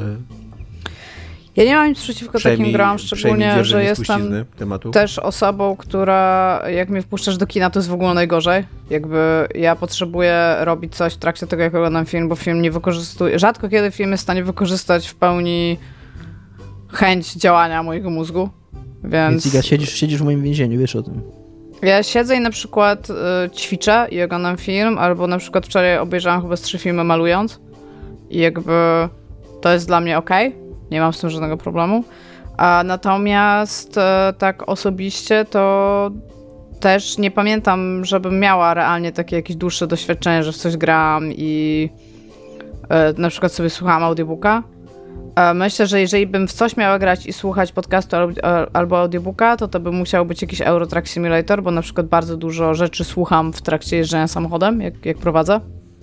Ja nie mam nic przeciwko takim grom, szczególnie, że jestem tematu. też osobą, która jak mnie wpuszczasz do kina, to jest w ogóle najgorzej. Jakby ja potrzebuję robić coś w trakcie tego, jak oglądam film, bo film nie wykorzystuje... Rzadko kiedy film jest w stanie wykorzystać w pełni chęć działania mojego mózgu, więc... Więc Iga, siedzisz, siedzisz w moim więzieniu, wiesz o tym. Ja siedzę i na przykład y, ćwiczę i oglądam film, albo na przykład wczoraj obejrzałam chyba z trzy filmy malując i jakby to jest dla mnie okej. Okay. Nie mam z tym żadnego problemu. A natomiast e, tak osobiście to też nie pamiętam, żebym miała realnie takie jakieś dłuższe doświadczenie, że w coś gram i e, na przykład sobie słuchałam audiobooka. E, myślę, że jeżeli bym w coś miała grać i słuchać podcastu al, al, albo audiobooka, to to by musiał być jakiś Euro Truck Simulator, bo na przykład bardzo dużo rzeczy słucham w trakcie jeżdżenia samochodem, jak, jak prowadzę.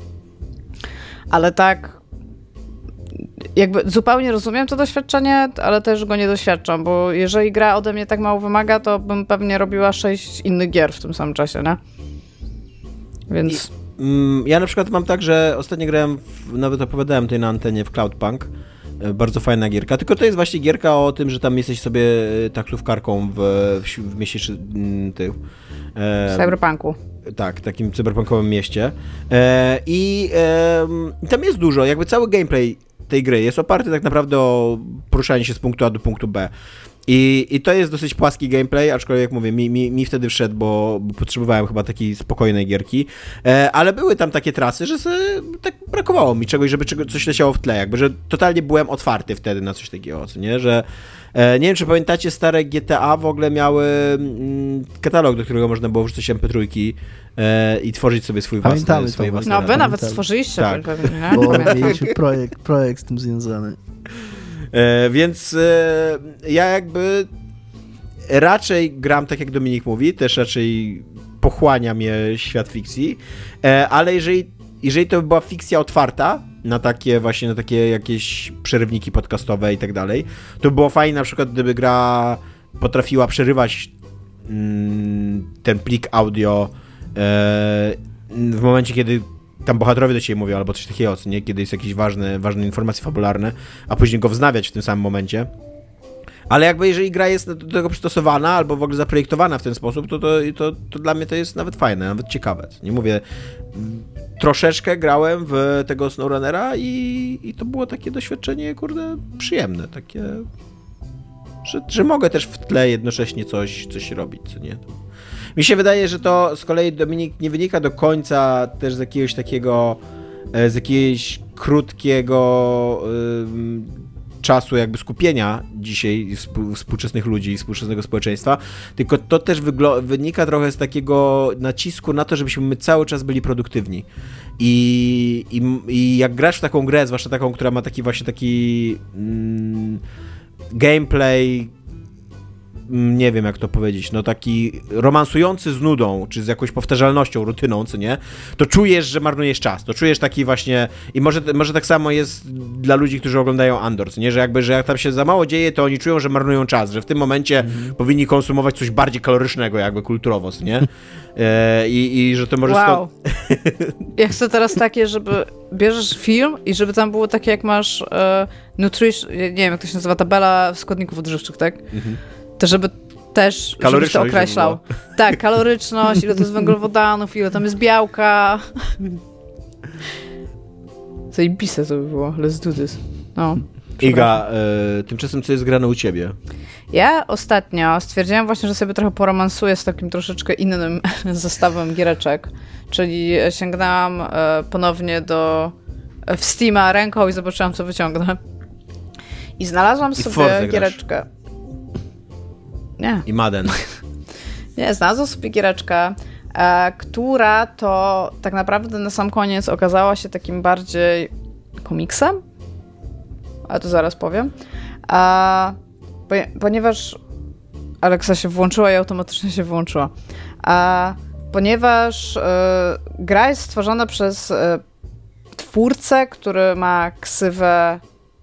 Ale tak jakby zupełnie rozumiem to doświadczenie, ale też go nie doświadczam, bo jeżeli gra ode mnie tak mało wymaga, to bym pewnie robiła sześć innych gier w tym samym czasie, nie? Więc... I, mm, ja na przykład mam tak, że ostatnio grałem, w, nawet opowiadałem tutaj na antenie w Cloudpunk, bardzo fajna gierka, tylko to jest właśnie gierka o tym, że tam jesteś sobie taksówkarką w, w, w mieście tych... W Cyberpunku. Tak, takim cyberpunkowym mieście. E, I e, tam jest dużo, jakby cały gameplay tej gry jest oparty tak naprawdę o poruszanie się z punktu A do punktu B. I, i to jest dosyć płaski gameplay, aczkolwiek jak mówię, mi, mi, mi wtedy wszedł, bo, bo potrzebowałem chyba takiej spokojnej gierki, e, ale były tam takie trasy, że sobie, tak brakowało mi czegoś, żeby czego, coś leciało w tle, jakby, że totalnie byłem otwarty wtedy na coś takiego, co nie, że e, nie wiem, czy pamiętacie, stare G T A w ogóle miały mm, katalog, do którego można było wrzucić em pe trzy e, i tworzyć sobie swój własny, swoje własne. No, wy nawet stworzyliście tak. pewnie, nie? Bo mieliśmy projekt, projekt z tym związany. E, więc e, ja jakby raczej gram tak jak Dominik mówi, też raczej pochłania mnie świat fikcji, e, ale jeżeli, jeżeli to by była fikcja otwarta na takie właśnie, na takie jakieś przerywniki podcastowe i tak dalej, to by było fajnie na przykład, gdyby gra potrafiła przerywać mm, ten plik audio e, w momencie, kiedy tam bohaterowie do ciebie mówią, albo coś takiego, nie? Kiedy jest jakieś ważne, ważne informacje fabularne, a później go wznawiać w tym samym momencie. Ale jakby jeżeli gra jest do tego przystosowana, albo w ogóle zaprojektowana w ten sposób, to, to, to, to dla mnie to jest nawet fajne, nawet ciekawe. Nie mówię, troszeczkę grałem w tego SnowRunnera i, i to było takie doświadczenie, kurde, przyjemne, takie, że, że mogę też w tle jednocześnie coś, coś robić, co nie? Mi się wydaje, że to z kolei, Dominik, nie wynika do końca też z jakiegoś takiego, z jakiegoś krótkiego y, czasu jakby skupienia dzisiaj współczesnych ludzi i współczesnego społeczeństwa, tylko to też wyglo- wynika trochę z takiego nacisku na to, żebyśmy my cały czas byli produktywni. I, i, i jak grasz w taką grę, zwłaszcza taką, która ma taki właśnie taki mm, gameplay, nie wiem jak to powiedzieć, no taki romansujący z nudą, czy z jakąś powtarzalnością, rutyną, co nie, to czujesz, że marnujesz czas, to czujesz taki właśnie, i może, może tak samo jest dla ludzi, którzy oglądają Andor, co nie, że jakby, że jak tam się za mało dzieje, to oni czują, że marnują czas, że w tym momencie mm. powinni konsumować coś bardziej kalorycznego, jakby kulturowo, co nie, e, i, i że to może... Wow. Sto... Ja chcę teraz takie, żeby bierzesz film i żeby tam było takie, jak masz e, nutrition, nie wiem, jak to się nazywa, tabela składników odżywczych, tak? Mhm. To żeby też żebyś to określał. Tak, kaloryczność, ile to jest węglowodanów, ile tam jest białka. Zajebiste to by było. Let's do this. No, Iga, y, tymczasem co jest grane u ciebie? Ja ostatnio stwierdziłam właśnie, że sobie trochę poromansuję z takim troszeczkę innym zestawem giereczek. Czyli sięgnęłam y, ponownie do w Steama ręką i zobaczyłam, co wyciągnę. I znalazłam I sobie giereczkę. Nie. I Madden. Nie, znalazłam sobie giereczkę, e, która to tak naprawdę na sam koniec okazała się takim bardziej komiksem, ale to zaraz powiem, e, po, ponieważ Alexa się włączyła i automatycznie się wyłączyła, e, ponieważ e, gra jest stworzona przez e, twórcę, który ma ksywę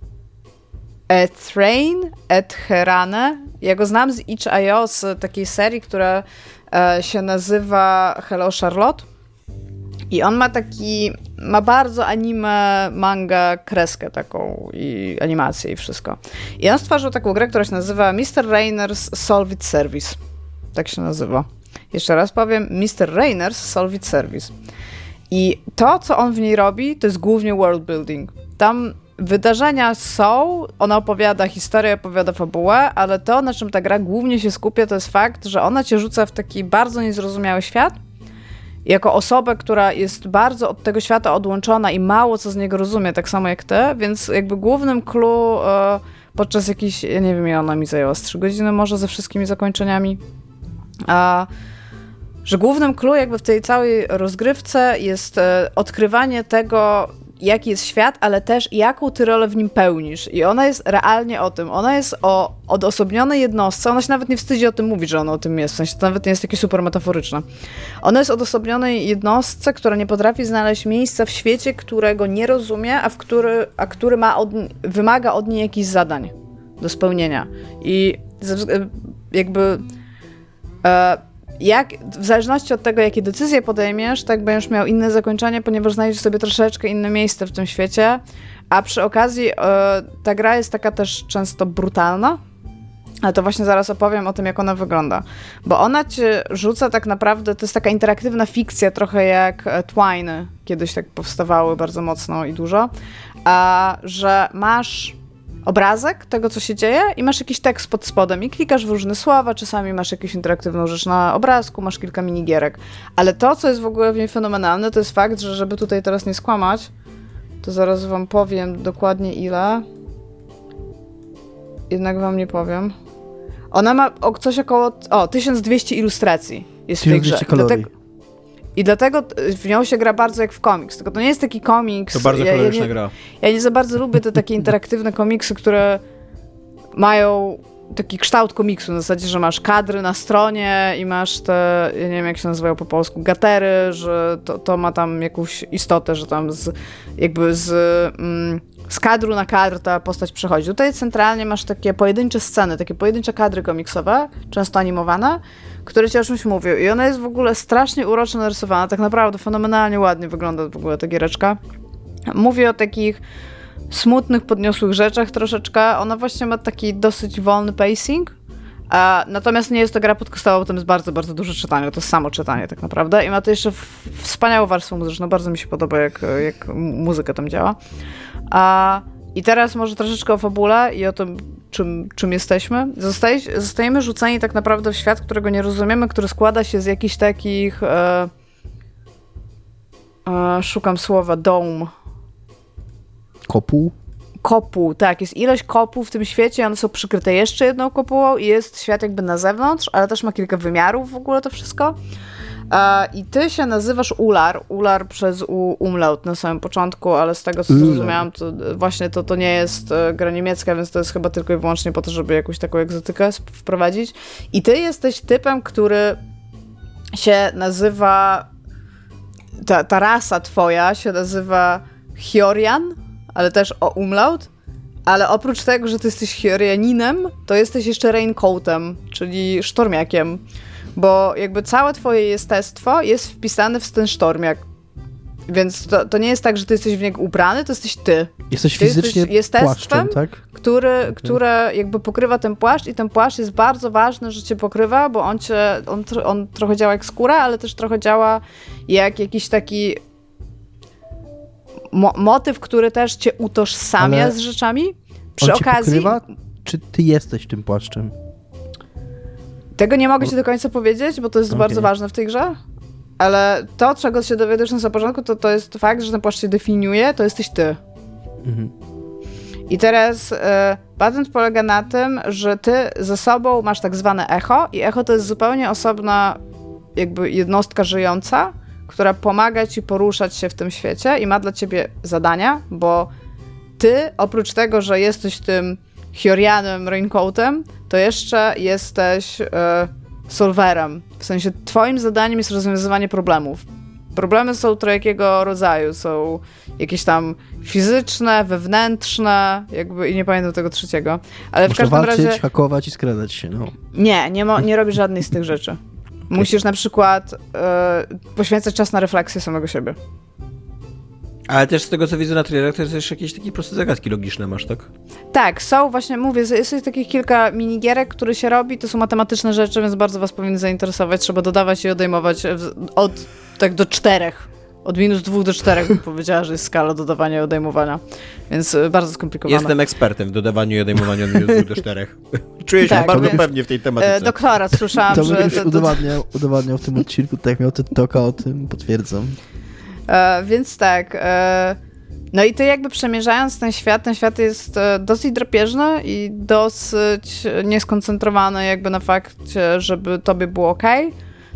Ethrain, Etherane. Ja go znam z itch kropka i o, z takiej serii, która e, się nazywa Hello Charlotte. I on ma taki, ma bardzo anime, manga, kreskę taką i animację i wszystko. I on stworzył taką grę, która się nazywa mister Rainer's Solve It Service. Tak się nazywa. Jeszcze raz powiem, mister Rainer's Solve It Service. I to, co on w niej robi, to jest głównie world building. Tam wydarzenia są, ona opowiada historię, opowiada fabułę, ale to, na czym ta gra głównie się skupia, to jest fakt, że ona cię rzuca w taki bardzo niezrozumiały świat, jako osobę, która jest bardzo od tego świata odłączona i mało co z niego rozumie, tak samo jak ty, więc jakby głównym clue e, podczas jakiejś, ja nie wiem, ile ona mi zajęła, z trzy godziny może ze wszystkimi zakończeniami, a że głównym clue jakby w tej całej rozgrywce jest e, odkrywanie tego, jaki jest świat, ale też jaką ty rolę w nim pełnisz. I ona jest realnie o tym. Ona jest o odosobnionej jednostce. Ona się nawet nie wstydzi o tym mówić, że ona o tym jest. W sensie to nawet nie jest takie super metaforyczne. Ona jest odosobnionej jednostce, która nie potrafi znaleźć miejsca w świecie, którego nie rozumie, a, w który, a który ma od, wymaga od niej jakichś zadań do spełnienia. I jakby e, jak, w zależności od tego, jakie decyzje podejmiesz, tak będziesz miał inne zakończenie, ponieważ znajdziesz sobie troszeczkę inne miejsce w tym świecie, a przy okazji e, ta gra jest taka też często brutalna, ale to właśnie zaraz opowiem o tym, jak ona wygląda. Bo ona cię rzuca tak naprawdę, to jest taka interaktywna fikcja, trochę jak Twine, kiedyś tak powstawały bardzo mocno i dużo, a, że masz obrazek tego, co się dzieje i masz jakiś tekst pod spodem i klikasz w różne słowa, czasami masz jakąś interaktywną rzecz na obrazku, masz kilka minigierek. Ale to, co jest w ogóle w niej fenomenalne, to jest fakt, że żeby tutaj teraz nie skłamać, to zaraz wam powiem dokładnie ile. Jednak wam nie powiem. Ona ma o, coś około o, tysiąc dwieście ilustracji jest w tej grze. Dlatego, I dlatego w nią się gra bardzo jak w komiks. Tylko to nie jest taki komiks. To bardzo ja, koloryczna ja nie, gra. Ja nie za bardzo lubię te takie interaktywne komiksy, które mają taki kształt komiksu, na zasadzie, że masz kadry na stronie i masz te, ja nie wiem jak się nazywają po polsku, gatery, że to, to ma tam jakąś istotę, że tam z, jakby z, mm, z kadru na kadr ta postać przechodzi. Tutaj centralnie masz takie pojedyncze sceny, takie pojedyncze kadry komiksowe, często animowane, które ci o czymś mówią. I ona jest w ogóle strasznie uroczo narysowana, tak naprawdę fenomenalnie ładnie wygląda w ogóle ta giereczka. Mówi o takich smutnych, podniosłych rzeczach troszeczkę. Ona właśnie ma taki dosyć wolny pacing, a, natomiast nie jest to gra podcastowa, bo tam jest bardzo, bardzo dużo czytania. To jest samo czytanie tak naprawdę. I ma to jeszcze w, wspaniałą warstwę muzyczną. Bardzo mi się podoba, jak, jak muzyka tam działa. A, I teraz może troszeczkę o fabule i o tym, czym, czym jesteśmy. Zostaje, zostajemy rzuceni tak naprawdę w świat, którego nie rozumiemy, który składa się z jakichś takich e, e, szukam słowa, dome. Kopuł? Kopuł, tak. Jest ilość kopuł w tym świecie, one są przykryte jeszcze jedną kopułą i jest świat jakby na zewnątrz, ale też ma kilka wymiarów w ogóle to wszystko. E, I ty się nazywasz Ular. Ular przez U, umlaut na samym początku, ale z tego co zrozumiałam, to właśnie to, to nie jest e, gra niemiecka, więc to jest chyba tylko i wyłącznie po to, żeby jakąś taką egzotykę wprowadzić. I ty jesteś typem, który się nazywa, ta, ta rasa twoja się nazywa Hjorian, ale też o umlaut, ale oprócz tego, że ty jesteś Hjorianinem, to jesteś jeszcze Raincoatem, czyli sztormiakiem, bo jakby całe twoje jestestwo jest wpisane w ten sztormiak. Więc to, to nie jest tak, że ty jesteś w niego ubrany, to jesteś ty. Jesteś ty fizycznie jesteś jestestwem, płaszczem, tak? który, okay. które jakby pokrywa ten płaszcz i ten płaszcz jest bardzo ważny, że cię pokrywa, bo on cię, on, on trochę działa jak skóra, ale też trochę działa jak jakiś taki mo- motyw, który też cię utożsamia ale z rzeczami. Przy on cię okazji... pokrywa, czy ty jesteś tym płaszczem? Tego nie mogę ci do końca powiedzieć, bo to jest okay. bardzo ważne w tej grze. Ale to, czego się dowiadujesz na samym początku, to, to jest fakt, że ten płaszcz się definiuje, to jesteś ty. Mhm. I teraz y, patent polega na tym, że ty ze sobą masz tak zwane echo i echo to jest zupełnie osobna jakby jednostka żyjąca, która pomaga ci poruszać się w tym świecie i ma dla ciebie zadania, bo ty oprócz tego, że jesteś tym Hjorianem, Raincoatem, to jeszcze jesteś y, solverem. W sensie twoim zadaniem jest rozwiązywanie problemów. Problemy są trojakiego rodzaju. Są jakieś tam fizyczne, wewnętrzne, jakby i nie pamiętam tego trzeciego. Ale Można w każdym walczyć, razie... hakować i skradać się, no. Nie, nie, mo- nie robisz żadnej z tych rzeczy. Musisz na przykład y, poświęcać czas na refleksję samego siebie. Ale też z tego, co widzę na trailerach, to jest jeszcze jakieś takie proste zagadki logiczne masz, tak? Tak, są właśnie, mówię, jest, jest takich kilka minigierek, które się robi, to są matematyczne rzeczy, więc bardzo was powinny zainteresować. Trzeba dodawać i odejmować od tak do czterech. Od minus dwóch do czterech bym powiedziała, że jest skala dodawania i odejmowania. Więc bardzo skomplikowana. Jestem ekspertem w dodawaniu i odejmowaniu od minus dwóch do czterech. Czuję się tak, bardzo więc, pewnie w tej tematyce. Doktorat słyszałam, to że... To już udowadniał, udowadniał w tym odcinku, tak miał TikToka o tym, potwierdzam. E, więc tak... E, no i ty jakby przemierzając ten świat, ten świat jest e, dosyć drapieżny i dosyć nieskoncentrowany jakby na fakcie, żeby tobie było okej.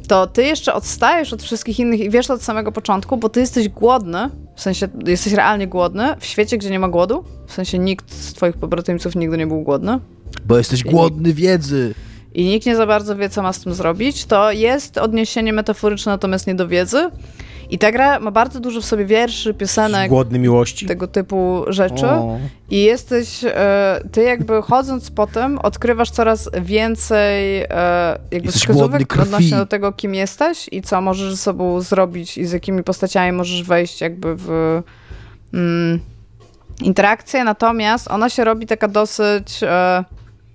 to ty jeszcze odstajesz od wszystkich innych i wiesz to od samego początku, bo ty jesteś głodny, w sensie jesteś realnie głodny w świecie, gdzie nie ma głodu, w sensie nikt z twoich pobratymców nigdy nie był głodny. Bo jesteś głodny wiedzy. I nikt nie za bardzo wie, co ma z tym zrobić. To jest odniesienie metaforyczne, natomiast nie do wiedzy. I ta gra ma bardzo dużo w sobie wierszy, piosenek, głodny miłości, tego typu rzeczy. O. I jesteś, e, ty jakby chodząc po tym, odkrywasz coraz więcej e, jakby Jesteś wskazówek odnośnie do tego, kim jesteś i co możesz ze sobą zrobić i z jakimi postaciami możesz wejść jakby w mm, interakcję. Natomiast ona się robi taka dosyć... E,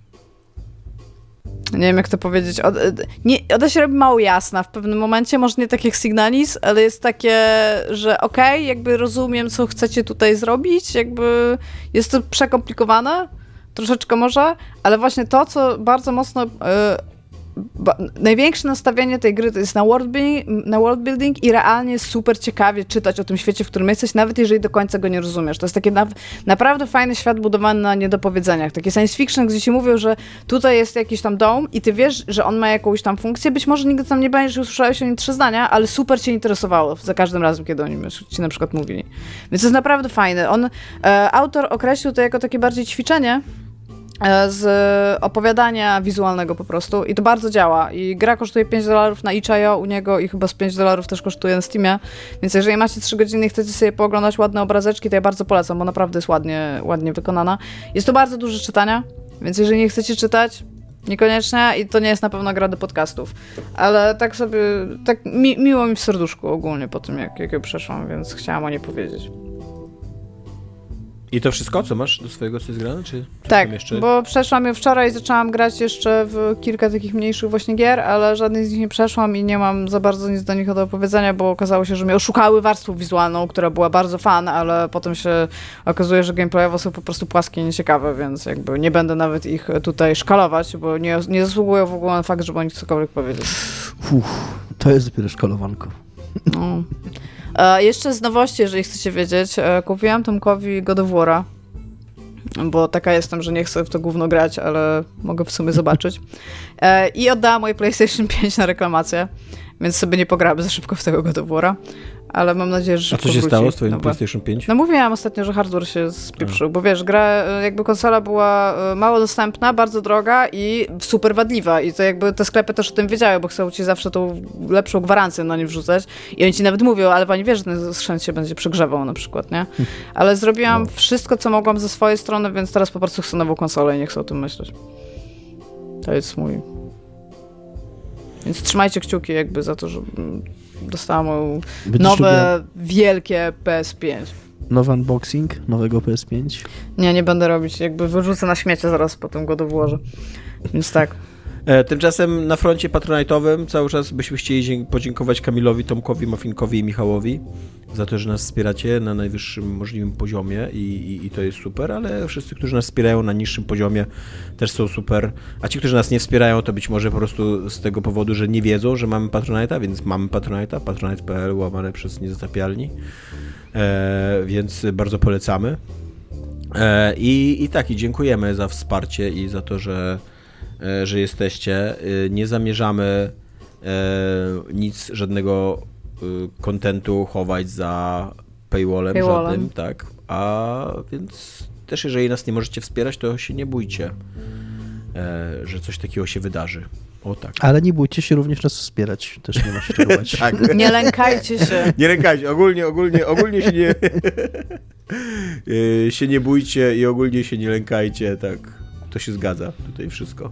nie wiem, jak to powiedzieć. Od, nie, ona się robi mało jasna w pewnym momencie, może nie tak jak Signalis, ale jest takie, że okej, okay, jakby rozumiem, co chcecie tutaj zrobić, jakby jest to przekomplikowane, troszeczkę może, ale właśnie to, co bardzo mocno... Yy, Ba, największe nastawienie tej gry to jest na world, building, na world building i realnie jest super ciekawie czytać o tym świecie, w którym jesteś, nawet jeżeli do końca go nie rozumiesz. To jest taki na, naprawdę fajny świat budowany na niedopowiedzeniach. Taki science fiction, gdzie ci mówią, że tutaj jest jakiś tam dom i ty wiesz, że on ma jakąś tam funkcję. Być może nigdy tam nie będziesz, usłyszałeś o nim trzy zdania, ale super cię interesowało za każdym razem, kiedy o nim ci na przykład mówili. Więc to jest naprawdę fajne. On, e, autor określił to jako takie bardziej ćwiczenie z opowiadania wizualnego po prostu i to bardzo działa. I gra kosztuje pięć dolarów na itch kropka i o u niego i chyba z pięć dolarów też kosztuje na Steamie, więc jeżeli macie trzy godziny i chcecie sobie pooglądać ładne obrazeczki, to ja bardzo polecam, bo naprawdę jest ładnie, ładnie wykonana. Jest to bardzo dużo czytania, więc jeżeli nie chcecie czytać, niekoniecznie i to nie jest na pewno gra do podcastów, ale tak sobie, tak mi, miło mi w serduszku ogólnie po tym, jak, jak ją przeszłam, więc chciałam o niej powiedzieć. I to wszystko, co masz do swojego, co jest grane? Czy tak, jeszcze... bo przeszłam ją wczoraj i zaczęłam grać jeszcze w kilka takich mniejszych właśnie gier, ale żadnej z nich nie przeszłam i nie mam za bardzo nic do nich do opowiedzenia, bo okazało się, że mnie oszukały warstwą wizualną, która była bardzo fan, ale potem się okazuje, że gameplayowo są po prostu płaskie i nieciekawe, więc jakby nie będę nawet ich tutaj szkalować, bo nie, nie zasługują w ogóle na fakt, żeby o nich cokolwiek powiedzieć. Uff, to jest dopiero szkalowanko. No. E, jeszcze z nowości, jeżeli chcecie wiedzieć, e, kupiłam Tomkowi God of War'a, bo taka jestem, że nie chcę w to gówno grać, ale mogę w sumie zobaczyć. E, I oddałam moje PlayStation pięć na reklamację, więc sobie nie pogramy za szybko w tego God of War'a, ale mam nadzieję, że A co się stało z twoim no, PlayStation pięć? No mówiłam ostatnio, że hardware się spieprzył, A. bo wiesz, gra, jakby konsola była mało dostępna, bardzo droga i super wadliwa i to jakby te sklepy też o tym wiedziały, bo chcą ci zawsze tą lepszą gwarancję na nie wrzucać i oni ci nawet mówią, ale pani wie, że ten sprzęt się będzie przegrzewał na przykład, nie? Ale zrobiłam no. wszystko, co mogłam ze swojej strony, więc teraz po prostu chcę nową konsolę i nie chcę o tym myśleć. To jest mój... Więc trzymajcie kciuki jakby za to, że dostałam nowe, lubiła... wielkie P S pięć. Nowy unboxing nowego P S pięć? Nie, nie będę robić. Jakby wyrzucę na śmiecie zaraz po tym God of Warze. Więc tak. E, tymczasem na froncie patronite'owym cały czas byśmy chcieli podziękować Kamilowi, Tomkowi, Mafinkowi i Michałowi za to, że nas wspieracie na najwyższym możliwym poziomie i, i, i to jest super, ale wszyscy, którzy nas wspierają na niższym poziomie też są super, a ci, którzy nas nie wspierają, to być może po prostu z tego powodu, że nie wiedzą, że mamy Patronite'a, więc mamy Patronite'a, patronite kropka p l łamane przez Niezatapialni, e, więc bardzo polecamy. E, i, I tak, i dziękujemy za wsparcie i za to, że że jesteście. Nie zamierzamy nic, żadnego kontentu chować za paywallem, paywallem żadnym, tak. A więc też jeżeli nas nie możecie wspierać, to się nie bójcie, że coś takiego się wydarzy. O tak. Ale nie bójcie się również nas wspierać, też nie ma się czego bać. Tak. Nie lękajcie się. Nie lękajcie, ogólnie, ogólnie, ogólnie się nie się nie bójcie i ogólnie się nie lękajcie, tak. To się zgadza, tutaj wszystko.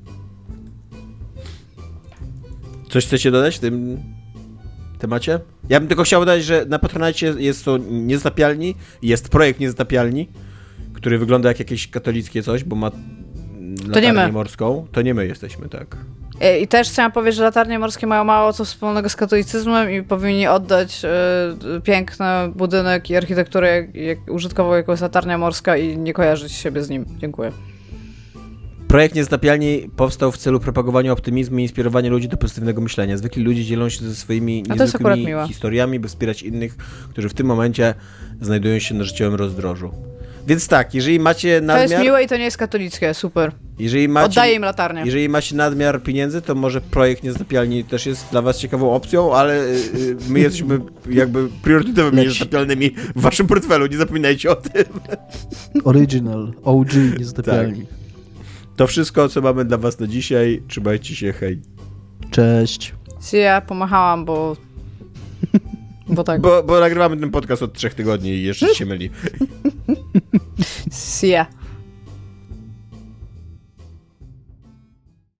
Coś chcecie dodać w tym temacie? Ja bym tylko chciał dodać, że na Patronite jest to Niezatapialni, jest projekt Niezatapialni, który wygląda jak jakieś katolickie coś, bo ma latarnię morską. To nie my jesteśmy, tak. I też chciałam powiedzieć, że latarnie morskie mają mało co wspólnego z katolicyzmem i powinni oddać y, piękny budynek i architekturę jak, jak użytkową, jaką jest latarnia morska i nie kojarzyć siebie z nim. Dziękuję. Projekt Niezatapialni powstał w celu propagowania optymizmu i inspirowania ludzi do pozytywnego myślenia. Zwykli ludzie dzielą się ze swoimi niezwykłymi historiami, by wspierać innych, którzy w tym momencie znajdują się na życiowym rozdrożu. Więc tak, jeżeli macie nadmiar... To jest miłe i to nie jest katolickie, super. Jeżeli macie, Oddaję im latarnię. Jeżeli macie nadmiar pieniędzy, to może projekt Niezatapialni też jest dla was ciekawą opcją, ale y, my jesteśmy jakby priorytetowymi Leć. niezatapialnymi w waszym portfelu, nie zapominajcie o tym. Original, O G, niezatapialni. Tak. To wszystko, co mamy dla was na dzisiaj. Trzymajcie się, hej. Cześć. Ja pomachałam, bo... Bo tak. Bo, bo nagrywamy ten podcast od trzech tygodni i jeszcze się myli. See ya.